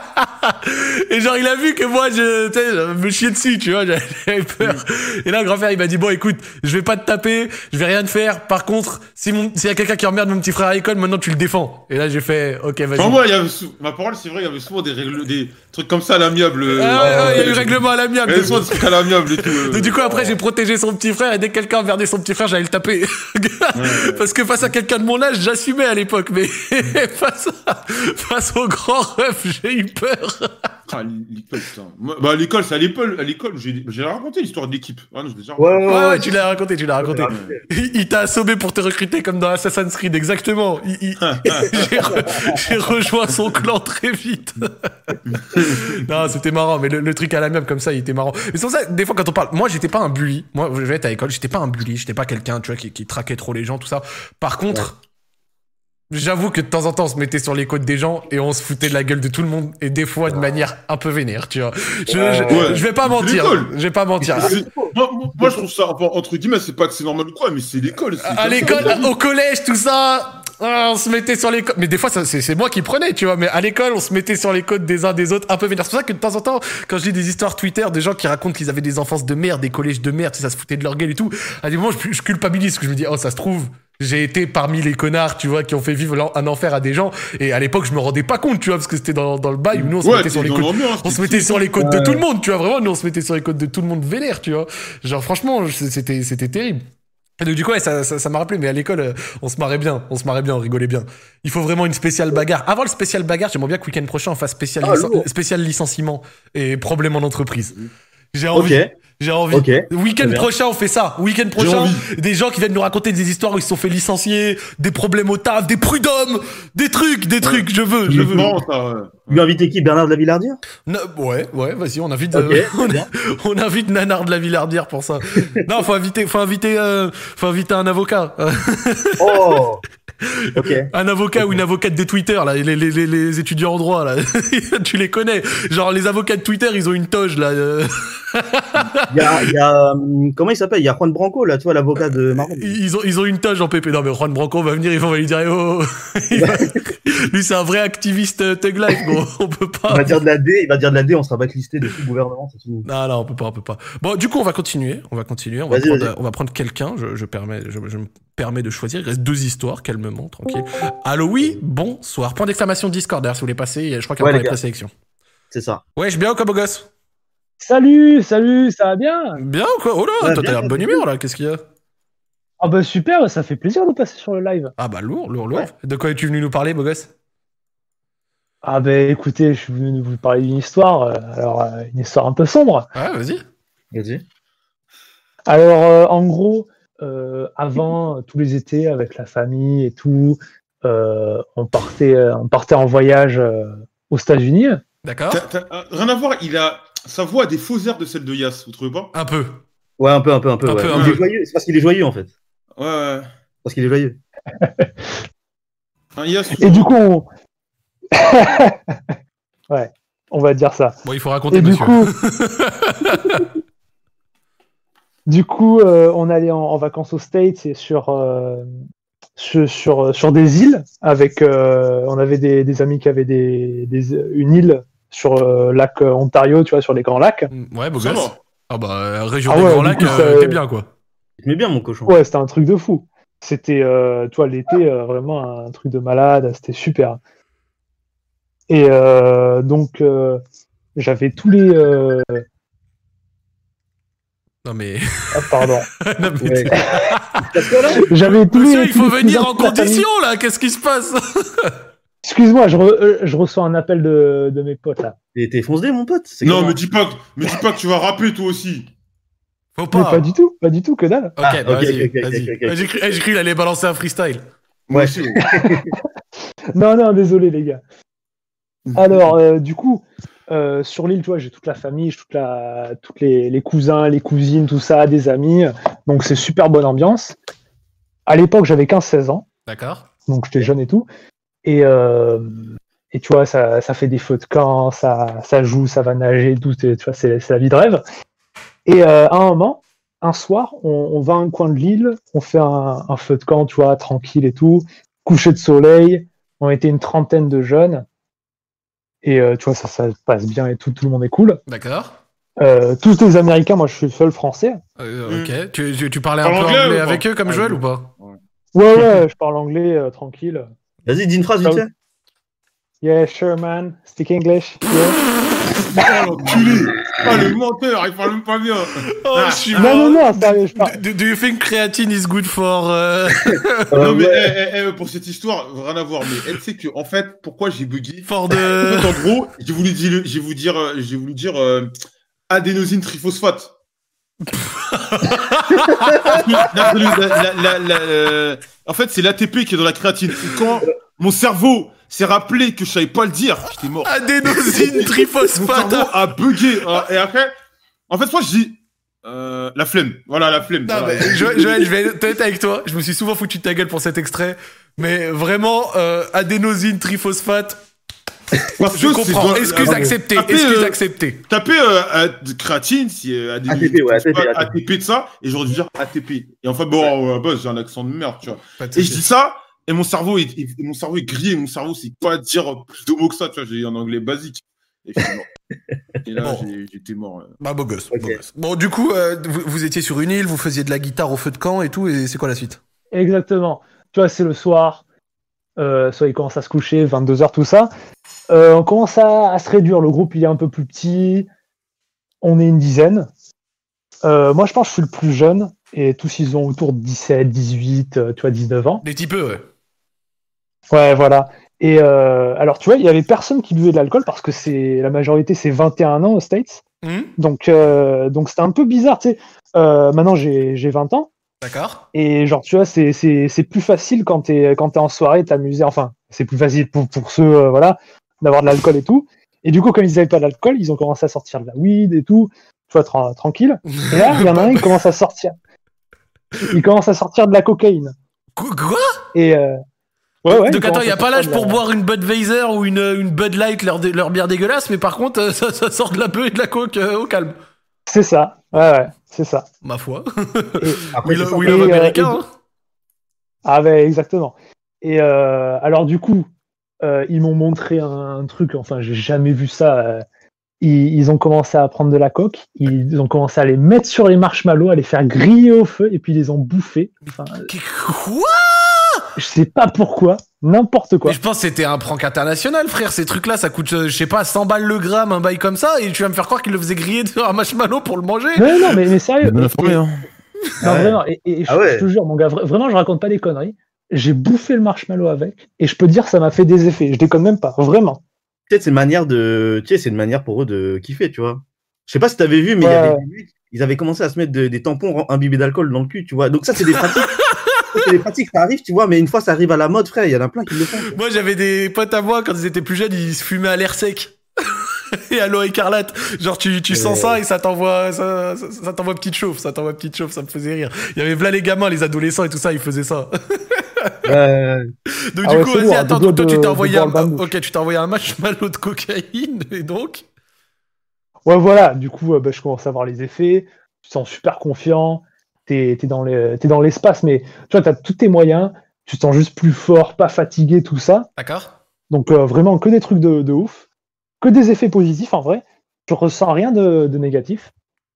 Et genre, il a vu que moi, je, tu sais, je me chiais dessus, tu vois, j'avais peur. Et là, le grand frère, il m'a dit, bon, écoute, je vais pas te taper, je vais rien te faire. Par contre, si mon, s'il y a quelqu'un qui emmerde mon petit frère à l'école, maintenant tu le défends. Et là, j'ai fait, ok, vas-y. Enfin, moi, il y avait sou- ma parole, c'est vrai, il y avait souvent des, règles, des trucs comme ça à l'amiable. Ah ouais, ouais, il y a eu règlement à l'amiable. Il y avait souvent des trucs à l'amiable et tout. euh. Donc, du coup, après, j'ai protégé son petit frère et dès que quelqu'un emmerdait son petit frère, j'allais le taper. Parce que face à quelqu'un de mon âge, j'assumais à l'époque, mais face, à, face au grand ref, j'ai eu peur. Ah, l'école, putain. Moi, bah, à l'école, c'est à l'école, à l'école, j'ai, j'ai raconté l'histoire de l'équipe. Ah non, je l'ai déjà Ouais, raconté. ouais, Ouais, ouais. ouais, tu l'as raconté, tu l'as raconté. Ouais. Il, il t'a assommé pour te recruter comme dans Assassin's Creed, exactement. Il- il- j'ai, re- j'ai rejoint son clan très vite. Non, c'était marrant, mais le, le truc à l'amiable comme ça, il était marrant. Mais c'est pour ça, des fois, quand on parle, moi, j'étais pas un bully. Moi, je vais être à l'école, j'étais pas un bully, j'étais pas quelqu'un, tu vois, qui, qui traquait trop les gens, tout ça. Par contre, j'avoue que de temps en temps, on se mettait sur les côtes des gens et on se foutait de la gueule de tout le monde et des fois de manière un peu vénère, tu vois. Je, je, Ouais. je vais pas mentir. L'école. Je vais pas mentir. C'est- moi, moi- moi, je trouve ça, enfin, entre guillemets, c'est pas que c'est normal ou quoi, mais c'est l'école. c'est À comme l'école, ça. au collège, tout ça, ah, on se mettait sur les côtes. Mais des fois, ça, c'est, c'est moi qui prenais, tu vois. Mais à l'école, on se mettait sur les côtes des uns des autres, un peu vénère. C'est pour ça que de temps en temps, quand je lis des histoires Twitter de gens qui racontent qu'ils avaient des enfances de merde, des collèges de merde, tu sais, ça se foutait de leur gueule et tout, à des moments, je, je culpabilise, parce que je me dis, oh, ça se trouve, j'ai été parmi les connards, tu vois, qui ont fait vivre l'en- un enfer à des gens. Et à l'époque, je me rendais pas compte, tu vois, parce que c'était dans, dans le bail où nous, on se Ouais, mettait sur t'es les dans côtes. l'ambiance, On t'es se mettait petit. sur les côtes de tout le monde, tu vois, vraiment, nous, on se mettait sur les côtes de tout le monde vénère, tu vois. Genre, franchement, c'était, c'était terrible. Et donc, du coup, ouais, ça, ça, ça m'a rappelé, mais à l'école, euh, on se marrait bien, on se marrait bien, on rigolait bien. Il faut vraiment une spéciale bagarre. Avant le spécial bagarre, j'aimerais bien que week-end prochain, on fasse spécial, Ah, licen- lourd. spécial licenciement et problème en entreprise. J'ai envie. Ok. J'ai envie. Ok. Week-end Très bien. prochain, on fait ça. Week-end prochain, envie. des gens qui viennent nous raconter des histoires où ils se sont fait licencier, des problèmes au taf, des prud'hommes, des trucs, des trucs. Je veux, je C'est veux. marrant, ça, ouais. Tu veux inviter qui? Bernard de la Villardière? Na- ouais, ouais, vas-y, on invite, Ok, euh, on, très bien. on invite Nanard de la Villardière pour ça. Non, faut inviter, faut inviter, euh, faut inviter un avocat. Oh! Ok. Un avocat ou une avocate de Twitter, là, les, les, les, les étudiants en droit, là, tu les connais. Genre, les avocats de Twitter, ils ont une toge, là. euh. Il y a, il y a, hum, comment il s'appelle? Il y a Juan Branco, là, tu vois, l'avocat de Marvel. Ils ont, ils ont une toge en P P. Non, mais Juan Branco va venir, ils vont lui dire, oh, il va- lui, c'est un vrai activiste euh, Thug Life, gros. On peut Il pas. va dire de la D, il va dire de la D, on sera blacklisté de tout le gouvernement, c'est tout. Non, non, on peut pas, on peut pas. Bon, du coup, on va continuer. On va continuer. On va Vas-y, prendre, vas-y. on va prendre quelqu'un. Je, je permets, je, je me permets de choisir. Il reste deux histoires, calmement, tranquille. Allo, oui, bonsoir. Point d'exclamation Discord, d'ailleurs, si vous voulez passer. Je crois qu'il y a Ouais, encore les les gars. présélections. C'est ça. Ouais, je suis bien ou quoi, beau gosse? Salut, salut, ça va bien? Bien ou quoi? Oh là, Ouais, toi, bien, t'as l'air de bonne bien. humeur, là. Qu'est-ce qu'il y a? Ah bah super, ça fait plaisir de passer sur le live. Ah bah, lourd, lourd, lourd. Ouais. De quoi es-tu venu nous parler, beau gosse? Ah bah écoutez, je suis venu vous parler d'une histoire, euh, alors euh, une histoire un peu sombre. Ouais, vas-y. Vas-y. Alors euh, en gros, euh, avant, euh, tous les étés avec la famille et tout, euh, on partait, euh, on partait en voyage euh, aux États-Unis. D'accord. T'as- t'as- euh, rien à voir, il a. Sa voix a des faux airs de celle de Yas, vous trouvez pas? Un peu. Ouais, un peu, un peu, un peu. Un ouais. peu, un il peu. est joyeux. C'est parce qu'il est joyeux, en fait. Ouais, ouais. Parce qu'il est joyeux. Un Yas, Et du coup, on... ouais, on va dire ça. Bon, il faut raconter, Et du monsieur. coup, du coup, euh, on allait en, en vacances aux States et sur euh, sur, sur sur des îles avec. euh, on avait des, des amis qui avaient des, des une île sur le lac euh, Ontario, tu vois, sur les grands lacs. Ouais, beau Ça gosse. va. Ah bah, euh, région Ah des ouais, Grands du Lacs, coup, euh, ça- t'es bien, quoi. Tu mets bien, mon cochon. Ouais, c'était un truc de fou. C'était, euh, tu vois, l'été, euh, vraiment un truc de malade. C'était super. Et euh, donc, euh, j'avais tous les. euh, Non, mais. Ah, pardon. Non, mais Ouais. t'es- Parce que là, J'avais tous Monsieur, les. il tous faut les venir cousins en de la famille. condition, là. Qu'est-ce qui se passe? Excuse-moi, je, re- euh, je reçois un appel de, de mes potes là. t'es t'es foncé, mon pote. C'est Non, comment me dis pas, que- me dis pas que tu vas rapper toi aussi. Faut Mais pas. pas du tout, pas du tout, que dalle. Ok, Ah, bah ok, vas-y, ok, ok, vas-y. ok, ok. Ouais, J'ai cru, eh, j'ai cru qu'il allait balancer un freestyle. Moi Ouais. aussi. Non, non, désolé les gars. Alors, euh, du coup, euh, sur l'île, tu vois, j'ai toute la famille, j'ai toute la, toutes les, les cousins, les cousines, tout ça, des amis. Donc, c'est super bonne ambiance. À l'époque, j'avais quinze seize ans, D'accord. donc j'étais jeune et tout. Et, euh, et tu vois, ça, ça fait des feux de camp, ça, ça joue, ça va nager, tout. Tu vois, c'est c'est la vie de rêve. Et euh, à un moment, un soir, on, on va à un coin de l'île, on fait un, un feu de camp, tu vois, tranquille et tout, coucher de soleil. On était une trentaine de jeunes. Et euh, tu vois, ça, ça passe bien et tout, tout le monde est cool. D'accord. Euh, tous des Américains, moi je suis le seul Français. Euh, ok. Tu, tu, tu parlais un Parle peu anglais anglais, ou pas avec eux comme Ah, Joël non. ou pas? Ouais, ouais, je parle anglais, euh, tranquille. Vas-y, dis une phrase vite fait. Yeah, sure, man. Speak English. Yeah. Oh l'enculé. Ah le menteur, il parle même pas bien. Oh, Ah. je suis Non, non, non, sérieux, je parle. Do, do you think creatine is good for... euh, Euh, Non mais ouais. eh, eh, eh, pour cette histoire, rien à voir. Mais elle sait que en fait, pourquoi j'ai bugué. for En the... fait, en gros, j'ai voulu dire, j'ai voulu dire, euh, j'ai voulu dire euh, adénosine triphosphate. la, la, la, la, euh, en fait, c'est l'A T P qui est dans la créatine. Et quand mon cerveau s'est rappelé que je savais pas le dire, j'étais mort. Adénosine Mon triphosphate. cerveau a bugué. Ah, Et après, en fait, moi, je dis euh, la flemme. Voilà, la flemme. Non, Voilà. mais Joël, Joël, je vais être honnête avec toi. Je me suis souvent foutu de ta gueule pour cet extrait. Mais vraiment, euh, adénosine triphosphate, Parce je que c'est comprends. dans- Excuse ah, acceptée. tapez, Excuse euh, acceptée. Tapez euh, euh, de créatine, si euh, adénosine A T P, ouais, triphosphate, A T P, A T P de ça, et j'aurais dû dire A T P. Et enfin, bon, à la base, j'ai un accent de merde, tu vois. Pas de Et je soucis. dis ça, et mon cerveau est, et mon cerveau est grillé, mon cerveau sait pas dire plus de mots que ça, tu vois, j'ai un anglais basique. Et je suis mort. Et là, Bon. j'ai- j'étais mort. euh. Bah, beau gosse, Ok. beau gosse. Bon, du coup, euh, vous, vous étiez sur une île, vous faisiez de la guitare au feu de camp et tout, et c'est quoi la suite? Exactement. Tu vois, c'est le soir. Euh, soit il commence à se coucher, vingt-deux heures, tout ça. Euh, on commence à, à se réduire. Le groupe, il est un peu plus petit. On est une dizaine. Euh, moi, je pense que je suis le plus jeune. Et tous, ils ont autour de dix-sept, dix-huit, euh, tu vois, dix-neuf ans. Des petits peu, ouais. Ouais, voilà. Et euh, alors, tu vois, il y avait personne qui buvait de l'alcool parce que c'est la majorité, c'est vingt et un ans aux States. Hum, Donc, euh, donc c'était un peu bizarre, tu sais. Euh, maintenant, j'ai j'ai vingt ans. D'accord. Et genre, tu vois, c'est, c'est, c'est plus facile quand t'es, quand t'es en soirée, t'amuser. Enfin, c'est plus facile pour, pour ceux, euh, voilà, d'avoir de l'alcool et tout. Et du coup, comme ils avaient pas d'alcool, ils ont commencé à sortir de la weed et tout. Tu vois, tra- tranquille. Et là, il y en a un, il commence à sortir. Il commence à sortir de la cocaïne. Qu- Quoi? Et, euh, Ouais, ouais, Donc ils attends, il n'y a commencent pas à l'âge sortir pour de la- boire une Budweiser ou une, une Bud Light, leur, leur bière dégueulasse, mais par contre, euh, ça, ça sort de la bœuf et de la coke euh, au calme. C'est ça, ouais, ouais, c'est ça. Ma foi. Et- Après, We, c'est lo- ça. we Et, love euh, America, et- hein. Ah ben exactement. Et euh, alors du coup, euh, ils m'ont montré un, un truc, enfin j'ai jamais vu ça. euh, Ils, ils ont commencé à prendre de la coke, ils ont commencé à les mettre sur les marshmallows, à les faire griller au feu, et puis ils les ont bouffés. Enfin, Quoi? je sais pas pourquoi, n'importe quoi. Mais je pense que c'était un prank international, frère. Ces trucs-là, ça coûte, euh, je sais pas, cent balles le gramme, un bail comme ça, et tu vas me faire croire qu'ils le faisaient griller sur un marshmallow pour le manger? Non, non, mais, mais sérieux. Bien et- informé, et- hein. non, Ah ouais. vraiment, et, et je, Ah ouais. je te jure, mon gars, vra- vraiment, je raconte pas des conneries. J'ai bouffé le marshmallow avec, et je peux te dire, ça m'a fait des effets. Je déconne même pas, vraiment. Peut-être c'est une manière de, tu sais, c'est une manière pour eux de kiffer, tu vois. Je sais pas si t'avais vu, mais il y Ouais. avait des mecs, ils avaient commencé à se mettre de- des tampons imbibés d'alcool dans le cul, tu vois. Donc ça, c'est des pratiques. Ça, c'est des pratiques, ça arrive, tu vois. Mais une fois, ça arrive à la mode, frère, il y en a plein qui le font. Moi, j'avais des potes à moi, quand ils étaient plus jeunes, ils se fumaient à l'air sec. Et à l'eau écarlate. Genre, tu, tu sens Ouais. ça et ça t'envoie, ça, ça, ça t'envoie petite chauffe, ça t'envoie petite chauffe, ça me faisait rire. Il y avait là les gamins, les adolescents et tout ça, ils faisaient ça. Euh, Donc, Ah du ouais, coup, c'est vas-y, lourd, attends, de- donc toi, tu de- t'es de envoyé boire un, le bambou. ok, tu t'es envoyé un marshmallow de cocaïne, et donc? Ouais, voilà, du coup, euh, bah, je commence à voir les effets, tu te sens super confiant, t'es es dans les- t'es dans l'espace, mais tu vois, t'as tous tes moyens, tu te sens juste plus fort, pas fatigué, tout ça. D'accord? Donc euh, vraiment que des trucs de, de ouf, que des effets positifs en vrai. Je ressens rien de, de négatif.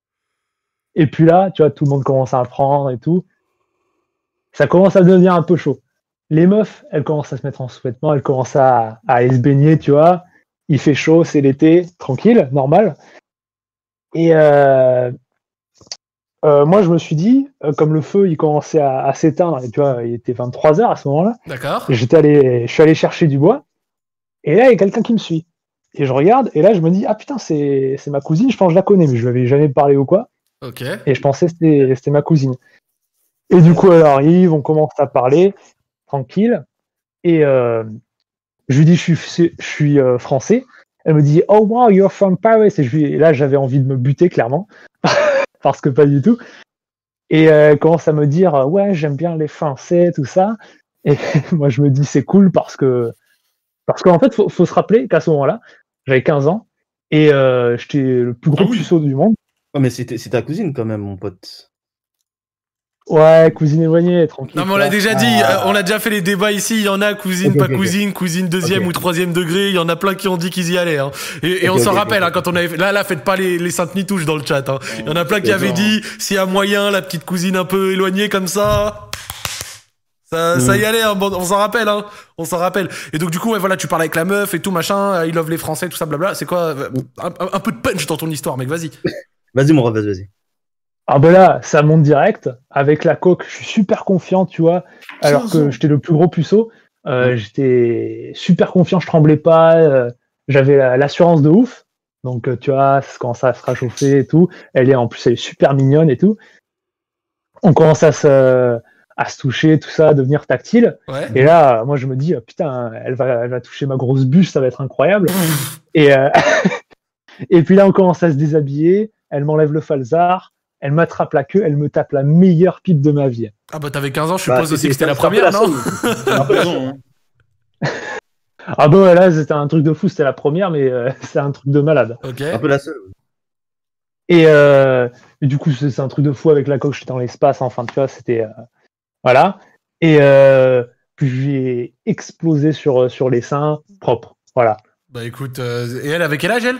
Et puis là, tu vois, tout le monde commence à apprendre et tout. Ça commence à devenir un peu chaud. Les meufs, elles commencent à se mettre en sous-vêtements, elles commencent à, à aller se baigner, tu vois. Il fait chaud, c'est l'été, tranquille, normal. Et euh, euh, moi, je me suis dit, euh, comme le feu, il commençait à, à s'éteindre, et tu vois, il était vingt-trois heures à ce moment-là. D'accord? Et j'étais allé, je suis allé chercher du bois. Et là, il y a quelqu'un qui me suit. Et je regarde, et là, je me dis, ah putain, c'est c'est ma cousine, je pense que je la connais, mais je lui avais jamais parlé ou quoi. Ok. Et je pensais que c'était c'était ma cousine. Et du coup, elle arrive, on commence à parler, tranquille. Et euh, je lui dis, je suis, je suis euh, français. Elle me dit, oh wow, you're from Paris. Et, je lui, et là, j'avais envie de me buter, clairement. Parce que pas du tout. Et euh, elle commence à me dire, ouais, j'aime bien les Français, tout ça. Et moi, je me dis, c'est cool parce que. Parce qu'en fait, faut, faut se rappeler qu'à ce moment-là, j'avais quinze ans et euh, j'étais le plus gros Ah oui. puceau du monde. ouais, mais c'est c'est ta cousine quand même, mon pote. Ouais, cousine éloignée, tranquille. Non, mais on l'a tu vois. déjà dit, Ah. euh, on a déjà fait les débats ici. Il y en a cousine, Ok, pas ok, ok. cousine, cousine deuxième Ok. ou troisième degré. Il y en a plein qui ont dit qu'ils y allaient. Hein. Et, et Ok, on s'en ok, rappelle, ok. hein, quand on avait fait... Là, là, faites pas les, les saintes ni touches dans le chat. Hein. Il y en a plein qui c'est avaient genre. dit, s'il y a moyen, la petite cousine un peu éloignée comme ça... Ça, Mm. ça y allait, hein. Bon, on s'en rappelle, hein. On s'en rappelle. Et donc, du coup, ouais, voilà, tu parles avec la meuf et tout, machin. euh, Ils love les Français, tout ça, blabla. C'est quoi euh, un, un- un peu de punch dans ton histoire, mec, vas-y. Vas-y, mon ref, vas-y, vas-y. Ah ben là, ça monte direct. Avec la coque, je suis super confiant, tu vois. Alors quinze que ans. j'étais le plus gros puceau. Euh, J'étais super confiant, je tremblais pas. euh, J'avais la- l'assurance de ouf. Donc, euh, tu vois, ça commence à se réchauffer et tout. Elle est en plus, elle est super mignonne et tout. On commence à se, à se toucher, tout ça, à devenir tactile. Ouais. Et là, moi, je me dis, oh, putain, elle va, elle va toucher ma grosse bûche, ça va être incroyable. et, euh, et puis là, on commence à se déshabiller. Elle m'enlève le falzar. Elle m'attrape la queue. Elle me tape la meilleure pipe de ma vie. Ah bah, t'avais quinze ans, je Bah, suppose aussi que c'était la c'est un peu première, non? seule. C'est un peu raison, hein. Ah bon, là, c'était un truc de fou. C'était la première, mais euh, c'est un truc de malade. Ok. Un peu la seule. Et, euh, et du coup, c'est c'est un truc de fou avec la coque. J'étais dans l'espace. Enfin, tu vois, c'était... euh, voilà. Et euh, puis, j'ai explosé sur, sur les seins propres. Voilà. Bah, écoute, euh, et elle, avait quel âge, elle?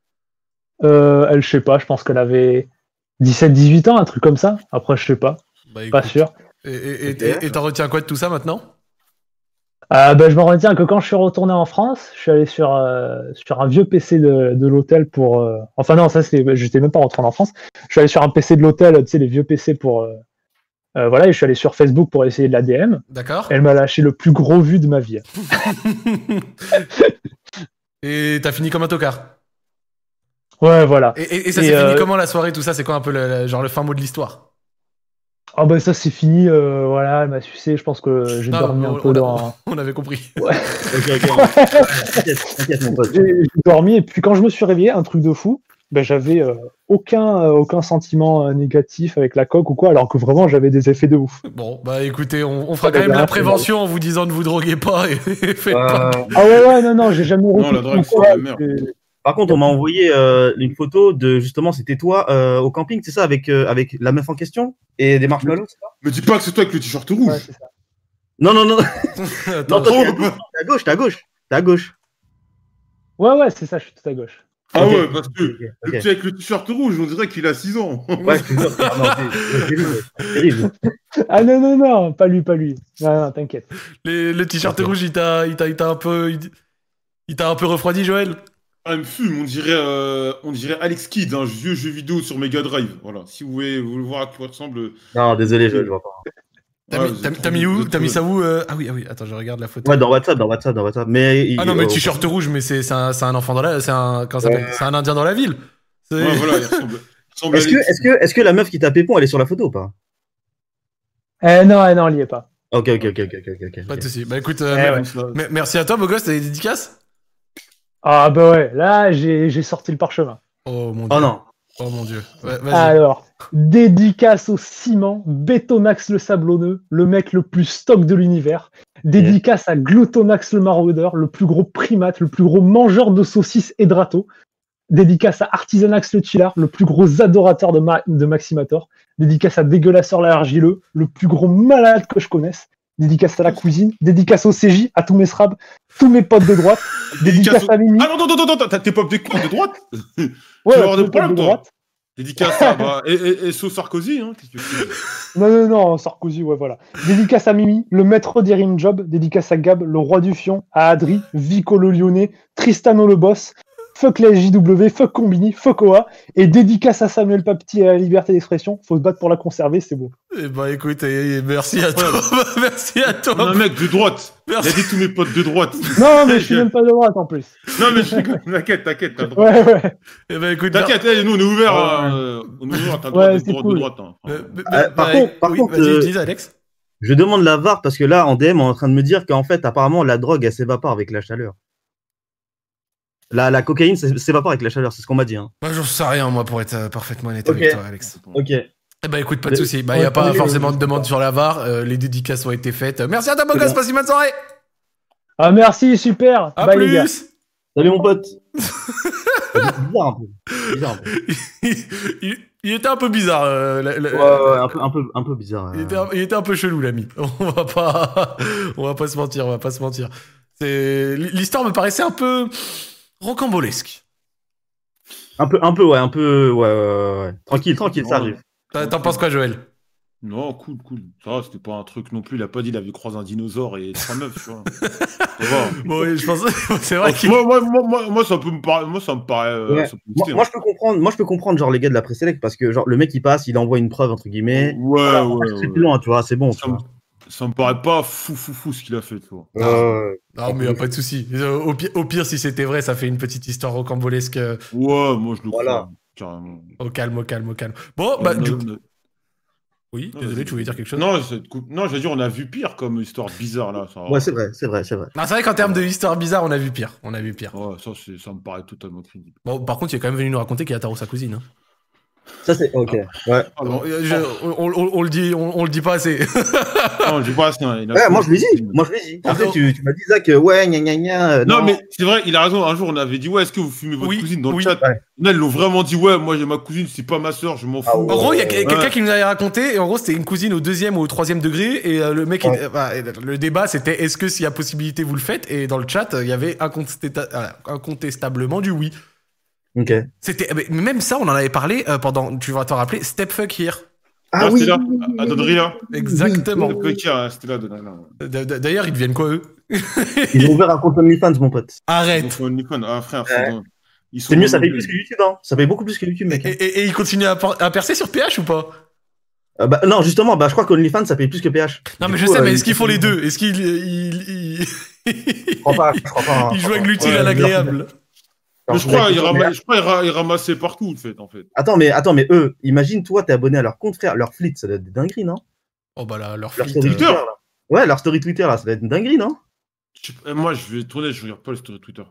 Euh, elle, je sais pas, je pense qu'elle avait dix-sept dix-huit ans, un truc comme ça. Après, je sais pas, Bah, pas écoute. sûr. Et- Et et- et- et t'en retiens quoi de tout ça maintenant? Euh, ben, je me retiens que quand je suis retourné en France, je suis allé sur, euh, sur un vieux P C de, de l'hôtel pour. euh, Enfin, non, ça, c'est, j'étais même pas retourné en France. Je suis allé sur un P C de l'hôtel, tu sais, les vieux P C pour. euh, euh, voilà, et je suis allé sur Facebook pour essayer de l'A D M. D'accord. Elle m'a lâché le plus gros vu de ma vie. Et t'as fini comme un tocard. Ouais, voilà. Et, et- et ça Et, s'est fini euh, comment la soirée, tout ça? C'est quoi un peu le, le- genre le fin mot de l'histoire? Ah, ben, ça, c'est fini. euh, voilà, elle m'a sucé. Je pense que j'ai Non, dormi on- un peu on a- dans. On avait compris. Ok, ok. T'inquiète, t'inquiète, mon pote. J'ai j'ai dormi et puis quand je me suis réveillé, un truc de fou, ben, j'avais euh, aucun, euh, aucun sentiment euh, négatif avec la coke ou quoi, alors que vraiment j'avais des effets de ouf. Bon, bah écoutez, on, on fera Ah, quand bah, même la bien, prévention en vous disant ne vous droguez pas et, et faites Euh, pas. Ah ouais, ouais, non, non, j'ai jamais Non, refait la drogue, ou c'est quoi, la merde. c'est- Par contre, on m'a envoyé euh, une photo de justement, c'était toi euh, au camping, c'est ça, avec euh, avec la meuf en question et des marshmallows, c'est ça? Me dis pas que c'est toi avec le t-shirt rouge. Ouais, c'est ça. Non, non, non. Attends, Non, toi, Oh, t'es à gauche, t'es à gauche, t'es à gauche, t'es à gauche. Ouais, ouais, c'est ça, je suis tout à gauche. Ah Ok, ouais, parce que ok, ok. le petit avec le t-shirt rouge, on dirait qu'il a six ans. Ouais, je te jure. Ah, non, c'est- c'est terrible, c'est terrible. Ah non, non, non, pas lui, pas lui. Non, non, t'inquiète. les- le t-shirt Ok. rouge, il t'a, il t'a, il t'a un peu, il, il t'a un peu refroidi, Joël. Ah, il me fume, on dirait, euh, on dirait Alex Kidd, un vieux jeu vidéo sur Mega Drive. Voilà, si vous voulez, vous voulez voir à quoi ressemble. Non, désolé, je, je vois pas. T'as Ouais, mis, vous t'as, êtes t'as mis trop- vous où êtes T'as mis trop- ça où euh Ah oui, ah oui. Attends, je regarde la photo. Ouais, dans WhatsApp, dans WhatsApp, dans WhatsApp. Mais il- Ah non, mais euh, t-shirt rouge, mais c'est, c'est un, c'est un enfant dans la, c'est un, comment ça s'appelle Ouais. C'est un Indien dans la ville. C'est- Ouais, voilà, il ressemble. il ressemble à Est-ce que, Alex. est-ce que, est-ce que la meuf qui t'a pépon, elle est sur la photo ou pas? Eh non, eh non, il y est pas. Ok, ok, ok, ok, ok, ok. Pas de ok. soucis. Bah écoute, euh, Eh mer- ouais. Ça- mer- merci à toi, beau gosse. T'as des dédicaces Ah bah ouais, là, j'ai j'ai sorti le parchemin. Oh mon dieu. Oh non. Oh mon dieu. Ouais, vas-y. Alors, dédicace au ciment, Bétonax le sablonneux, le mec le plus stock de l'univers. Dédicace à Glutonax le maraudeur, le plus gros primate, le plus gros mangeur de saucisses et de râteaux. Dédicace à Artisanax le chillard, le plus gros adorateur de, Ma- de Maximator. Dédicace à Dégueulasseur l'argileux, le plus gros malade que je connaisse. Dédicace à la cousine. Dédicace au C J, à tous mes srabs, tous mes potes de droite. Dédicace à Mimi. Ah non, non, non, non, non, t'as tes pop des coups de droite. Ouais, tu vas avoir tous des mes potes problèmes, de toi. droite. Dédicace à bah, et, et, et sous Sarkozy, hein. Qu'est-ce que tu veux? Non, non, non, Sarkozy, ouais, voilà. Dédicace à Mimi, le maître des rim job. Dédicace à Gab, le roi du fion. À Adri, Vico le lyonnais. Tristano le boss. Fuck la J W, fuck Combini, fuck O A. Et dédicace à Samuel Papti et à la liberté d'expression. Faut se battre pour la conserver, c'est beau. Eh bah écoute, et- et merci à toi. merci à toi. On a un mec de droite. Merci. Il a dit tous mes potes de droite. Non, mais je suis même pas de droite en plus. Non, mais je rigole. T'inquiète, t'inquiète, t'as le droit. Ouais, ouais. Eh bah écoute, T'inquiète, eh, nous on est ouvert. Ouais. hein, euh, On est ouvert, t'as le Ouais, droit d'être c'est droite cool. de droite. hein. mer- mer- Euh, par bah, contre- par oui, contre, vas-y, euh, dis, Alex. Je demande la V A R parce que là, en D M, on est en train de me dire qu'en fait, apparemment, la drogue, elle s'évapore avec la chaleur. La, la cocaïne ça s'évapore avec la chaleur, c'est ce qu'on m'a dit. Hein. Moi, j'en sais rien, moi, pour être euh, parfaitement honnête Ok. avec toi, Alex. Ok. Eh bah écoute, pas de Mais- soucis. Bah, il n'y a Ouais, pas prenez-les, forcément euh, de demande sur la V A R. euh, les dédicaces ont été faites. Merci à toi, beau C'est gosse. bien. Passe une bonne soirée. Ah, merci, super. À Bye, les gars. plus. Salut mon pote. C'est bizarre un peu. Bizarre un peu. il, il- il était un peu bizarre. euh, la- la- Ouais, ouais, un peu, un peu, un peu bizarre. Il euh. était, un, il était un peu chelou, l'ami. On va pas, on va pas se mentir, on va pas se mentir. C'est, l'histoire me paraissait un peu rocambolesque. Un peu, un peu, ouais, un peu, ouais, ouais, ouais, ouais. Tranquille, tranquille, ça arrive. T'en t'en penses quoi, Joël? Non, cool, cool. Ça va, c'était pas un truc non plus. Il a pas dit qu'il avait croisé un dinosaure et trois meufs, tu vois. Ça va. Bon, oui, je pense, c'est vrai qu'il. Moi, moi, moi, moi, moi, ça peut me paraître. Moi, ça me paraît. euh, Ouais. ça peut me Moi, filer, moi, hein. je peux comprendre, moi, je peux comprendre, genre, les gars de la préselect, parce que, genre, le mec, il passe, il envoie une preuve, entre guillemets. Ouais, Voilà, ouais, c'est ouais. plus loin, tu vois, c'est bon, tu Ça me, vois. ça me paraît pas fou, fou, fou ce qu'il a fait, tu vois. Euh, Non, mais y a pas de souci. Au pire, au pire, si c'était vrai, ça fait une petite histoire rocambolesque. euh, Ouais, moi, je le Voilà. crois. Carrément. Au calme, au calme, au calme. Bon, bah, On a- du on coup. a- Oui, Non, désolé, vas-y. tu voulais dire quelque chose? Non, cette coupe- non, je veux dire, on a vu pire comme histoire bizarre là. Ça... Ouais, c'est vrai, c'est vrai, c'est vrai. Non, c'est vrai qu'en termes de histoire bizarre, on a vu pire. On a vu pire. Ouais, ça, c'est- ça me paraît totalement crédible. Bon, par contre, il est quand même venu nous raconter qu'il a tarot sa cousine. Hein. Ça, c'est, ok. Ouais. Ah, Bon, non. euh, je- on, on- on le dit, on, on le dit pas assez. Non, je pas, c'est un- il a- Ouais, moi, je l'ai dit, moi, je l'ai dit. Après, tu, tu m'as dit, Zach, euh, ouais, gna gna gna. euh, Non, mais c'est vrai, il a raison. Un jour, on avait dit, ouais, est-ce que vous fumez votre Oui, cousine dans oui. le chat? Ouais. Là, ils l'ont vraiment dit, ouais, moi j'ai ma cousine, c'est pas ma soeur, je m'en fous. Ah En ouais. gros, il y a que- Ouais. quelqu'un qui nous avait raconté, et en gros, c'était une cousine au deuxième ou au troisième degré, et euh, le mec, Ouais. était- bah, le débat, c'était est-ce que s'il y a possibilité, vous le faites? Et dans le chat, il y avait incontesta- euh, incontestablement du oui. Ok. C'était, mais même ça, on en avait parlé euh, pendant, tu vas t'en rappeler, Step Fuck Here. Ah Ah, oui. c'était là, oui, oui, à oui, Dodry, là. Exactement. Le petit, hein, c'était là, Dodry, là. D- d- D'ailleurs, ils deviennent quoi, eux? Ils ont ouvert un compte OnlyFans, mon pote. Arrête. Donc, on y connaît. Ah, frère, Ouais. c'est bon. Ils sont C'est mieux, ça paye dans- plus que YouTube, hein. Ça paye beaucoup plus que YouTube, Et, mec. hein. et, et ils continuent à, por- à percer sur P H ou pas? Euh, bah, non, justement, bah, je crois qu'OnlyFans, ça paye plus que P H. Non, Du mais coup, je sais, euh, mais ils- est-ce qu'ils font les deux? Est-ce qu'ils ils, ils, Je crois pas, je crois pas. hein. ils joignent l'utile Ouais, à l'agréable? Mais je crois, ils rama- je crois ils ra- ils ramassaient partout, en fait, en fait. Attends, mais, attends, mais eux, imagine, toi, t'es abonné à leur compte, frère, leur fleet, ça doit être des dingueries, non? Oh bah là, leur Leur fleet. story euh, Twitter, là. Ouais, leur story Twitter, là, ça doit être une dinguerie, non? Je- eh, Moi, je vais tourner, je regarde pas les stories Twitter.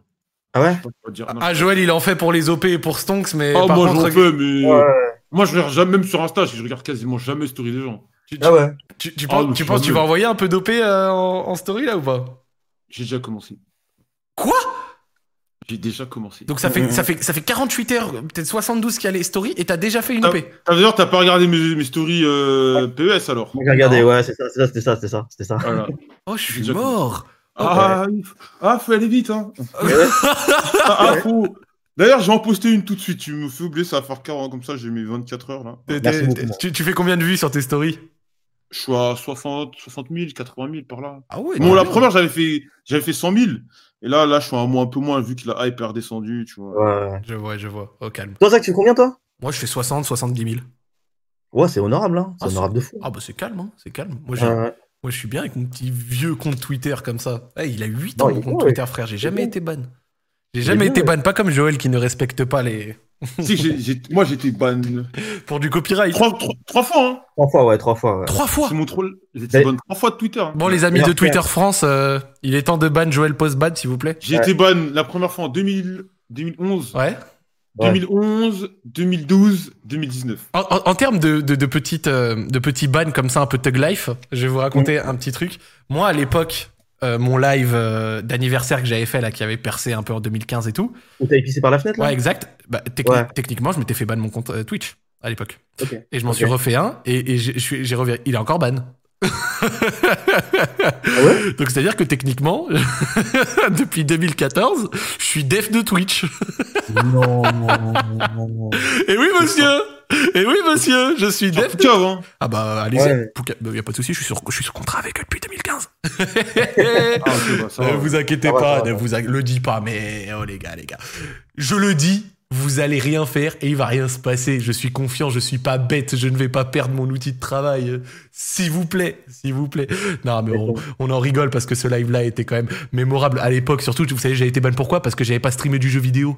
Ah ouais? Je peux pas dire Ah, n'importe Joël, il en fait pour les O P et pour Stonks, mais quoi. Ah, par moi, contre, j'en fais, mais. Ouais. Moi, je regarde jamais, même sur Insta, je regarde quasiment jamais les stories des gens. tu, tu, Ah ouais. tu, tu Ah, penses, mais tu je penses suis tu vas un envoyer un peu d'O P euh, en, en story là ou pas? J'ai déjà commencé. Quoi? J'ai déjà commencé. Donc ça fait, ça fait, ça fait quarante-huit heures, peut-être soixante-douze qu'il y a les stories et t'as déjà fait une O P. T'as d'ailleurs, t'as pas regardé mes, mes stories euh, P E S alors? Moi, j'ai regardé, Non. ouais, c'est ça, c'est ça, c'était ça, c'était ça, c'était ça. Voilà. Oh, je suis Déjà mort. Ah, il faut- ah, faut aller vite, hein. Mais ouais. Ah, ah, faut... D'ailleurs, je vais en poster une tout de suite. Tu me fais oublier, ça va faire quarante comme ça, j'ai mis vingt-quatre heures là. T'es- Merci t'es- beaucoup. t'es- tu, tu fais combien de vues sur tes stories? Je suis à soixante, soixante mille, quatre-vingt mille par là. Ah ouais. Bon, la t'es- première, j'avais fait, j'avais fait cent mille. Et là, là, je suis à un, un peu moins vu que la hype est redescendue, tu vois. Ouais, ouais. Je vois, je vois. Au calme. Toi, Zach, tu fais combien, toi? Moi, je fais soixante, soixante-dix mille. Ouais, c'est honorable, hein. C'est Ah, honorable de fou. Ah bah c'est calme, hein. C'est calme. Moi, j'ai- Ouais, ouais. moi, je suis bien avec mon petit vieux compte Twitter comme ça. Eh, il a huit Non, ans, il mon est compte bon, Twitter, frère. J'ai jamais bien. été ban. J'ai est jamais bien, été ouais. ban. Pas comme Joël qui ne respecte pas les... Tu sais que j'ai, j'ai- moi, j'étais ban Pour du copyright. trois, trois, trois fois, hein. Trois fois, ouais, trois fois, ouais. Trois fois. C'est mon troll. J'étais Mais- ban trois fois de Twitter. hein. Bon, les amis Et de après- Twitter France, euh, il est temps de ban Joël Post-ban, s'il vous plaît. J'ai été ban la première fois en deux mille, deux mille onze, Ouais. Ouais. deux mille onze, deux mille douze, deux mille dix-neuf. En, en- en termes de, de, de, petites, euh, de petits bans comme ça, un peu Thug Life, je vais vous raconter un petit truc. Moi, à l'époque, euh, mon live euh, d'anniversaire que j'avais fait, là, qui avait percé un peu en deux mille quinze et tout. Où t'as épicé par la fenêtre, là? Ouais, exact. Bah, techni- Ouais. Techniquement, je m'étais fait ban mon compte euh, Twitch à l'époque. Ok. Et je m'en Ok. suis refait un et, et j'ai, je suis- j'ai revu. Il est encore ban. Ah ouais? Donc, c'est-à-dire que techniquement, depuis deux mille quatorze, je suis def de Twitch. Non, non, non, non. Et oui, monsieur! Et oui, monsieur! Je suis Sur def. Poucave, hein. Ah bah, allez-y. Ouais. Il n'y a pas de souci, je suis sur, je suis sur contrat avec eux depuis deux mille quinze. Ah, ok, bah, ça va. Ne vous inquiétez Ça va, pas, ça va, ne ça va. vous in- le dis pas, mais oh les gars, les gars. Je le dis, vous allez rien faire et il va rien se passer. Je suis confiant, je suis pas bête, je ne vais pas perdre mon outil de travail. S'il vous plaît, s'il vous plaît. Non, mais on, on en rigole parce que ce live-là était quand même mémorable à l'époque. Surtout, vous savez, j'avais été ban pourquoi? Parce que j'avais pas streamé du jeu vidéo.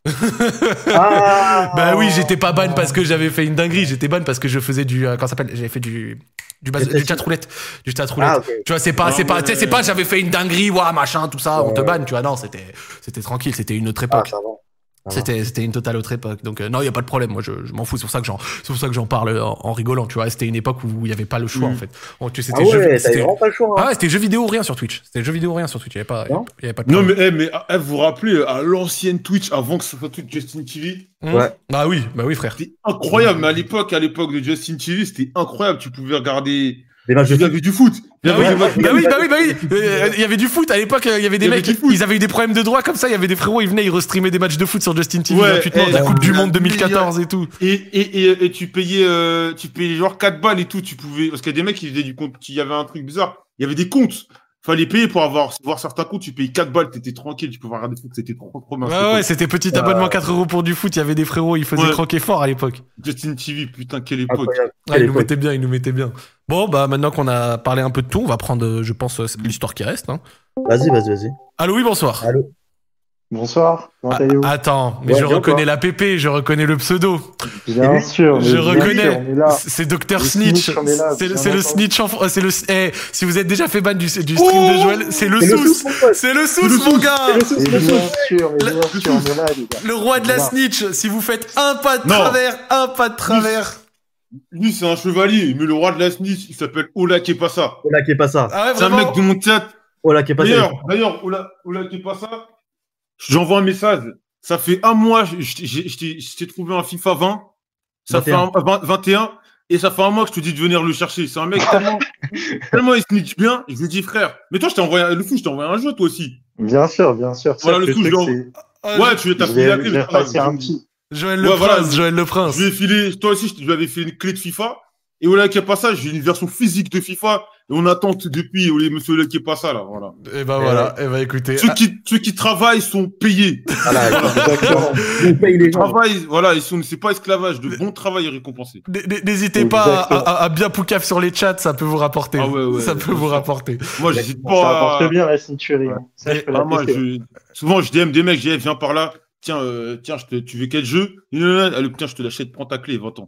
Ah! Bah oui, j'étais pas ban parce que j'avais fait une dinguerie. J'étais ban parce que je faisais du, euh, comment ça s'appelle? J'avais fait du, du, base, du chat roulette, du chat roulette. Ah, ok. Tu vois, c'est pas, Non, c'est pas, mais- tu sais, c'est pas, j'avais fait une dinguerie, ouah, machin, tout ça, on te Ouais. banne, tu vois. Non, c'était, c'était tranquille, c'était une autre Ah, époque. ça va. Ça va. C'était, c'était une totale autre époque. Donc, euh, non, il y a pas de problème. Moi, je, je m'en fous. C'est pour ça que j'en, c'est pour ça que j'en parle en, en rigolant, tu vois. C'était une époque où il y avait pas le choix, Mm. en fait. Oh, tu sais, Ah c'était jeu- ouais, t'avais c'était- vraiment pas le choix, ah hein. ouais, c'était jeux vidéo ou rien sur Twitch. C'était jeux vidéo ou rien sur Twitch. Il y avait pas, Non il y avait pas de Non, mais, problème. eh, mais eh, vous vous rappelez, à l'ancienne Twitch, avant que ça soit Twitch Justin T V, Hum. Ouais. Bah oui, bah oui, frère. c'était incroyable. Mais à l'époque, à l'époque de Justin T V, c'était incroyable. Tu pouvais regarder. Des matchs de Il y foot. avait du foot. Il y Bah avait oui, des matchs- bah oui, bah oui, bah oui. Euh, Il y avait du foot à l'époque. Il y avait des Il y avait mecs, du foot. ils avaient eu des problèmes de droit comme ça. Il y avait des frérots, ils venaient, ils restreamaient des matchs de foot sur Justin T V Ouais, gratuitement, eh, de la Coupe ouais. du Monde deux mille quatorze et tout. Et, et, et, et tu payais, euh, tu payais genre quatre balles et tout. Tu pouvais, parce qu'il y a des mecs qui faisaient du compte, il y avait un truc bizarre. Il y avait des comptes. Fallait payer pour avoir, voir certains comptes. Tu payais quatre balles, t'étais tranquille. Tu pouvais regarder le foot. C'était trop, trop bien. Ouais, ouais, c'était petit abonnement quatre euros pour du foot. Il y avait des frérots, ils faisaient Ouais. croquer fort à l'époque. Justin T V, putain, quelle époque. Incroyable. Ouais, Quelle ils nous époque. mettaient bien, ils nous mettaient bien. Bon, bah maintenant qu'on a parlé un peu de tout, on va prendre, euh, je pense, euh, l'histoire qui reste. Hein. Vas-y, vas-y, vas-y. Allô, oui, bonsoir. Allô? Bonsoir, comment Ah, allez-vous? attends, mais Ouais, je bien, reconnais quoi. la P P, je reconnais le pseudo. Bien sûr, mais Je bien reconnais. sûr, on est là. C'est Docteur Le Snitch. snitch, on est là, C'est le, bien c'est le entendu. snitch en fr- c'est le. Eh, si vous êtes déjà fait ban du, du stream Oh de Joël, c'est le C'est le sous. sous, mon pote. C'est le sous, le mon sous. gars. C'est le sous, Mais c'est le bien sous. sûr, mais Le- bien sûr, on est là, les gars. Le roi de la Voilà. snitch. Si vous faites un pas de Non. travers, un pas de travers. Lui, c'est un chevalier. Mais le roi de la snitch, il s'appelle Ola Kepasa. Ola Kepasa. Ah ouais, C'est un vraiment. mec de mon théâtre. Ola Kepasa. D'ailleurs, d'ailleurs, Ola, Ola Kepasa, j'envoie un message. Ça fait un mois, je je t'ai- je t'ai je t'ai trouvé un FIFA vingt. Ça fait un, vingt, vingt et un. Et ça fait un mois que je te dis de venir le chercher. C'est un mec tellement, tellement il snitch bien. Je lui dis, frère. Mais toi, je t'ai envoyé, un- le fou, je t'ai envoyé un jeu, toi aussi. Bien sûr, bien sûr. Voilà, Sauf le que sous, truc, genre- c'est- Ah, Ouais, tu t'as Je pris la vais, clé. je vais mais c'est pas repasser grave. un petit. Joël le Ouais, voilà. prince, Joël le prince. Je lui ai filé, toi aussi, je lui avais fait une clé de FIFA. Et Ola Kepasa, j'ai une version physique de FIFA. Et on attend depuis, oh, les monsieur Ola Kepasa, là, voilà. Et ben voilà, et ben écoutez. Ceux qui, ceux qui travaillent sont payés. Voilà, Exactement. on paye les gens. Travail, voilà, ils sont, c'est pas esclavage, de bon travail est récompensé. N- n- N'hésitez pas à, Exactement. à- à bien poucave sur les chats, ça peut vous rapporter. Ah ouais, ouais, ça ouais, peut bien vous sûr. rapporter. Moi, j'hésite Ça rapporte pas. bien la ceinturie. hein. Ça, je peux Ah, moi, l'attester. je... Souvent, je D M des mecs, je dis, eh, viens par là. Tiens, euh, tiens, je te... tu veux quel jeu? Allez, tiens, je te l'achète, prends ta clé, va-t'en.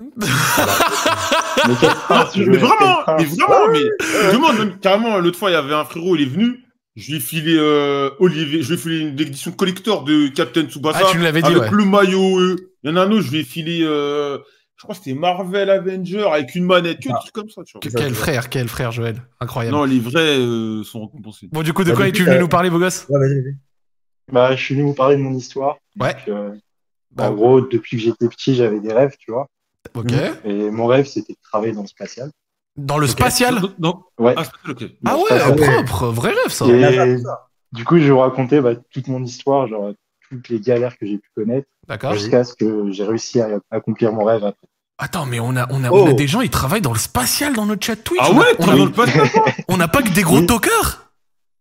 Mais quel Non, prince, mais Joël, vraiment, quel mais prince. vraiment, mais je demande même carrément, l'autre fois, il y avait un frérot, il est venu, Je lui ai filé euh, Olivier, je lui ai filé une édition collector de Captain Tsubasa. Ah, tu me l'avais dit, avec ouais. le maillot. euh. Il y en a un autre, je lui ai filé, euh, je crois que c'était Marvel Avenger avec une manette, que des trucs comme ça, tu vois. Que- Quel frère, quel frère, Joël. Incroyable. Non, les vrais euh, sont récompensés. Bon, du coup, de Bah, quoi du es-tu coup, venu t'as- nous parler, beau gosse? Ouais, vas-y, vas-y. Bah, je suis venu vous parler de mon histoire. Ouais. Donc, euh, Bah, en gros, depuis que j'étais petit, j'avais des rêves, tu vois. ok. Et mon rêve, c'était de travailler dans le spatial. Dans le Ok. spatial? Non, non. Ouais. Ah, c'est ok. Ah Dans le ouais, spatial. propre, vrai rêve, ça. Et Ah, c'est ça. du coup, je vais vous raconter bah, toute mon histoire, genre toutes les galères que j'ai pu connaître, D'accord. jusqu'à ce que j'ai réussi à accomplir mon rêve après. Attends, mais on a, on, a, Oh. on a des gens, ils travaillent dans le spatial dans notre chat Twitch. Ah On a- ouais, on t'es a, dans le passé. on n'a pas que des gros Oui. tocards.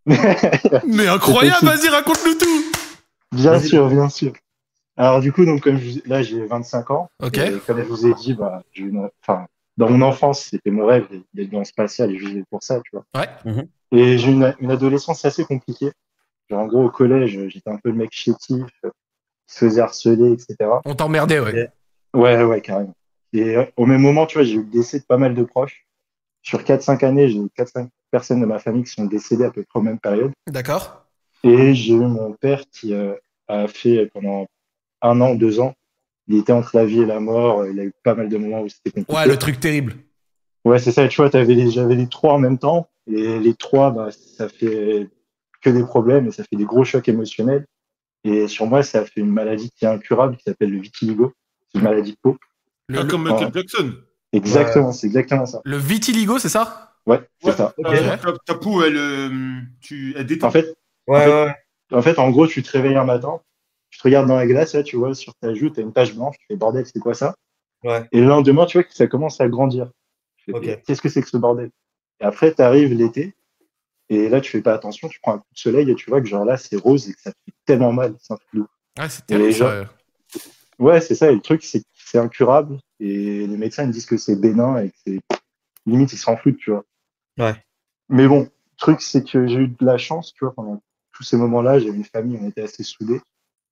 Mais incroyable, vas-y, raconte-nous tout. Bien Vas-y. sûr, bien sûr. Alors du coup, donc comme je vous- là j'ai vingt-cinq ans, Ok. et comme je vous ai dit, bah, j'ai une- enfin, dans mon enfance, c'était mon rêve d'être dans le spatial et je vivais pour ça, tu vois. Ouais. Et j'ai eu une, une adolescence assez compliquée. Genre, en gros, au collège, j'étais un peu le mec chétif, euh, qui se faisait harceler, et cetera. On t'emmerdait, ouais. Ok. Ouais, ouais, carrément. Et euh, au même moment, tu vois, j'ai eu le décès de pas mal de proches. Sur quatre cinq années, j'ai eu quatre cinq personnes de ma famille qui sont décédées à peu près aux mêmes périodes. D'accord. Et j'ai eu mon père qui euh, a fait pendant un an, deux ans, il était entre la vie et la mort. Il a eu pas mal de moments où c'était compliqué. Ouais, le truc terrible. Ouais, c'est ça. Tu vois, t'avais les, j'avais les trois en même temps. Et les trois, bah, ça fait que des problèmes et ça fait des gros chocs émotionnels. Et sur moi, ça a fait une maladie qui est incurable, qui s'appelle le vitiligo. C'est une maladie de peau. Le, Ah, le, comme Michael Ouais. Jackson. Exactement, c'est exactement ça. le vitiligo, c'est ça? Ouais, c'est Ouais. ça. Ok. Ta, ta- ta peau, elle, euh, tu, elle détend. En fait, Ouais, En fait- ouais, ouais. en fait, en gros, tu te réveilles un matin, tu te regardes dans la glace, là, tu vois, sur ta joue, t'as une tache blanche, tu fais bordel, c'est quoi ça? Ouais. Et le lendemain, tu vois que ça commence à grandir. Tu fais, Ok. mais qu'est-ce que c'est que ce bordel? Et après, t'arrives l'été, et là, tu fais pas attention, tu prends un coup de soleil et tu vois que genre là, c'est rose et que ça te fait tellement mal, c'est un truc de ouf. Ouais, c'est terrible, les ça. gens- ouais. Ouais, c'est ça, et le truc, c'est que c'est incurable, et les médecins ils disent que c'est bénin et que c'est, limite, ils s'en foutent, tu vois. Ouais. Mais bon, le truc, c'est que j'ai eu de la chance, tu vois, pendant tous ces moments-là, j'avais une famille, on était assez soudés.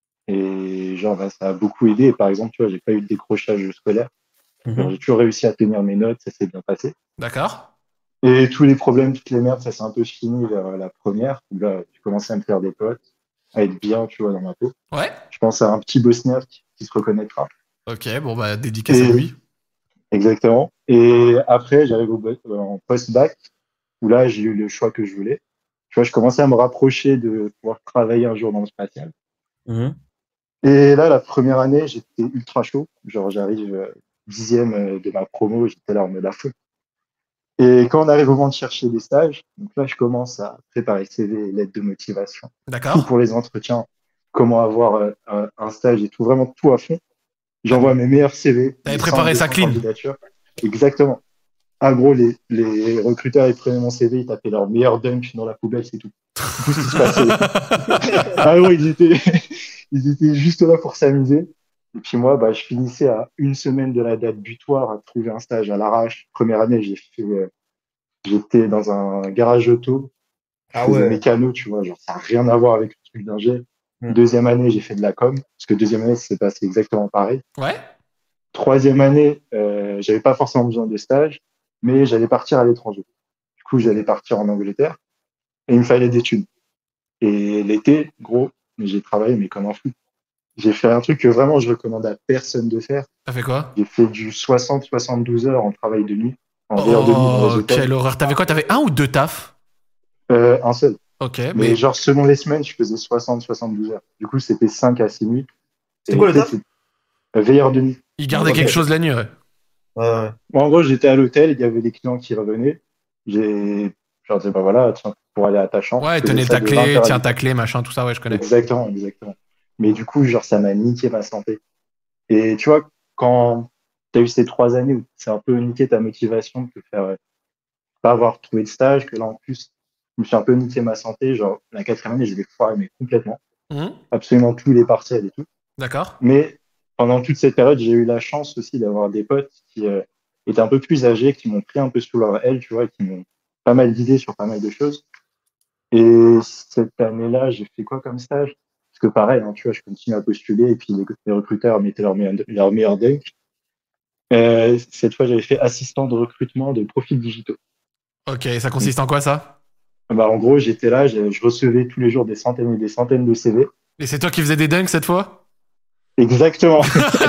Et genre, bah, ça a beaucoup aidé. Et par exemple, tu vois, j'ai pas eu de décrochage scolaire. Mhm. Alors, j'ai toujours réussi à tenir mes notes, ça s'est bien passé. D'accord. Et tous les problèmes, toutes les merdes, ça s'est un peu fini vers la première. Où là, j'ai commencé à me faire des potes, à être bien, tu vois, dans ma peau. Ouais. Je pense à un petit Bosniaque qui se reconnaîtra. Ok, bon, bah, dédicace à Et- lui. Exactement. Et après, j'arrive au, bo- euh, en post-bac, où là, j'ai eu le choix que je voulais. Tu vois, je commençais à me rapprocher de pouvoir travailler un jour dans le spatial. Mhm. Et là, la première année, j'étais ultra chaud. Genre, j'arrive euh, dixième euh, de ma promo, j'étais là en mode à fond. Et quand on arrive au moment de chercher des stages, donc là, je commence à préparer C V, lettres de motivation, tout D'accord. pour les entretiens, comment avoir euh, un- un stage et tout, vraiment tout à fond. J'envoie mes meilleurs C V. T'avais mes préparé cent, ça deux cents clean. candidatures. Exactement. Ah gros, les, les recruteurs, ils prenaient mon C V, ils tapaient leur meilleur dunk dans la poubelle, c'est tout. Tout ce qui se passait. Ah gros, ils étaient, ils étaient juste là pour s'amuser. Et puis moi, bah, je finissais à une semaine de la date butoir à trouver un stage à l'arrache. Première année, j'ai fait, euh, j'étais dans un garage auto. Je Ah faisais ouais. mécano, tu vois, genre ça n'a rien à voir avec le truc d'ingé. Hmm. Deuxième année, j'ai fait de la com, parce que deuxième année, c'est passé exactement pareil. Ouais. Troisième année, euh, j'avais pas forcément besoin de stage, mais j'allais partir à l'étranger. Du coup, j'allais partir en Angleterre et il me fallait des thunes. Et l'été, gros, mais j'ai travaillé mais comme un fou. J'ai fait un truc que vraiment je recommande à personne de faire. T'as fait quoi? J'ai fait du soixante à soixante-douze heures en travail de nuit, en veilleur de nuit dans les Oh, hôtels. quelle horreur. T'avais quoi? T'avais un ou deux tafs? Euh, un seul. Ok, Mais, mais. genre, selon les semaines, je faisais soixante à soixante-douze heures. Du coup, c'était cinq à six nuits. C'était Et quoi le tu sais, taf? c'est- euh, Veilleur de nuit. Il gardait Ok. quelque chose la nuit, ouais. Ouais, ouais. Bon, en gros, j'étais à l'hôtel, il y avait des clients qui revenaient. J'ai, je leur disais, bah voilà, tiens, pour aller à ta chambre. Ouais, Je faisais tenez ça ta de clé, vingt heures à tiens dix-huit ta clé, machin, tout ça, ouais, je connais. Exactement, exactement. Mais du coup, genre, ça m'a niqué ma santé. Et tu vois, quand tu as eu ces trois années où c'est un peu niqué ta motivation de te faire euh, pas avoir trouvé de stage, que là, en plus, je me suis un peu niqué ma santé. Genre, la quatrième année, je l'ai foiré, mais complètement. Hum, Absolument tous les partiels et tout. D'accord. Mais pendant toute cette période, j'ai eu la chance aussi d'avoir des potes qui euh, étaient un peu plus âgés, qui m'ont pris un peu sous leur aile, tu vois, et qui m'ont pas mal guidé sur pas mal de choses. Et cette année-là, j'ai fait quoi comme stage? Parce que pareil, hein, tu vois, je continue à postuler et puis les, les recruteurs mettaient leur meilleur, leur meilleur dunk. Euh, cette fois, j'avais fait assistant de recrutement de profils digitaux. Ok, ça consiste en quoi, ça? Bah, en gros, j'étais là, je, je recevais tous les jours des centaines et des centaines de C V. Et c'est toi qui faisais des dunks cette fois? Exactement.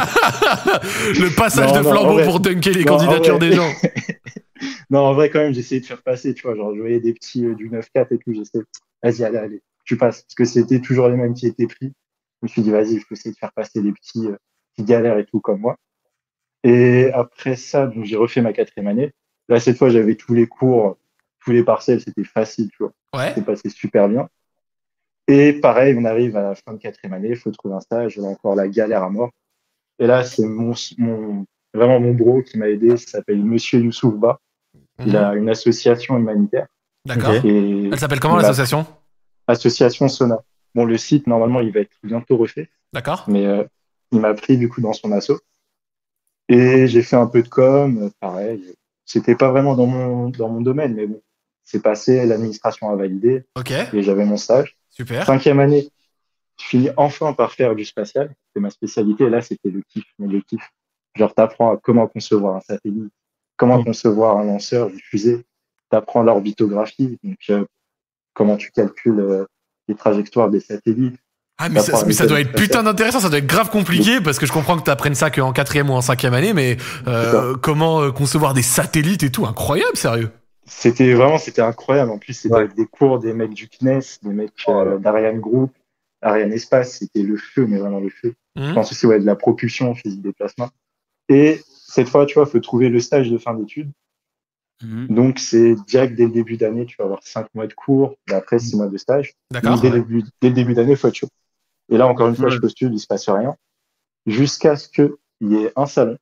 Le passage Non, de non, flambeau en vrai. pour dunker les Non, en candidatures vrai. des gens. Non, en vrai, quand même, j'essayais de faire passer, tu vois. Genre, je voyais des petits euh, du neuf quatre et tout. J'essayais, vas-y, allez, allez, tu passes. Parce que c'était toujours les mêmes qui étaient pris. Je me suis dit, vas-y, je peux essayer de faire passer les petits euh, qui galèrent et tout comme moi. Et après ça, donc, j'ai refait ma quatrième année. Là, cette fois, j'avais tous les cours, tous les partiels, c'était facile, tu vois. Ouais. C'est passé super bien. Et pareil, on arrive à la fin de quatrième année, il faut trouver un stage, j'ai encore la galère à mort. Et là, c'est mon, mon, vraiment mon bro qui m'a aidé, il s'appelle Monsieur Youssouf Ba. Il a une association humanitaire. D'accord. Et Elle s'appelle comment il a- l'association? Association Sona. Bon, le site, normalement, il va être bientôt refait, D'accord. mais euh, il m'a pris du coup dans son asso. Et j'ai fait un peu de com, euh, pareil. C'était pas vraiment dans mon, dans mon domaine, mais bon, c'est passé, l'administration a validé Ok. et j'avais mon stage. Super. Cinquième année, je finis enfin par faire du spatial. C'est ma spécialité. Et là, c'était le kiff, mais le kiff. Genre, t'apprends à comment concevoir un satellite, comment Mm. concevoir un lanceur, une fusée. T'apprends l'orbitographie, donc euh, comment tu calcules euh, les trajectoires des satellites. Ah, mais ça, T'apprends mais ça la doit être mécanique putain d'intéressant, ça doit être grave compliqué parce que je comprends que t'apprennes ça qu'en quatrième ou en cinquième année, mais euh, comment euh, concevoir des satellites et tout, incroyable, sérieux. C'était vraiment, c'était incroyable. En plus, c'était Ouais. avec des cours des mecs du C N E S, des mecs Oh là. euh, d'Ariane Group, Ariane Espace. C'était le feu, mais vraiment le feu. Je Mhm. pense aussi, ouais, de la propulsion, physique des plasmas. Et cette fois, tu vois, faut trouver le stage de fin d'études. Mhm. Donc, c'est direct dès le début d'année, tu vas avoir cinq mois de cours, et après six mois de stage. D'accord. Donc, dès, le début, dès le début d'année, faut être chaud. Et là, encore une fois, Ouais. je postule, il se passe rien. Jusqu'à ce qu'il y ait un salon.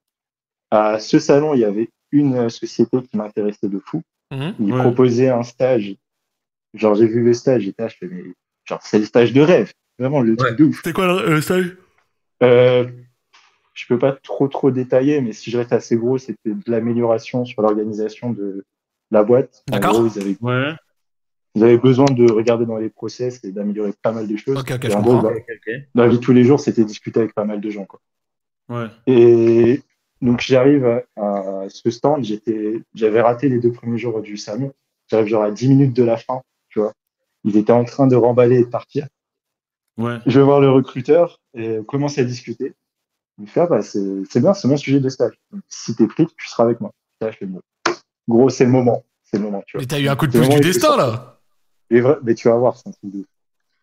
À ce salon, il y avait une euh, société qui m'intéressait de fou. Mhm. Il Ouais. proposait un stage. Genre, j'ai vu le stage, j'étais là, je fais, mais, genre, c'est le stage de rêve. Vraiment, le truc Ouais. de ouf. C'était quoi le, le stage? Euh, je peux pas trop, trop détailler, mais si je reste assez gros, c'était de l'amélioration sur l'organisation de la boîte. En D'accord. gros, ils avaient, Ouais. ils avaient besoin de regarder dans les process et d'améliorer pas mal de choses. Ok, ok, Et je en gros, comprends. bah, Ok, ok. dans la vie de tous les jours, c'était discuter avec pas mal de gens, quoi. Ouais. Et donc, j'arrive à, à ce stand, j'étais, j'avais raté les deux premiers jours du salon. J'arrive genre à dix minutes de la fin, tu vois. Ils étaient en train de remballer et de partir. Ouais. Je vais voir le recruteur et on commence à discuter. Il me fait, ah bah, c'est, c'est bien, c'est mon sujet de stage. Donc, si t'es pris, tu seras avec moi. Là, je fais, bon. Gros, c'est le moment. C'est le moment, tu vois. Mais t'as eu un coup de C'est le pouce du moment où il faut destin, sortir. là. Mais, vrai- mais tu vas voir, c'est un truc de ouf.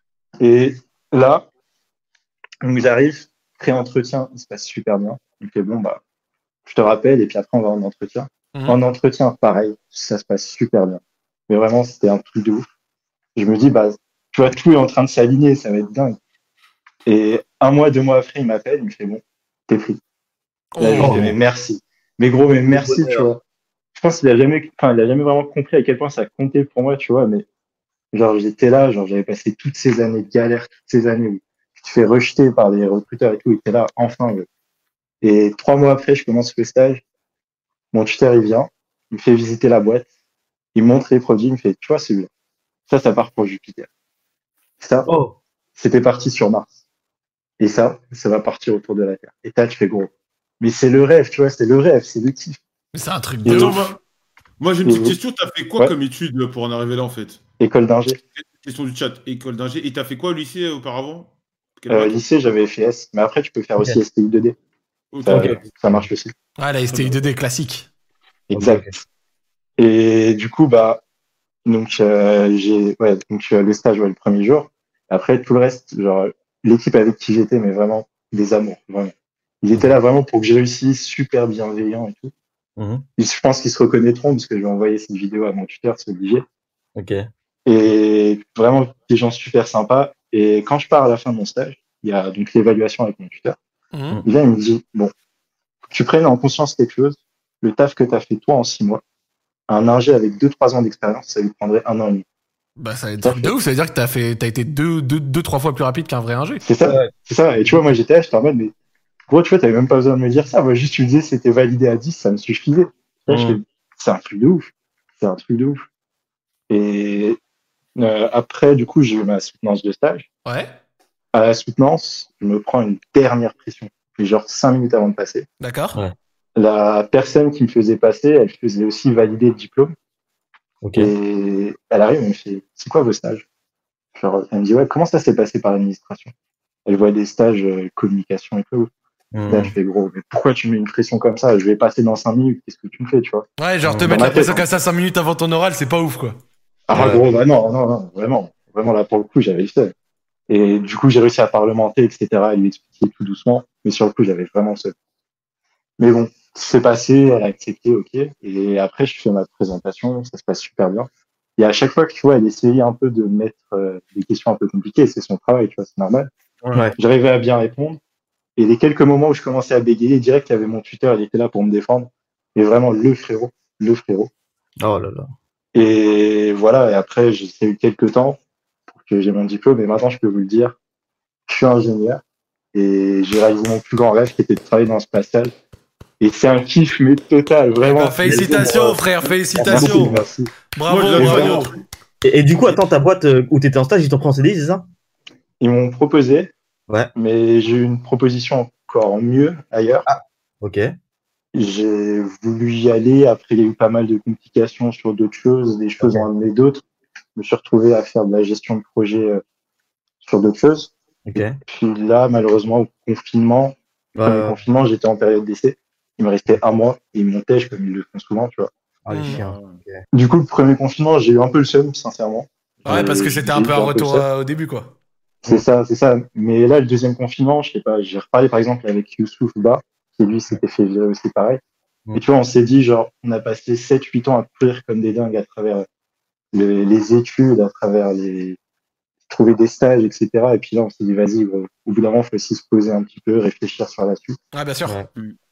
Et là, donc j'arrive, pré-entretien, il se passe super bien. Il me fait, bon, bah, je te rappelle, et puis après, on va en entretien. Mhm. En entretien, pareil, ça se passe super bien. Mais vraiment, c'était un truc de ouf. Je me dis, bah, tu vois, tout est en train de s'aligner, ça va être dingue. Et un mois, deux mois après, il m'appelle, il me fait, bon, t'es pris. Là, je lui Oh. fais, mais merci. Mais gros, mais merci, tu vois. Je pense qu'il a jamais, enfin, il a jamais vraiment compris à quel point ça comptait pour moi, tu vois, mais genre, j'étais là, genre, j'avais passé toutes ces années de galère, toutes ces années où tu te fais rejeter par les recruteurs et tout, et t'es là, enfin, ouais. Et trois mois après, je commence le stage. Mon tuteur, il vient, il me fait visiter la boîte, il me montre les produits, il me fait, tu vois, celui-là. Ça, ça part pour Jupiter. Ça, Oh. c'était parti sur Mars. Et ça, ça va partir autour de la Terre. Et là, tu fais gros. Mais c'est le rêve, tu vois, c'est le rêve, c'est le kiff. Mais c'est un truc Et de donc, ouf. moi, moi, j'ai une petite Mhm. question. T'as fait quoi Ouais. comme étude pour en arriver là, en fait? École d'ingé. Question du chat. École d'ingé. Et t'as fait quoi au lycée euh, auparavant? Quel Euh, bac? lycée, j'avais fait S. Mais après, tu peux faire Ok. aussi S T I deux D. Ok, Ça, ok. ça marche aussi. Ouais, la S T I deux D classique. Exact. Ok, Et du coup, bah, donc, euh, j'ai, ouais, donc, euh, le stage, ouais, le premier jour. Après, tout le reste, genre, l'équipe avec qui j'étais, mais vraiment, des amours, vraiment. Ils étaient là vraiment pour que je réussisse, super bienveillants et tout. Mhm. Et je pense qu'ils se reconnaîtront parce que je vais envoyer cette vidéo à mon tuteur, c'est obligé. Ok. Et vraiment, des gens super sympas. Et quand je pars à la fin de mon stage, il y a donc l'évaluation avec mon tuteur. Mhm. Il vient, il me dit, bon, faut que tu prennes en conscience quelque chose. Le taf que tu as fait toi en six mois, un ingé avec deux, trois ans d'expérience, ça lui prendrait un an et demi. Bah, ça va être un truc de ouf. Ça veut dire que t'as fait, t'as été deux, deux, deux, trois fois plus rapide qu'un vrai ingé. C'est ça, Ouais. c'est ça. Et tu vois, moi, j'étais là, j'étais en mode, mais gros, tu vois, t'avais même pas besoin de me dire ça. Moi, juste, tu me disais, c'était validé à dix, ça me suffisait. Là, je Mhm. fais, c'est un truc de ouf. C'est un truc de ouf. Et euh, après, du coup, j'ai eu ma soutenance de stage. Ouais. À la soutenance, je me prends une dernière pression. Puis genre cinq minutes avant de passer. D'accord. Ouais. La personne qui me faisait passer, elle faisait aussi valider le diplôme. Ok. Et elle arrive, elle me fait, c'est quoi vos stages? Genre, elle me dit, ouais, comment ça s'est passé par l'administration? Elle voit des stages euh, communication et tout. Hmm. Là, je fais, gros, mais pourquoi tu mets une pression comme ça? Je vais passer dans cinq minutes, qu'est-ce que tu me fais, tu vois? Ouais, genre te Dans mettre ma la pression tête, comme ça cinq minutes avant ton oral, c'est pas ouf, quoi. Ah, Ouais. gros, bah non, non, non, vraiment. Vraiment, là, pour le coup, j'avais le seum. Et du coup, j'ai réussi à parlementer, et cetera, à lui expliquer tout doucement. Mais sur le coup, j'avais vraiment le seum. Mais bon, c'est passé, elle a accepté, ok. Et après, je fais ma présentation, ça se passe super bien. Et à chaque fois que tu vois, elle essayait un peu de mettre euh, des questions un peu compliquées, c'est son travail, tu vois, c'est normal. Ouais. J'arrivais à bien répondre. Et les quelques moments où je commençais à bégayer, direct, il y avait mon tuteur, il était là pour me défendre. Et vraiment, le frérot, le frérot. Oh là là. Et voilà, et après, j'ai eu quelques temps pour que j'ai mon diplôme. Et maintenant, je peux vous le dire, je suis ingénieur. Et j'ai réalisé mon plus grand rêve qui était de travailler dans le spatial. Et c'est un kiff, mais total, vraiment. Bah, félicitations, frère, félicitations. Merci, merci. Bravo, Moi, je bravo. l'adore. Et, et du coup, attends, ta boîte euh, où t'étais en stage, ils t'ont pris en C D I, c'est ça? Ils m'ont proposé, Ouais. mais j'ai eu une proposition encore mieux ailleurs. Ok. J'ai voulu y aller. Après, il y a eu pas mal de complications sur d'autres choses. Des choses Ok. ont amené d'autres. Je me suis retrouvé à faire de la gestion de projet euh, sur d'autres choses. Ok. Puis là, malheureusement, au confinement, Ouais, premier ouais. confinement, j'étais en période d'essai. Il me restait un mois et ils montaient, comme ils le font souvent, tu vois. Ah, les Hmm. chiens. Du coup, le premier confinement, j'ai eu un peu le seum, sincèrement. Ouais, parce que J'ai- c'était un j'ai peu eu un le retour seum. euh, au début, quoi. C'est ça, c'est ça. Mais là, le deuxième confinement, je sais pas, j'ai reparlé par exemple avec Youssouf Ba, qui lui s'était fait virer aussi pareil. Mm. Et tu vois, on s'est dit, genre, on a passé sept huit ans à courir comme des dingues à travers le- les études, à travers les, trouver des stages, et cetera. Et puis là, on s'est dit, vas-y, gros, au bout d'un moment, il faut aussi se poser un petit peu, réfléchir sur la suite. Ouais, bien sûr. Ouais.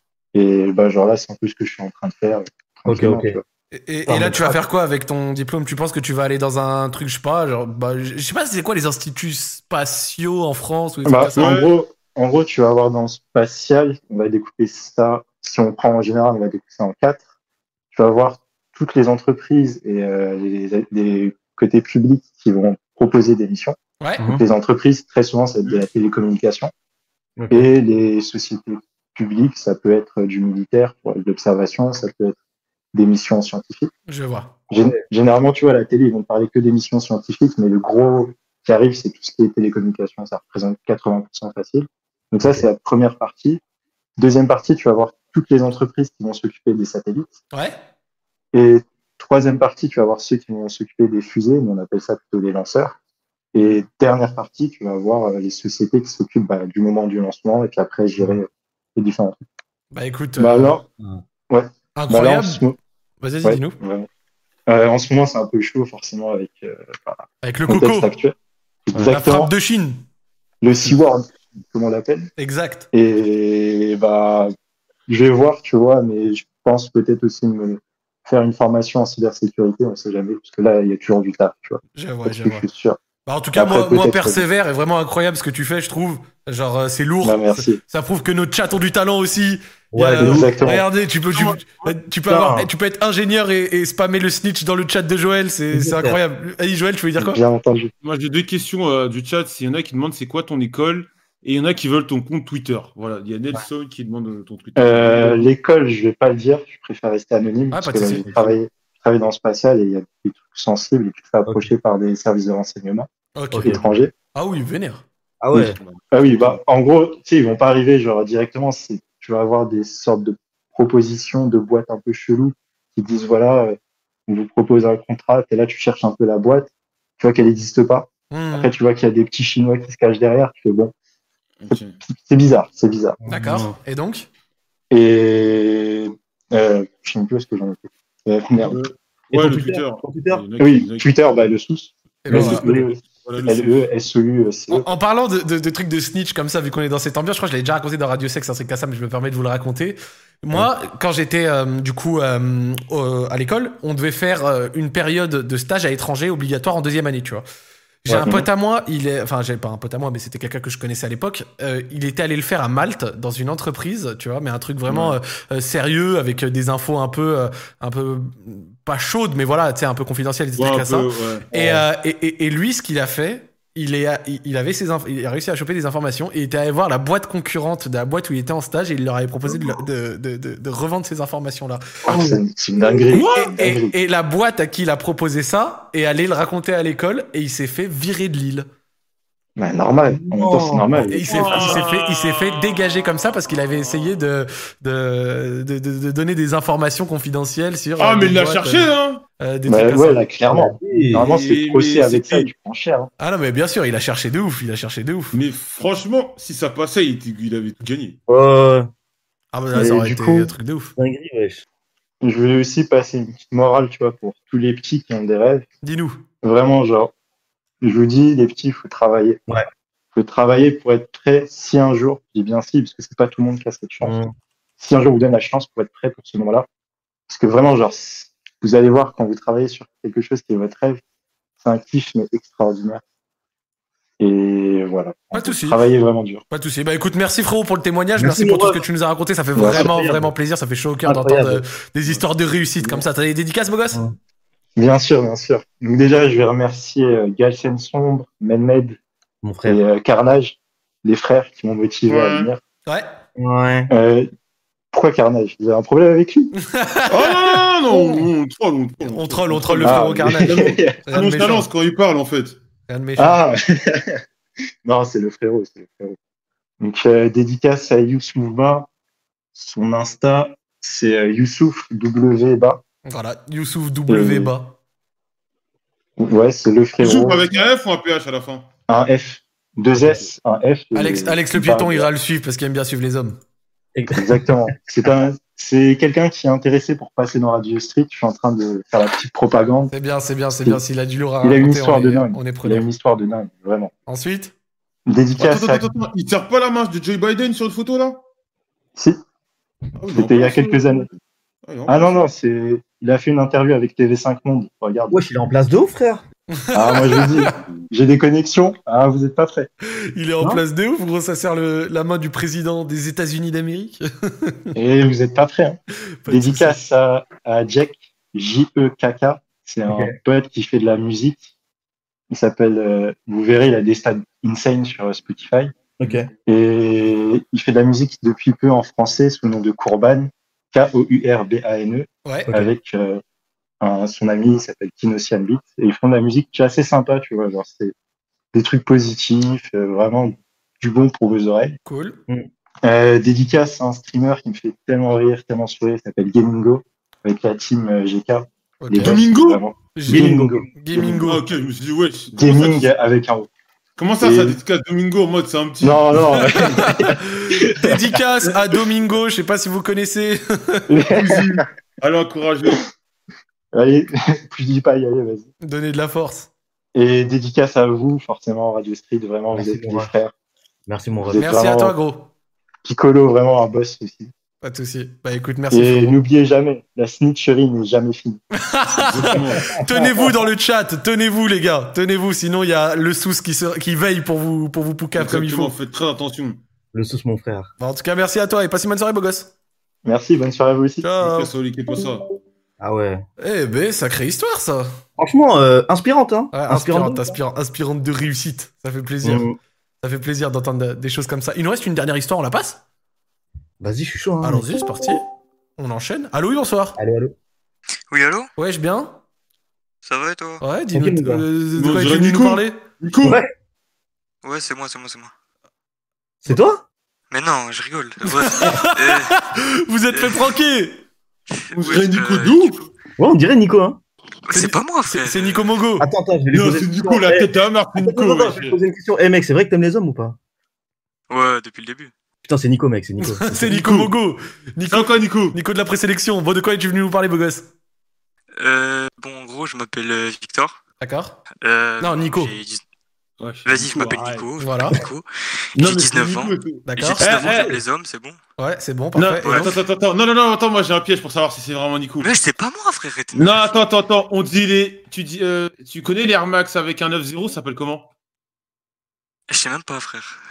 Et bah, genre là, c'est un peu ce que je suis en train de faire. Ok, tranquillement, ok. tu vois. Et, et- Ah, et là, mon tu vas crack. faire quoi avec ton diplôme? Tu penses que tu vas aller dans un truc, je sais pas, genre, bah, je je sais pas, c'est quoi les instituts spatiaux en France ou des trucs Bah, comme ça? en Ouais. gros, en gros, tu vas avoir dans le spatial, on va découper ça, si on prend en général, on va découper ça en quatre. Tu vas avoir toutes les entreprises et euh, les, les côtés publics qui vont proposer des missions. Ouais. Mhm. Donc, les entreprises, très souvent, c'est de la télécommunication. Ok. Et les sociétés publiques, ça peut être du militaire pour de l'observation, ça peut être des missions scientifiques. Je vois. Gén- Généralement, tu vois, à la télé, ils vont te parler que des missions scientifiques, mais le gros qui arrive, c'est tout ce qui est télécommunication. Ça représente quatre-vingts pour cent facile. Donc ça, Ok. c'est la première partie. Deuxième partie, tu vas avoir toutes les entreprises qui vont s'occuper des satellites. Ouais. Et troisième partie, tu vas avoir ceux qui vont s'occuper des fusées, mais on appelle ça plutôt des lanceurs. Et dernière partie, tu vas avoir euh, les sociétés qui s'occupent bah, du moment du lancement et puis après gérer les différents trucs. Bah écoute, Bah euh, alors, ouais. Bah là, en incroyable. ce, mo- Vas-y, ouais, dis-nous. ouais. Euh, en ce moment, c'est un peu chaud forcément avec euh, Avec le le contexte coco, actuel. la Exactement. frappe de Chine. Le Seaward, comme on l'appelle. Exact. Et bah, je vais voir, tu vois, mais je pense peut-être aussi me faire une formation en cybersécurité, on sait jamais, parce que là, il y a toujours du taf, tu vois. Je vois, Parce je que vois. je suis sûr. Bah, en tout cas, Après, moi, moi, peut-être- persévère est vraiment incroyable ce que tu fais, je trouve. Genre, euh, c'est lourd. Bah, merci. Ça prouve que nos chats ont du talent aussi. Il y Ouais, a- de ouf. Exactement. Regardez, tu peux, tu, tu peux Putain. avoir, tu peux être ingénieur et, et spammer le snitch dans le chat de Joël, c'est c'est Super. incroyable. Allez, Joël, tu veux dire quoi? Bien entendu. Moi, j'ai deux questions euh, du chat. Il y en a qui demandent c'est quoi ton école et il y en a qui veulent ton compte Twitter. Voilà, il y a Nelson qui demande euh, ton Twitter. Euh, l'école, je vais pas le dire, je préfère rester anonyme, Ah, parce pas que de là, souci. j'ai travaillé, je travaille dans le spatial et il y a des trucs sensibles et tu te fais approcher par des services de renseignement Ok. Ok. étrangers. Ah oui, vénère. Ah ouais. Ah oui, bah, en gros, tu sais, ils vont pas arriver genre directement, c'est, tu vas avoir des sortes de propositions de boîtes un peu cheloues qui disent voilà, euh, on vous propose un contrat, et là tu cherches un peu la boîte, tu vois qu'elle n'existe pas. Hmm. Après, tu vois qu'il y a des petits Chinois qui se cachent derrière, tu fais bon, Ok. c'est bizarre, c'est bizarre. D'accord. Et donc? Et euh, je sais même plus ce que j'en ai fait. Euh, merde. Euh, Et ouais, ton le Twitter, Twitter. ton Twitter Il y en a qui- il y en Oui, a qui- Twitter, bah, le sous. Eh ben, L voilà. E Voilà, le L E S O U C E. En, en parlant de, de, de trucs de snitch comme ça, vu qu'on est dans cette ambiance, je crois que je l'avais déjà raconté dans Radio Sex, un truc comme ça, mais je me permets de vous le raconter. Moi, quand j'étais euh, du coup euh, au- à l'école, on devait faire euh, une période de stage à l'étranger obligatoire en deuxième année, tu vois. J'ai Ouais. un pote à moi, il est, enfin, j'avais pas un pote à moi, mais c'était quelqu'un que je connaissais à l'époque. Euh, il était allé le faire à Malte, dans une entreprise, tu vois, mais un truc vraiment euh, euh, sérieux, avec euh, des infos un peu, euh, un peu pas chaudes, mais voilà, tu sais, un peu confidentielles, des Ouais, trucs un comme ça. peu, ouais. Et, euh, et, et, et lui, ce qu'il a fait, il, est, il, il avait ses inf- il a réussi à choper des informations et il était allé voir la boîte concurrente de la boîte où il était en stage et il leur avait proposé de, le- de, de, de, de revendre ces informations-là. Ah, c'est une- c'est une dinguerie. Et, et, et la boîte à qui il a proposé ça est allée le raconter à l'école et il s'est fait virer de Lille. Bah, normal. En même temps, c'est normal. Et il s'est, il s'est fait, il s'est fait dégager comme ça parce qu'il avait essayé de, de, de, de, de donner des informations confidentielles sur. Ah, euh, mais des il l'a boîtes, cherché, euh, hein euh, des Bah, trucs comme ouais, ça. là, clairement. Normalement, c'est Mais- procès mais avec ça, c'était- tu prends cher. hein. Ah non, mais bien sûr, il a cherché de ouf, il a cherché de ouf. Mais franchement, si ça passait, il, était- il avait tout gagné. Oh, Ah bah là, Et ça aurait du été coup- un truc de ouf. dinguerie, wesh. Je voulais aussi passer une petite morale, tu vois, pour tous les petits qui ont des rêves. Dis-nous. Vraiment, genre, je vous dis, les petits, il faut travailler. Ouais. Il faut travailler pour être prêt si un jour, je dis bien si, parce que c'est pas tout le monde qui a cette chance. Mm. Si un jour vous donne la chance pour être prêt pour ce moment-là. Parce que vraiment, genre, vous allez voir quand vous travaillez sur quelque chose qui est votre rêve, c'est un kiff, mais extraordinaire. Et voilà. Pas de soucis. Travaillez vraiment dur. Pas de soucis. Bah écoute, merci frérot pour le témoignage, merci, Merci, pour tout mon ce que tu nous as raconté, ça fait Ouais, vraiment, incroyable. vraiment plaisir, ça fait chaud au cœur Incroyable. d'entendre euh, des histoires de réussite comme ça. T'as des dédicaces, beau gosse? Ouais. Bien sûr, bien sûr. Donc déjà, je vais remercier euh, Galsen Sombre, Mehmed Mon et frère. euh, Carnage, les frères qui m'ont motivé Ouais. à venir. Ouais. Ouais. Euh, pourquoi Carnage? Vous avez un problème avec lui? Oh non, non, non, on troll, on troll. On troll, on troll le Ah, frérot mais- Carnage. Rien de Non, je méchant. lance quand il parle, en fait. Rien de méchant. Ah non, c'est le frérot, c'est le frérot. Donc, euh, dédicace à Youssouf Ba. Son Insta, c'est euh, Youssouf W Ba. Voilà, Youssouf W. Euh, Ba. Ouais, c'est le Tu frérot. joues avec un F ou un P H à la fin? Un F. Deux S, un F. et- Alex, Alex le piéton ira le suivre parce qu'il aime bien suivre les hommes. Exactement. C'est un, c'est quelqu'un qui est intéressé pour passer dans Radio Street. Je suis en train de faire la petite propagande. C'est bien, c'est bien, c'est bien. S'il a du lourd à Il a une raconter, histoire on de est, dingue. on est Il a preneur. une histoire de dingue, vraiment. Ensuite, Dédicace Attends, à... attends, attends, il tire pas la main de Joe Biden sur une photo, là? Si, Ah oui, c'était il y a en quelques place, années. Ah, il est en Ah non, place. non, c'est... Il a fait une interview avec T V cinq Monde. Regarde. Wesh, il est en place de ouf, frère. Ah, moi je vous dis, j'ai des connexions. Ah, vous êtes pas prêts. il est en Non. place de ouf, gros, ça sert le- la main du président des États-Unis d'Amérique. Et vous êtes pas prêts. Hein. Pas de soucis. Dédicace à, à Jack, J E K K. C'est un Ok. poète qui fait de la musique. Il s'appelle, euh, vous verrez, il a des stats insane sur euh, Spotify. Ok. Et il fait de la musique depuis peu en français sous le nom de Courban, K O U R B A N E, Ouais. Ok. avec euh, un, son ami, il s'appelle Kinosian Beat. Et ils font de la musique qui est assez sympa, tu vois. Genre, c'est des trucs positifs, euh, vraiment du bon pour vos oreilles. Cool. Euh, dédicace à un streamer qui me fait tellement rire, tellement sourire, il s'appelle Gamingo, avec la team euh, G K. Ok. Les boss, Gamingo vraiment. J'ai- Gamingo. Gamingo. Ah, ok, je me suis dit, wesh. Comment ça, Gaming avec un O. Comment ça, Et- ça dédicace Domingo en mode c'est un petit. Non, non. Dédicace à Domingo, je sais pas si vous connaissez. Allez, encouragez. Allez, je dis pas y aller, vas-y. Donnez de la force. Et dédicace à vous, forcément, Radio Street, vraiment, Merci, vous êtes mon des ref. frères. Merci, mon Vous ref. êtes Merci à vraiment- toi, gros. Piccolo, vraiment un boss aussi. Pas de soucis. Bah écoute, merci. Et frérot. n'oubliez jamais, la snitcherie n'est jamais finie. Tenez-vous dans le chat, tenez-vous les gars, tenez-vous, sinon il y a le sous qui, se- qui veille pour vous, pour vous poucave comme il Exactement, faut. faites très attention. Le sauce, mon frère. Bon, en tout cas, merci à toi et passe une bonne soirée, beau gosse. Merci, bonne soirée à vous aussi. Ciao. Ok, Sauli, qui est pour ça. Ah ouais. Eh ben, sacrée histoire ça. Franchement, euh, inspirante, hein. Ouais, inspirante, inspirante, inspirante de réussite. Ça fait plaisir. Mm. Ça fait plaisir d'entendre de- des choses comme ça. Il nous reste une dernière histoire, on la passe? Vas-y, je suis chaud. Hein. Allons-y, c'est parti. On enchaîne. Allô, oui, bonsoir. Allô, allô. Oui, allô? Ouais, je bien? Ça va et toi? Ouais, dis-nous Ok, mon gars. euh, de Bon, quoi je es-tu dirais venu nous Nico. parler? Nico Ouais. Ouais, c'est moi, c'est moi, c'est moi. C'est toi? Mais non, je rigole. Bref. Euh, Vous êtes fait pranker. On ouais, dirait Nico euh, de ouf. Nico. Ouais, on dirait Nico, hein. C'est pas moi, C'est frère. c'est Nico Mogo. Attends, attends, je vais lui Non, poser c'est une Nico, question. la Eh, tête à marque, c'est attends, Nico. attends, attends, wesh. je vais lui poser une question. Eh mec, c'est vrai que t'aimes les hommes ou pas? Ouais, depuis le début. Putain, c'est Nico, mec, c'est Nico. C'est Nico Nico. Mogo. C'est Nico, encore Nico. Nico de la présélection. Bon, de quoi es-tu venu nous parler, beau gosse? Euh, bon, en gros, je m'appelle euh, Victor. D'accord. Euh, Non, Nico. j'ai dix- Ouais, Vas-y, je m'appelle arrête. Nico. je Voilà. m'appelle Nico. Non, J'ai mais c'est dix-neuf ans. Nico et tout. J'ai D'accord. dix-neuf ans, Eh, j'aime eh. les hommes, c'est bon. Ouais, c'est bon, Non, parfait. Et attends, donc attends, attends. Non, non, non, attends, moi j'ai un piège pour savoir si c'est vraiment Nico. Mais c'est pas moi, frère. arrête. Non, attends, attends, attends. On dit les. Tu dis, euh, tu connais l'Air Max avec un neuf zéro, ça s'appelle comment? Je sais même pas, frère.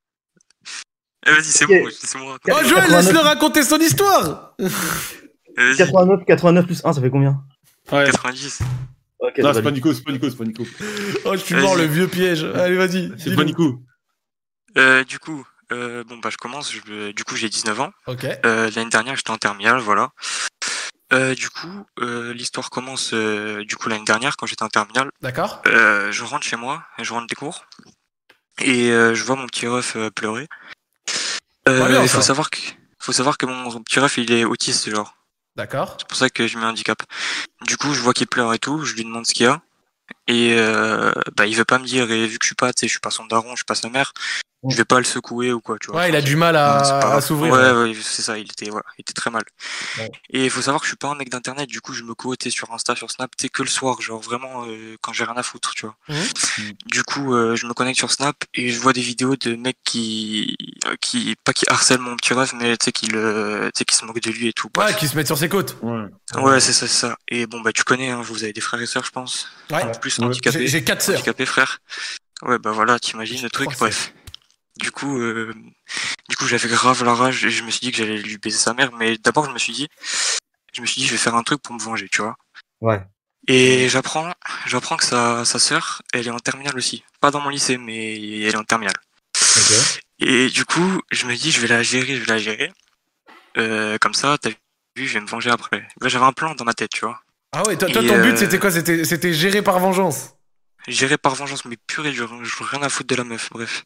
Eh, vas-y, c'est Ok. bon, laissez-moi Oh, raconter. Joël, laisse-le raconter son histoire. Eh, Vas-y, quatre-vingt-neuf, quatre-vingt-neuf plus un, ça fait combien? Ouais. quatre-vingt-dix. Ok, Non, c'est c'est pas Nico. Nico, c'est pas Nico, c'est pas Nico. Oh, je suis mort, Vas-y. le vieux piège. Allez, vas-y. C'est dis-le. pas Nico. Euh, du coup, euh, bon bah je commence. Je, du coup, j'ai dix-neuf ans. Ok. Euh, l'année dernière, j'étais en terminale, voilà. Euh, du coup, euh, l'histoire commence. Euh, du coup, l'année dernière, quand j'étais en terminale, D'accord. euh, je rentre chez moi, je rentre des cours, et euh, je vois mon petit ref euh, pleurer. Euh, Pas bien, il faut ça. savoir que, faut savoir que mon petit ref, il est autiste, genre. D'accord. C'est pour ça que je mets un handicap. Du coup, je vois qu'il pleure et tout, je lui demande ce qu'il y a. Et euh, bah, il veut pas me dire, et vu que je suis pas, tu sais, je suis pas son daron, je suis pas sa mère, je vais pas le secouer ou quoi, tu vois. Ouais, il a du mal Non, c'est à, pas à grave. s'ouvrir. Ouais, ouais. ouais, c'est ça, il était, voilà, il était très mal. Ouais. Et il faut savoir que je suis pas un mec d'internet, du coup, je me cotais sur Insta, sur Snap, tu sais, que le soir, genre vraiment, euh, quand j'ai rien à foutre, tu vois. Mhm. Du coup, euh, je me connecte sur Snap et je vois des vidéos de mecs qui, euh, qui, pas qui harcèlent mon petit ref, mais tu sais, qui le, tu sais, qui se moquent de lui et tout. Ouais, Bref. qui se mettent sur ses côtes. Ouais. Ouais, c'est ça, c'est ça. Et bon, bah, tu connais, hein, vous avez des frères et sœurs, je pense. Ouais. En plus, Ouais. handicapés. J'ai j'ai quatre sœurs. Handicapé, frère. Ouais, bah voilà, t'imagines le truc, trois bref. Du coup, euh, du coup, j'avais grave la rage et je me suis dit que j'allais lui baiser sa mère, mais d'abord, je me suis dit, je me suis dit, je vais faire un truc pour me venger, tu vois. Ouais. Et j'apprends, j'apprends que sa, sa sœur, elle est en terminale aussi. Pas dans mon lycée, mais elle est en terminale. Ok. Et du coup, je me dis, je vais la gérer, je vais la gérer. Euh, comme ça, t'as vu, je vais me venger après. Bah, j'avais un plan dans ma tête, tu vois. Ah ouais, toi, toi, Et, ton but, euh, c'était quoi? C'était c'était géré par vengeance. Gérer par vengeance, mais purée, je je rien à foutre de la meuf, bref.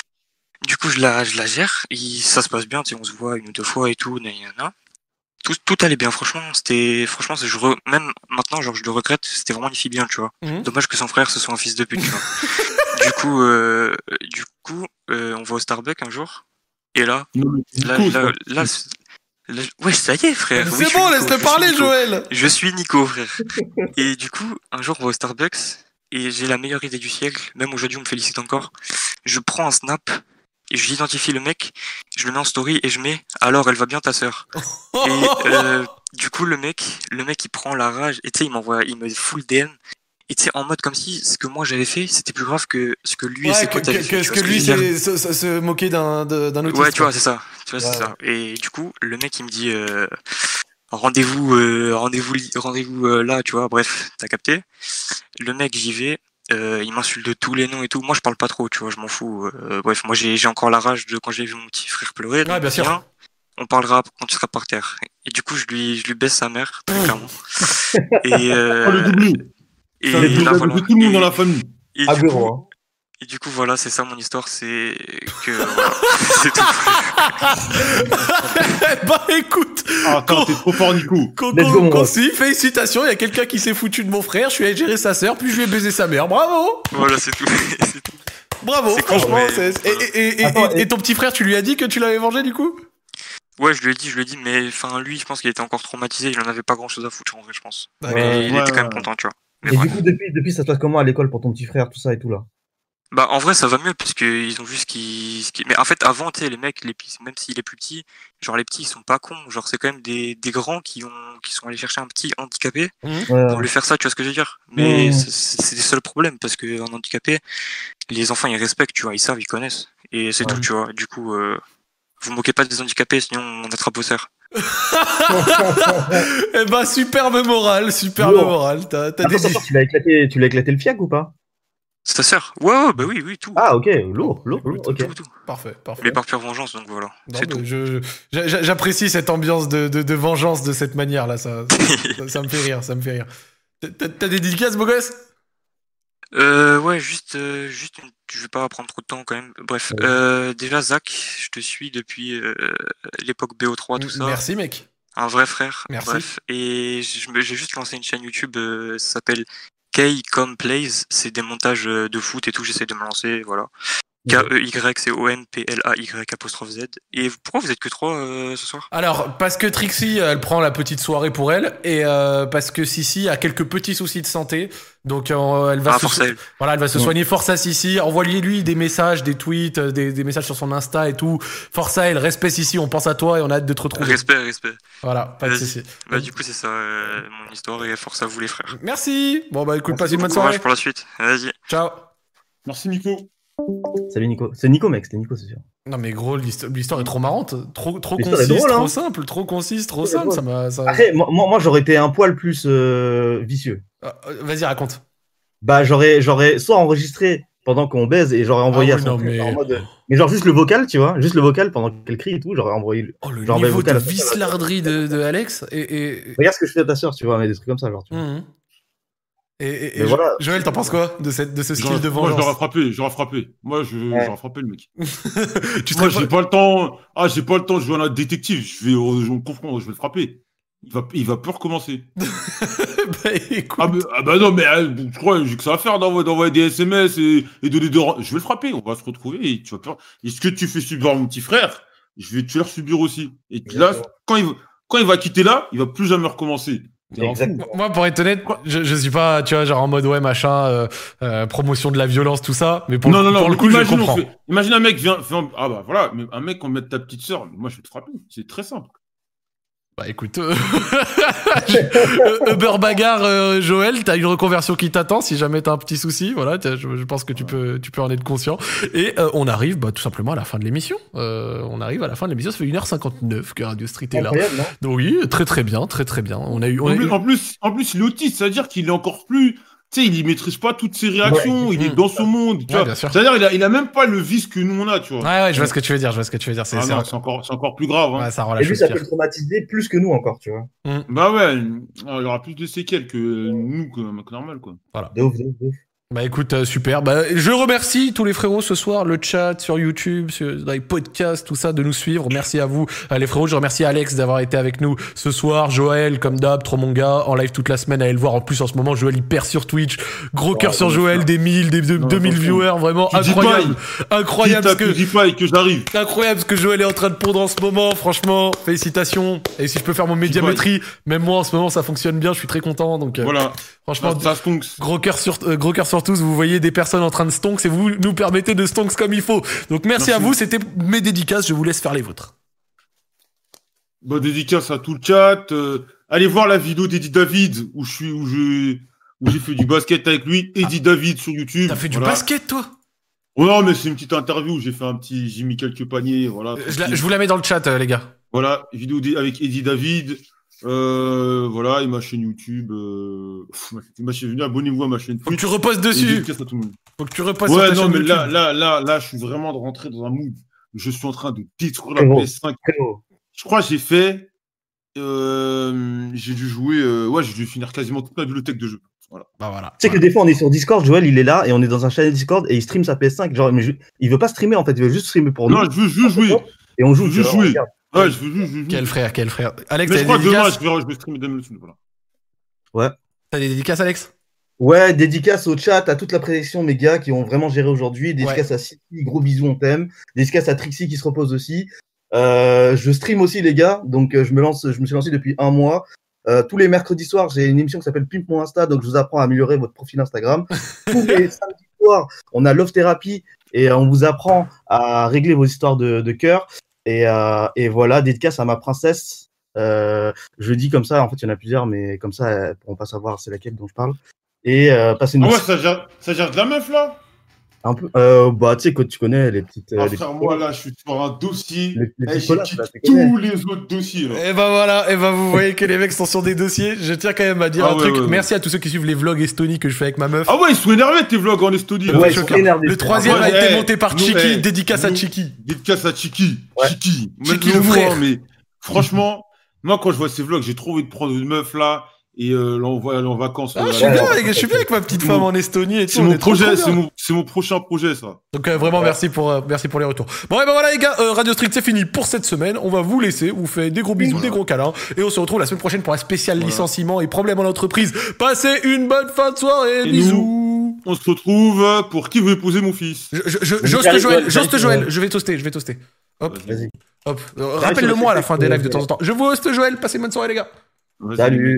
Du coup, je la, je la gère, et ça se passe bien, tu sais, on se voit une ou deux fois et tout, nanana. Tout, tout allait bien, franchement, c'était, franchement, c'est- je re- même maintenant, genre, je le regrette, c'était vraiment une fille bien, tu vois. Mhm. Dommage que son frère, ce soit un fils de pute, tu vois. Du coup, euh, du coup, euh, on va au Starbucks un jour, et là, Non, mais c'est là, Nico, là, c'est là, c'est- là, ouais, ça y est, frère. Oui, C'est je suis bon, Nico, laisse-le je suis parler, Nico. Joël. Je suis Nico, frère. Et du coup, un jour, on va au Starbucks, et j'ai la meilleure idée du siècle, même aujourd'hui, on me félicite encore. Je prends un snap, et je l'identifie le mec, je le mets en story, et je mets « Alors, elle va bien, ta sœur ?» Et euh, du coup, le mec, le mec, il prend la rage, et tu sais, il m'envoie, il me full D M, et tu sais, en mode comme si ce que moi j'avais fait, c'était plus grave que ce que lui et Ouais, ses que, potes avaient que, fait. que tu ce vois que ce lui, je veux dire c'est se, se- se moquer d'un de- d'un autiste. Ouais, tu quoi. vois, c'est ça. Tu vois, Ouais, c'est ça. Et du coup, le mec, il me dit euh, rendez-vous, euh, rendez-vous, li- rendez-vous euh, là, tu vois. Bref, t'as capté. Le mec, j'y vais. Euh, il m'insulte de tous les noms et tout. Moi, je parle pas trop, tu vois, je m'en fous. Euh, bref, moi, j'ai j'ai encore la rage de quand j'ai vu mon petit frère pleurer. Ouais, donc bien sûr. viens, on parlera quand tu seras par terre. Et du coup, je lui, je lui baisse sa mère, très clairement. Et, euh, Oh, le doublé. et Ça, le là, doublage voilà. de tout le monde Et- dans la famille. et Ah, du coup, gros, hein. et du coup, voilà, c'est ça mon histoire, c'est que voilà, c'est tout. Bah écoute, Ah, attends, t'es trop fort, Nico. con, Let's con- go, mon ref. concis, félicitations, il y a quelqu'un qui s'est foutu de mon frère, je suis allé gérer sa sœur, puis je lui ai baisé sa mère. Bravo, Voilà, c'est tout. C'est tout. bravo, C'est con, franchement. mais c'est- voilà. Et, et- et- Attends, et- et- et ton petit frère, tu lui as dit que tu l'avais vengé du coup? Ouais, je lui ai dit, je lui ai dit, mais enfin, lui, je pense qu'il était encore traumatisé, il en avait pas grand chose à foutre en vrai, je pense. D'accord. Mais il Ouais, était quand même ouais. content, tu vois. Mais Et bref. du coup, depuis, depuis, ça se passe comment à l'école pour ton petit frère, tout ça et tout là? Bah, en vrai, ça va mieux, parce qu'ils ont vu ce qui, ce qui... Mais en fait, avant, tu sais, les mecs, les... petits- même s'il est plus petit, genre, les petits, ils sont pas cons. Genre, c'est quand même des, des grands qui ont, qui sont allés chercher un petit handicapé Ouais. pour lui faire ça, tu vois ce que je veux dire? Mais Mmh. c'est c'est des seuls problèmes, parce que un handicapé, les enfants, ils respectent, tu vois, ils savent, ils connaissent. Et c'est Ouais. tout, tu vois. Du coup, euh, vous moquez pas des handicapés, sinon on attrape vos sœurs. Eh bah superbe morale, superbe Lourd. morale. T'as t'as Attends, des... attends, tu l'as éclaté, tu l'as éclaté le fiac ou pas? Sa sœur? Ouais, ouais, bah oui, oui, tout. Ah, ok, lourd, lourd, lourd, ok. Tout, tout. Parfait, parfait. Mais par pure vengeance, donc voilà. Non, C'est mais tout. je- je- j'a- J'apprécie cette ambiance de, de, de vengeance de cette manière-là, ça, ça, ça me fait rire, ça me fait rire. T'as t'as des dédicaces, beau gosse? Euh, ouais, juste, euh, juste une... je vais pas prendre trop de temps quand même. Bref, Ouais. euh, déjà, Zach, je te suis depuis euh, l'époque B O trois, tout ça. Merci, mec. Un vrai frère. Merci. Bref. Et je me- j'ai juste lancé une chaîne YouTube, euh, ça s'appelle K-Com Plays. C'est des montages euh, de foot et tout, j'essaie de me lancer, voilà. K-E-Y, c'est O-M-P-L-A-Y apostrophe Z. Et pourquoi vous êtes que trois euh, ce soir? Alors, parce que Trixie, elle prend la petite soirée pour elle, et euh, parce que Sissi a quelques petits soucis de santé, donc euh, elle va Ah, se, force à elle. voilà, elle va se Ouais. soigner. Force à Sissi, envoyez-lui des messages, des tweets, euh, des, des messages sur son Insta et tout. Force à elle, respect Sissi, on pense à toi et on a hâte de te retrouver. Respect, respect. Voilà, pas de Vas-y. soucis. Bah, du coup, c'est ça, euh, mon histoire, et force à vous, les frères. Merci. Bon bah écoute, Merci passe une bonne Bon courage soirée. pour la suite. Vas-y. Ciao. Merci, Nico. Salut Nico. C'est Nico, mec, c'était Nico, c'est sûr. Non mais gros, l'histo- l'histoire est trop marrante, trop trop L'histoire est concise, drôle, trop hein. simple, trop concise, trop L'histoire est simple. Ça m'a. ça- Après, moi, moi moi, j'aurais été un poil plus euh, vicieux. Euh, Vas-y, raconte. Bah, j'aurais, j'aurais soit enregistré pendant qu'on baise et j'aurais envoyé Ah à oui, son non, frère mais- en mode. Mais genre juste le vocal, tu vois, juste le vocal pendant qu'elle crie et tout, j'aurais envoyé. Oh, le Genre, niveau bah, de vocal, vislarderie de, de Alex. Et, et... Regarde ce que je fais à ta sœur, tu vois, mais des trucs comme ça, genre. Tu vois. Mhm. Et, et, et Mais Jo- voilà. Joël, t'en penses quoi de, cette, de ce style J'aurais- de Moi, je l'aurais vengeance? frappé, j'aurais frappé. Moi, je, Ouais. j'aurais frappé le mec. Tu Moi, serais j'ai pas... pas le temps. Ah, j'ai pas le temps de jouer à un détective. Je vais, je me comprends, je vais le frapper. Il va, il va plus recommencer. Bah, écoute. Ah, mais- ah bah non, mais euh, je crois j'ai que ça à faire d'envoyer, d'envoyer des S M S et, et donner des. ren- Je vais le frapper, on va se retrouver et tu vas peur. Et ce que tu fais subir à mon petit frère, je vais te faire subir aussi. Et puis là, Exactement. quand il, va- quand il va quitter là, il va plus jamais recommencer. T'es un fou. Exactement. Moi, pour être honnête, je, je suis pas, tu vois, genre en mode ouais, machin, euh, euh, promotion de la violence, tout ça. Mais pour, Non, le, non, non, pour le mais coup, je imagine, on comprends. fait- imagine un mec vient, vient- ah bah voilà, mais un mec, on met ta petite sœur, moi je vais te frapper. C'est très simple. Bah écoute, euh, euh, Uber bagarre, euh, Joël, t'as une reconversion qui t'attend si jamais t'as un petit souci. Voilà, t'as- je, je pense que tu peux, tu peux en être conscient. Et euh, on arrive, bah, tout simplement à la fin de l'émission. Euh, on arrive à la fin de l'émission. Ça fait une heure cinquante-neuf que Radio Street est là. Incroyable, non? Donc oui, très très bien, très très bien. On a eu, on a En eu- plus, en plus, en plus, il est autiste, c'est-à-dire qu'il est encore plus. Tu sais, il y maîtrise pas toutes ses réactions, il est Mmh. dans son monde. Tu Ouais, vois. bien sûr. C'est-à-dire, il a, il a même pas le vice que nous on a, tu vois. Ouais, ouais, je vois ce que tu veux dire. Je vois ce que tu veux dire. C'est, Ah c'est non, un- c'est encore, c'est encore plus grave. Hein. ouais, ça rend la Et lui, chose ça pire. peut le traumatiser plus que nous encore, tu vois. Bah ouais, il y aura plus de séquelles que nous, que, que normal, quoi. De ouf, de ouf, de ouf. Bah écoute, euh, super. Bah, je remercie tous les frérots ce soir, le chat sur YouTube, sur dans les podcasts, tout ça, de nous suivre. Merci à vous, euh, les frérots. Je remercie Alex d'avoir été avec nous ce soir. Joël, comme d'hab, trop mon gars, en live toute la semaine. Allez le voir. En plus, en ce moment, Joël, il perd sur Twitch. Gros cœur sur bien Joël, sûr. des mille, des deux- Non, deux mille attention. viewers. Vraiment Tu dis incroyable. pas, Incroyable ce Quitte à que, que... dis pas et que j'arrive. incroyable ce que Joël est en train de pondre en ce moment. Franchement, félicitations. Et si je peux faire mon médiamétrie, même moi, en ce moment, ça fonctionne bien. Je suis très content. Donc, euh, Voilà. franchement, Ça, ça stonks. Gros cœur sur, euh, gros cœur sur tous, vous voyez des personnes en train de stonks et vous nous permettez de stonks comme il faut. Donc merci, Merci. à vous, c'était mes dédicaces, je vous laisse faire les vôtres. Bah, dédicace à tout le chat. Euh, allez voir la vidéo d'Eddie David où je suis, où je, où j'ai fait du basket avec lui. Eddie David sur YouTube. T'as fait du Voilà. basket toi? Oh non, mais c'est une petite interview où j'ai fait un petit, j'ai mis quelques paniers, voilà. Euh, je, la- je vous la mets dans le chat euh, les gars. Voilà, vidéo d- avec Eddie David. Euh, voilà, et ma chaîne YouTube. Euh... pff, ma chaîne, venez, abonnez-vous à ma chaîne Faut que Twitch. tu reposes Et dessus. dédicace à tout le monde. Faut que tu reposes Ouais, sur ta non, chaîne mais YouTube. là, là, là, là, je suis vraiment de rentrer dans un mood. Je suis en train de détruire la Très beau. P S cinq. Très beau. Je crois que j'ai fait. Euh, j'ai dû jouer. euh, ouais, j'ai dû finir quasiment toute ma bibliothèque de jeux. Voilà. Bah voilà. Tu sais que des fois, on est sur Discord, Joël, il est là et on est dans un channel Discord et il stream sa P S cinq. Genre, mais je- il veut pas streamer en fait, il veut juste streamer pour nous. Non, je veux juste jouer. Et on joue. Je veux tu vois, jouer. on regarde. Ouais, je veux juste jouer. Quel frère, quel frère. Alex, Mais t'as je des crois que demain, dédicaces? je vais, je vais streamer Demon Souls, voilà. T'as des dédicaces Alex? Ouais, dédicace au chat, à toute la présélection, mes gars, qui ont vraiment géré aujourd'hui. Dédicace à City, gros bisous, on t'aime. Dédicace à Trixie qui se repose aussi. Euh, je stream aussi, les gars. Donc, euh, je me lance, je me suis lancé depuis un mois. Euh, tous les mercredis soirs, j'ai une émission qui s'appelle Pimp Mon Insta. Donc, je vous apprends à améliorer votre profil Instagram. Tous les samedis soirs, on a Love Therapy et euh, on vous apprend à régler vos histoires de, de cœur. Et, euh, et voilà, dédicace à ma princesse. Euh, je dis comme ça, en fait, il y en a plusieurs, mais comme ça, elles pourront pas savoir c'est laquelle dont je parle. Et euh, passer une Ah ouais, ça gère, ça gère de la meuf, là? un peu. Euh, bah, tu sais, quand tu connais les petites. euh, Ah, les frère, petites- moi, là, je suis sur un dossier. Les- les Eh, petites j'ai collages, quitté là, tu connais. tous les autres dossiers, là. Et ben voilà, et ben vous voyez que les mecs sont sur des dossiers. Je tiens quand même à dire Ah un ouais, truc. ouais, ouais. Merci à tous ceux qui suivent les vlogs Estonie que je fais avec ma meuf. Ah ouais, ils sont énervés, tes vlogs en Estonie, là. Ouais, ils choquant. sont énervés. Le troisième Ouais, a été eh, monté par nous, Chiki, eh, dédicace à nous- Chiki. Dédicace à Chiki. Ouais. Chiki. Chiki, Même le nous, frère. hein, mais franchement, moi, quand je vois ces vlogs, j'ai trop envie de prendre une meuf, là, et euh, l'envoyer aller en vacances. Ah, euh, je suis là, bien, là. les gars, je suis bien avec ma petite femme en Estonie et tout. C'est on mon est trop, projet, trop c'est bien. mon, c'est mon prochain projet, ça. Donc euh, vraiment merci pour euh, merci pour les retours. Bon et ben voilà les gars, euh, Radio Street c'est fini pour cette semaine. On va vous laisser, on vous fait des gros bisous, Voilà. des gros câlins et on se retrouve la semaine prochaine pour un spécial Voilà. licenciement et problèmes en entreprise. Passez une bonne fin de soirée, Et bisous. On se retrouve pour qui veut épouser mon fils. Je, je, je, Vas-y, j'oste j'arrive, Joël, j'arrive, j'oste j'arrive. Joël, je vais toaster, je vais toaster. Hop, Vas-y. Vas-y. hop. Euh, Rappelle-le-moi à la fin des lives de temps en temps. Je vous hoste Joël, passez une bonne soirée les gars. Vas-y. Salut.